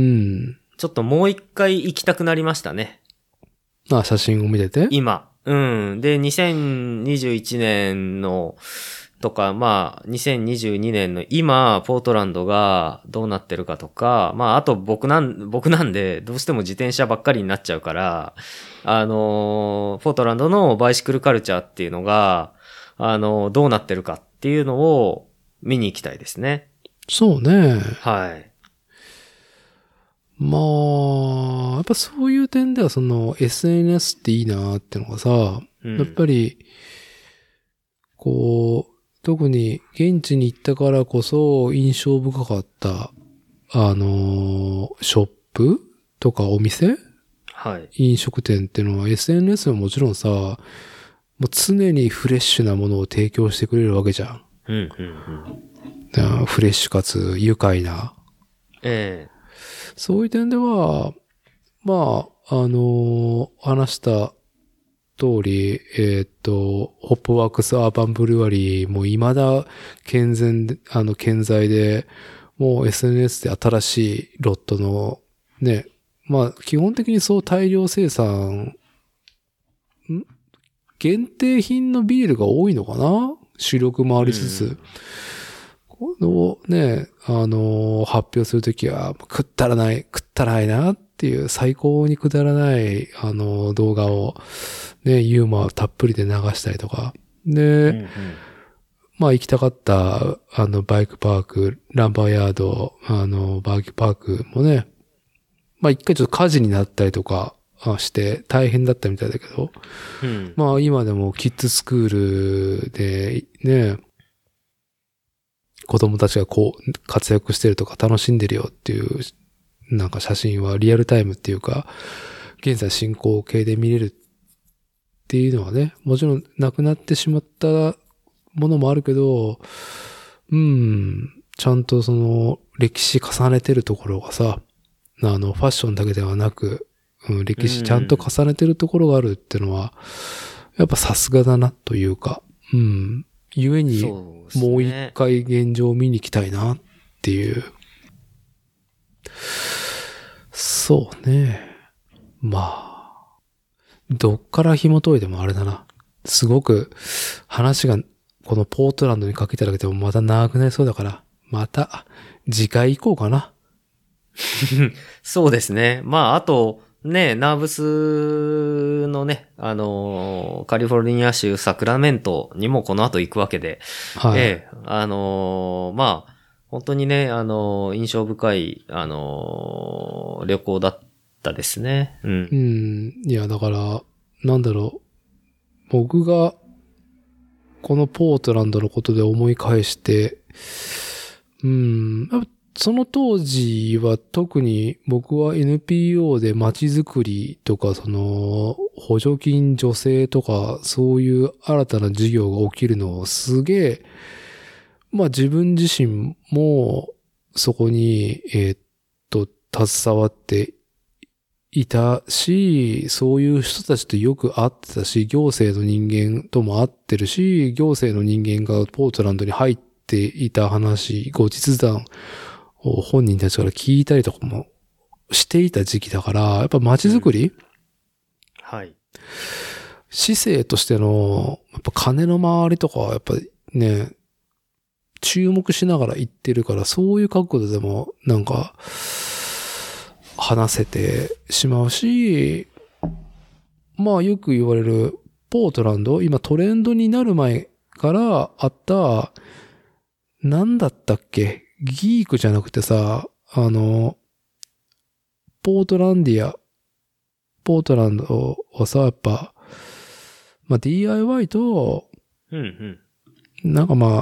ちょっともう一回行きたくなりましたね。 あ、写真を見てて？ 今。うん。で、にせんにじゅういちねんの、とか、まあ、にせんにじゅうにねんの今、ポートランドがどうなってるかとか、まあ、あと僕なん、僕なんで、どうしても自転車ばっかりになっちゃうから、あの、ポートランドのバイシクルカルチャーっていうのが、あの、どうなってるかっていうのを見に行きたいですね。 そうね。 はい。 まあ、やっぱそういう点ではその エスエヌエス っていいなってのがさ、うん、やっぱり、こう、特に現地に行ったからこそ印象深かった、あのー、ショップとかお店？ はい。 飲食店っていうのは エスエヌエス ももちろんさ、もう常にフレッシュなものを提供してくれるわけじゃん。 うんうんうん。 フレッシュかつ愉快な。 ええ。 そういう点では、まあ、あのー、話した通り、えっと、ホップワークスアーバンブルワリーも未だ健全で、あの、健在で、もう エスエヌエス で新しいロットの、ね、まあ、基本的にそう大量生産、ん限定品のビールが多いのかな？主力もありつつ。うん、このね、あのー、発表するときは、くったらない、くったらないなっていう最高にくだらない、あのー、動画を、ね、ユーモアたっぷりで流したりとか。で、うんうん、まあ行きたかった、あの、バイクパーク、ランバーヤード、あの、バーキュパークもね、まあ一回ちょっと火事になったりとかして大変だったみたいだけど、うん、まあ今でもキッズスクールでね、子供たちがこう活躍してるとか楽しんでるよっていうなんか写真はリアルタイムっていうか、現在進行形で見れるっていうのはね、もちろんなくなってしまったものもあるけど、うん、ちゃんとその歴史重ねてるところがさ、あの、ファッションだけではなく、うん、歴史ちゃんと重ねてるところがあるっていうのは、やっぱさすがだなというか、うん。ゆえに、もう一回現状を見に行きたいなっていう。そうね。まあ、どっから紐解いてもあれだな。すごく話がこのポートランドにかけただけでもまた長くなりそうだから、また次回行こうかな。 そうですね。まあ、あと、ね、ナーブスのね、あのー、カリフォルニア州サクラメントにもこの後行くわけで、はい。ええ、あのー、まあ、本当にね、あのー、印象深い、あのー、旅行だったですね。うん。 うん。いや、だから、なんだろう。僕が、このポートランドのことで思い返して、うん、その当時は特に僕は エヌピーオー で街づくりとかその補助金助成とかそういう新たな事業が起きるのをすげえ、まあ自分自身もそこにえー、っと携わっていたし、そういう人たちとよく会ってたし、行政の人間とも会ってるし、行政の人間がポートランドに入っていた話、後日談を本人たちから聞いたりとかもしていた時期だから、やっぱ街づくり、うん、 はい。 市政としての、やっぱ金の回りとかはやっぱりね、注目しながら言ってるから、そういう角度でもなんか、話せてしまうし、まあよく言われるポートランド、今トレンドになる前からあった、なんだったっけ？ギークじゃなくてさ、あの、ポートランディア、ポートランドはさ、やっぱ、まあ ディーアイワイ と、 うんうん、 なんかまあ、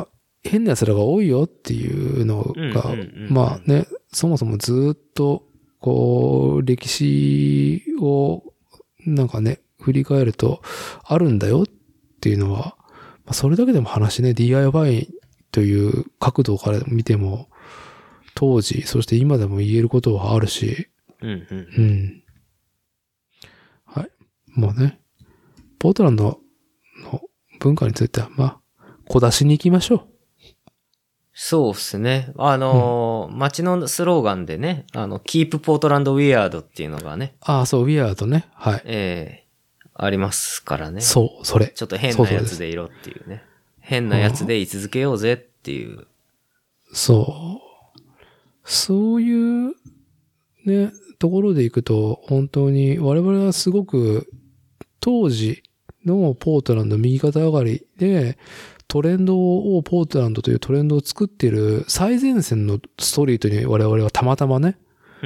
変な奴らが多いよっていうのが、 うんうんうんうん、 まあね、そもそもずっと、こう、歴史を、なんかね、振り返ると、あるんだよっていうのは、まあ、それだけでも話ね、ディーアイワイ という角度から見ても、当時、そして今でも言えることはあるし、 うんうん。 うん。はい。もうね、ポートランドの文化については、まあ、小出しに行きましょう。 そうっすね。あのー、街のスローガンでね、あの、Keep Portland Weird っていうのがね、 ああ、そう、ウィアードね。はい。 ええありますからね。 そう、それ。 ちょっと変なやつでいろっていうね。変なやつで居続けようぜっていう。 そう。そういうね、ところで行くと、本当に我々はすごく当時のポートランド右肩上がりで、トレンドを、ポートランドというトレンドを作っている最前線のストリートに我々はたまたまね、 うん。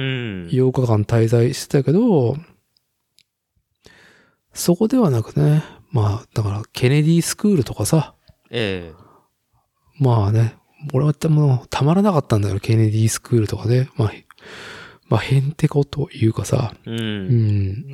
ようかかん滞在してたけど、そこではなくね、まあ、だからケネディスクールとかさ、 ええまあね、俺はもうたまらなかったんだよ、ケネディスクールとかね。まあ、まあ、へんてこというかさ。 うん。 うん。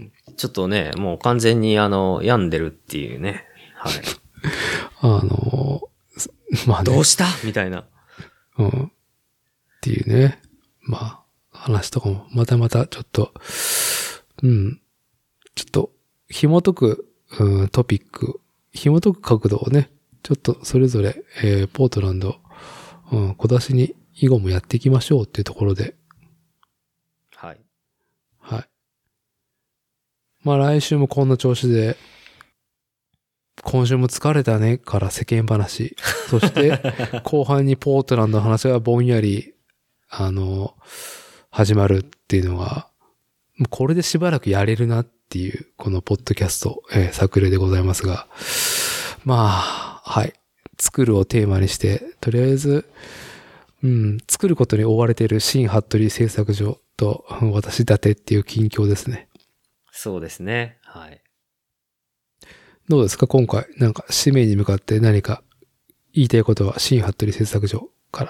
ちょっとね、もう完全にあの、病んでるっていうね。はい。 あの、まあね。 どうしたみたいな。 うん。っていうね。まあ、話とかも、またまたちょっと、うん。ちょっと、紐解く、うん、トピック、紐解く角度をね、ちょっとそれぞれ、えー、ポートランド、うん、小出しに以後もやっていきましょうっていうところで。 はい。 はい。まあ来週もこんな調子で、今週も疲れたねから世間話。そして、後半にポートランドの話がぼんやり、あの、始まるっていうのが、これでしばらくやれるなっていう、このポッドキャスト、えー、作例でございますが、まあ、はい。作るをテーマにして、とりあえず、うん、作ることに追われている新服部製作所と、私立てっていう近況ですね。 そうですね。はい。 どうですか今回、なんか、使命に向かって何か言いたいことは、新服部製作所から。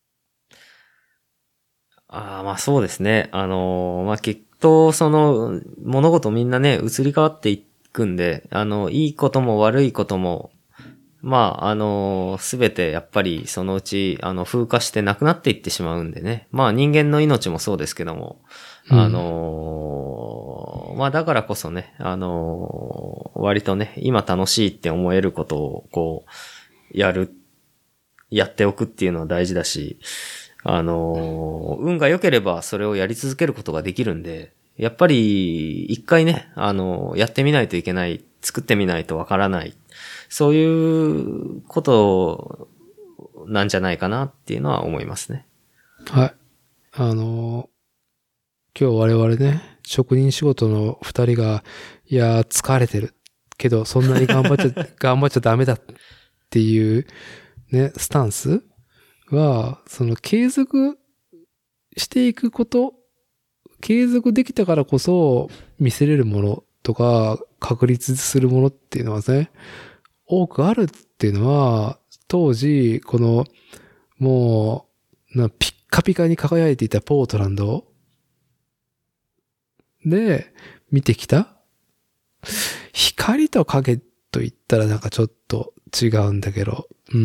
ああ、まあそうですね。あのー、まあきっと、その、物事みんなね、移り変わっていくんで、あの、いいことも悪いことも、まあ、あの、すべてやっぱりそのうち、あの、風化してなくなっていってしまうんでね。まあ人間の命もそうですけども、 うん、 あの、まあだからこそね、あの、割とね、今楽しいって思えることを、こう、やる、やっておくっていうのは大事だし、あの、運が良ければそれをやり続けることができるんで、やっぱり、一回ね、あの、やってみないといけない、作ってみないとわからない。そういうことなんじゃないかなっていうのは思いますね。 はい。あの、今日我々ね、職人仕事の二人が、いや、疲れてる。けど、そんなに頑張っちゃ、頑張っちゃダメだっていう、ね、スタンスは、その継続していくこと、継続できたからこそ見せれるものとか、確立するものっていうのはね、多くあるっていうのは、当時、この、もう、なピッカピカに輝いていたポートランドで見てきた光と影と言ったらなんかちょっと違うんだけど、うん。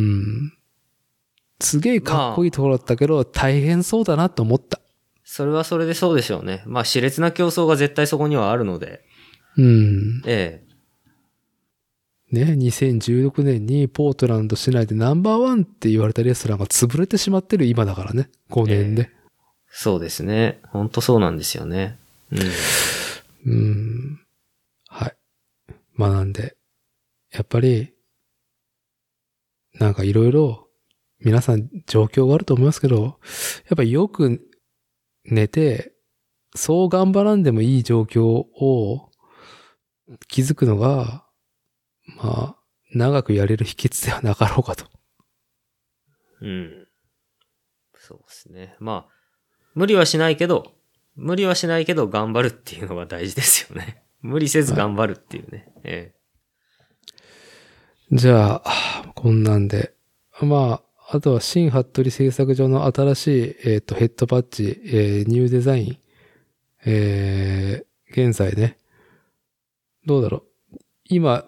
すげえかっこいいところだったけど、まあ、大変そうだなと思った。 それはそれでそうでしょうね。まあ、熾烈な競争が絶対そこにはあるので。 うん。 ええ。 ね、にせんじゅうろくねんにポートランド市内でナンバーワンって言われたレストランが潰れてしまってる今だからね。ごねんで。ええ、 そうですね。ほんとそうなんですよね。 うん。うん。はい。学んで。やっぱり、なんかいろいろ、皆さん状況があると思いますけど、やっぱりよく寝て、そう頑張らんでもいい状況を気づくのが、まあ、長くやれる秘訣ではなかろうかと。 うん。そうですね。まあ、無理はしないけど、無理はしないけど頑張るっていうのが大事ですよね。無理せず頑張るっていうね。はい、ええ。 じゃあ、こんなんで、まあ、 あとは新服部製作所の新しい、えっと、ヘッドパッチ、えー、ニューデザイン、えー、現在ね、どうだろう。今、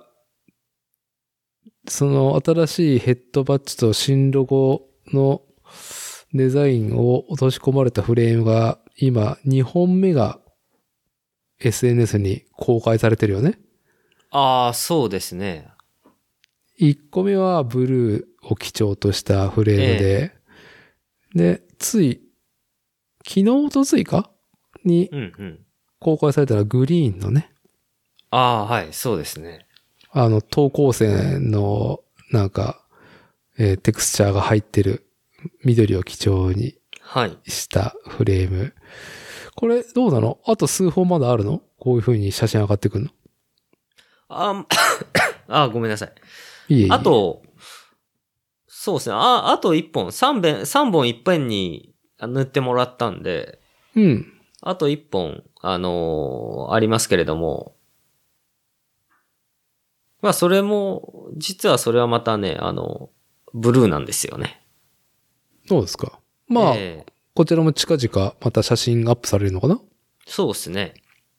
その新しいヘッドパッチと新ロゴのデザインを落とし込まれたフレームが今にほんめが エスエヌエス に公開されてるよね。 ああ、そうですね。 いっこめはブルーを基調としたフレームで、ええ、で、つい、昨日おとついかに公開されたらグリーンのね。 うんうん、ああ、はい、そうですね。 あの、等高線のなんか、えー、テクスチャーが入ってる緑を基調にしたフレーム。はい、これどうなの？あと数本まだあるの？こういう風に写真上がってくるの？ ああ、ごめんなさい。 いえいえ。 あと、そうですね。あ、あと一本、三本、三本いっぺんに塗ってもらったんで、 うん。 あと一本、あのー、ありますけれども、まあそれも、実はそれはまたね、あの、ブルーなんですよね。 そうですか。まあ、えー、こちらも近々また写真アップされるのかな？ そうですね。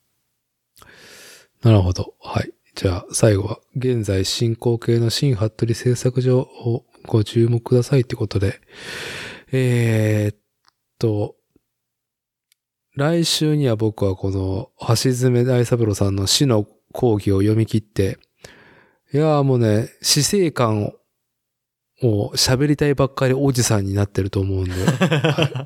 なるほど。はい。じゃあ最後は現在進行形の新服部製作所をご注目くださいってことで、えー、っと、来週には僕はこの橋爪大三郎さんの詩の講義を読み切って、いやーもうね、死生観をを喋りたいばっかりおじさんになってると思うんで、はい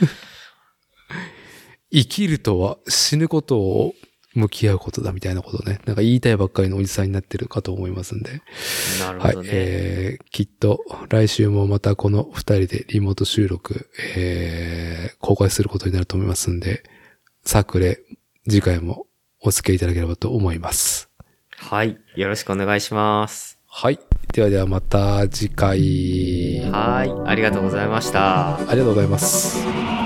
、生きるとは死ぬことを向き合うことだみたいなことね。なんか言いたいばっかりのおじさんになってるかと思いますんで。 なるほどね。 はい。えー、きっと来週もまたこの二人でリモート収録、えー、公開することになると思いますんで、サクレ、次回もお付き合いいただければと思います。 はい。よろしくお願いします。 はい。ではではまた次回。 はい。ありがとうございました。 ありがとうございます。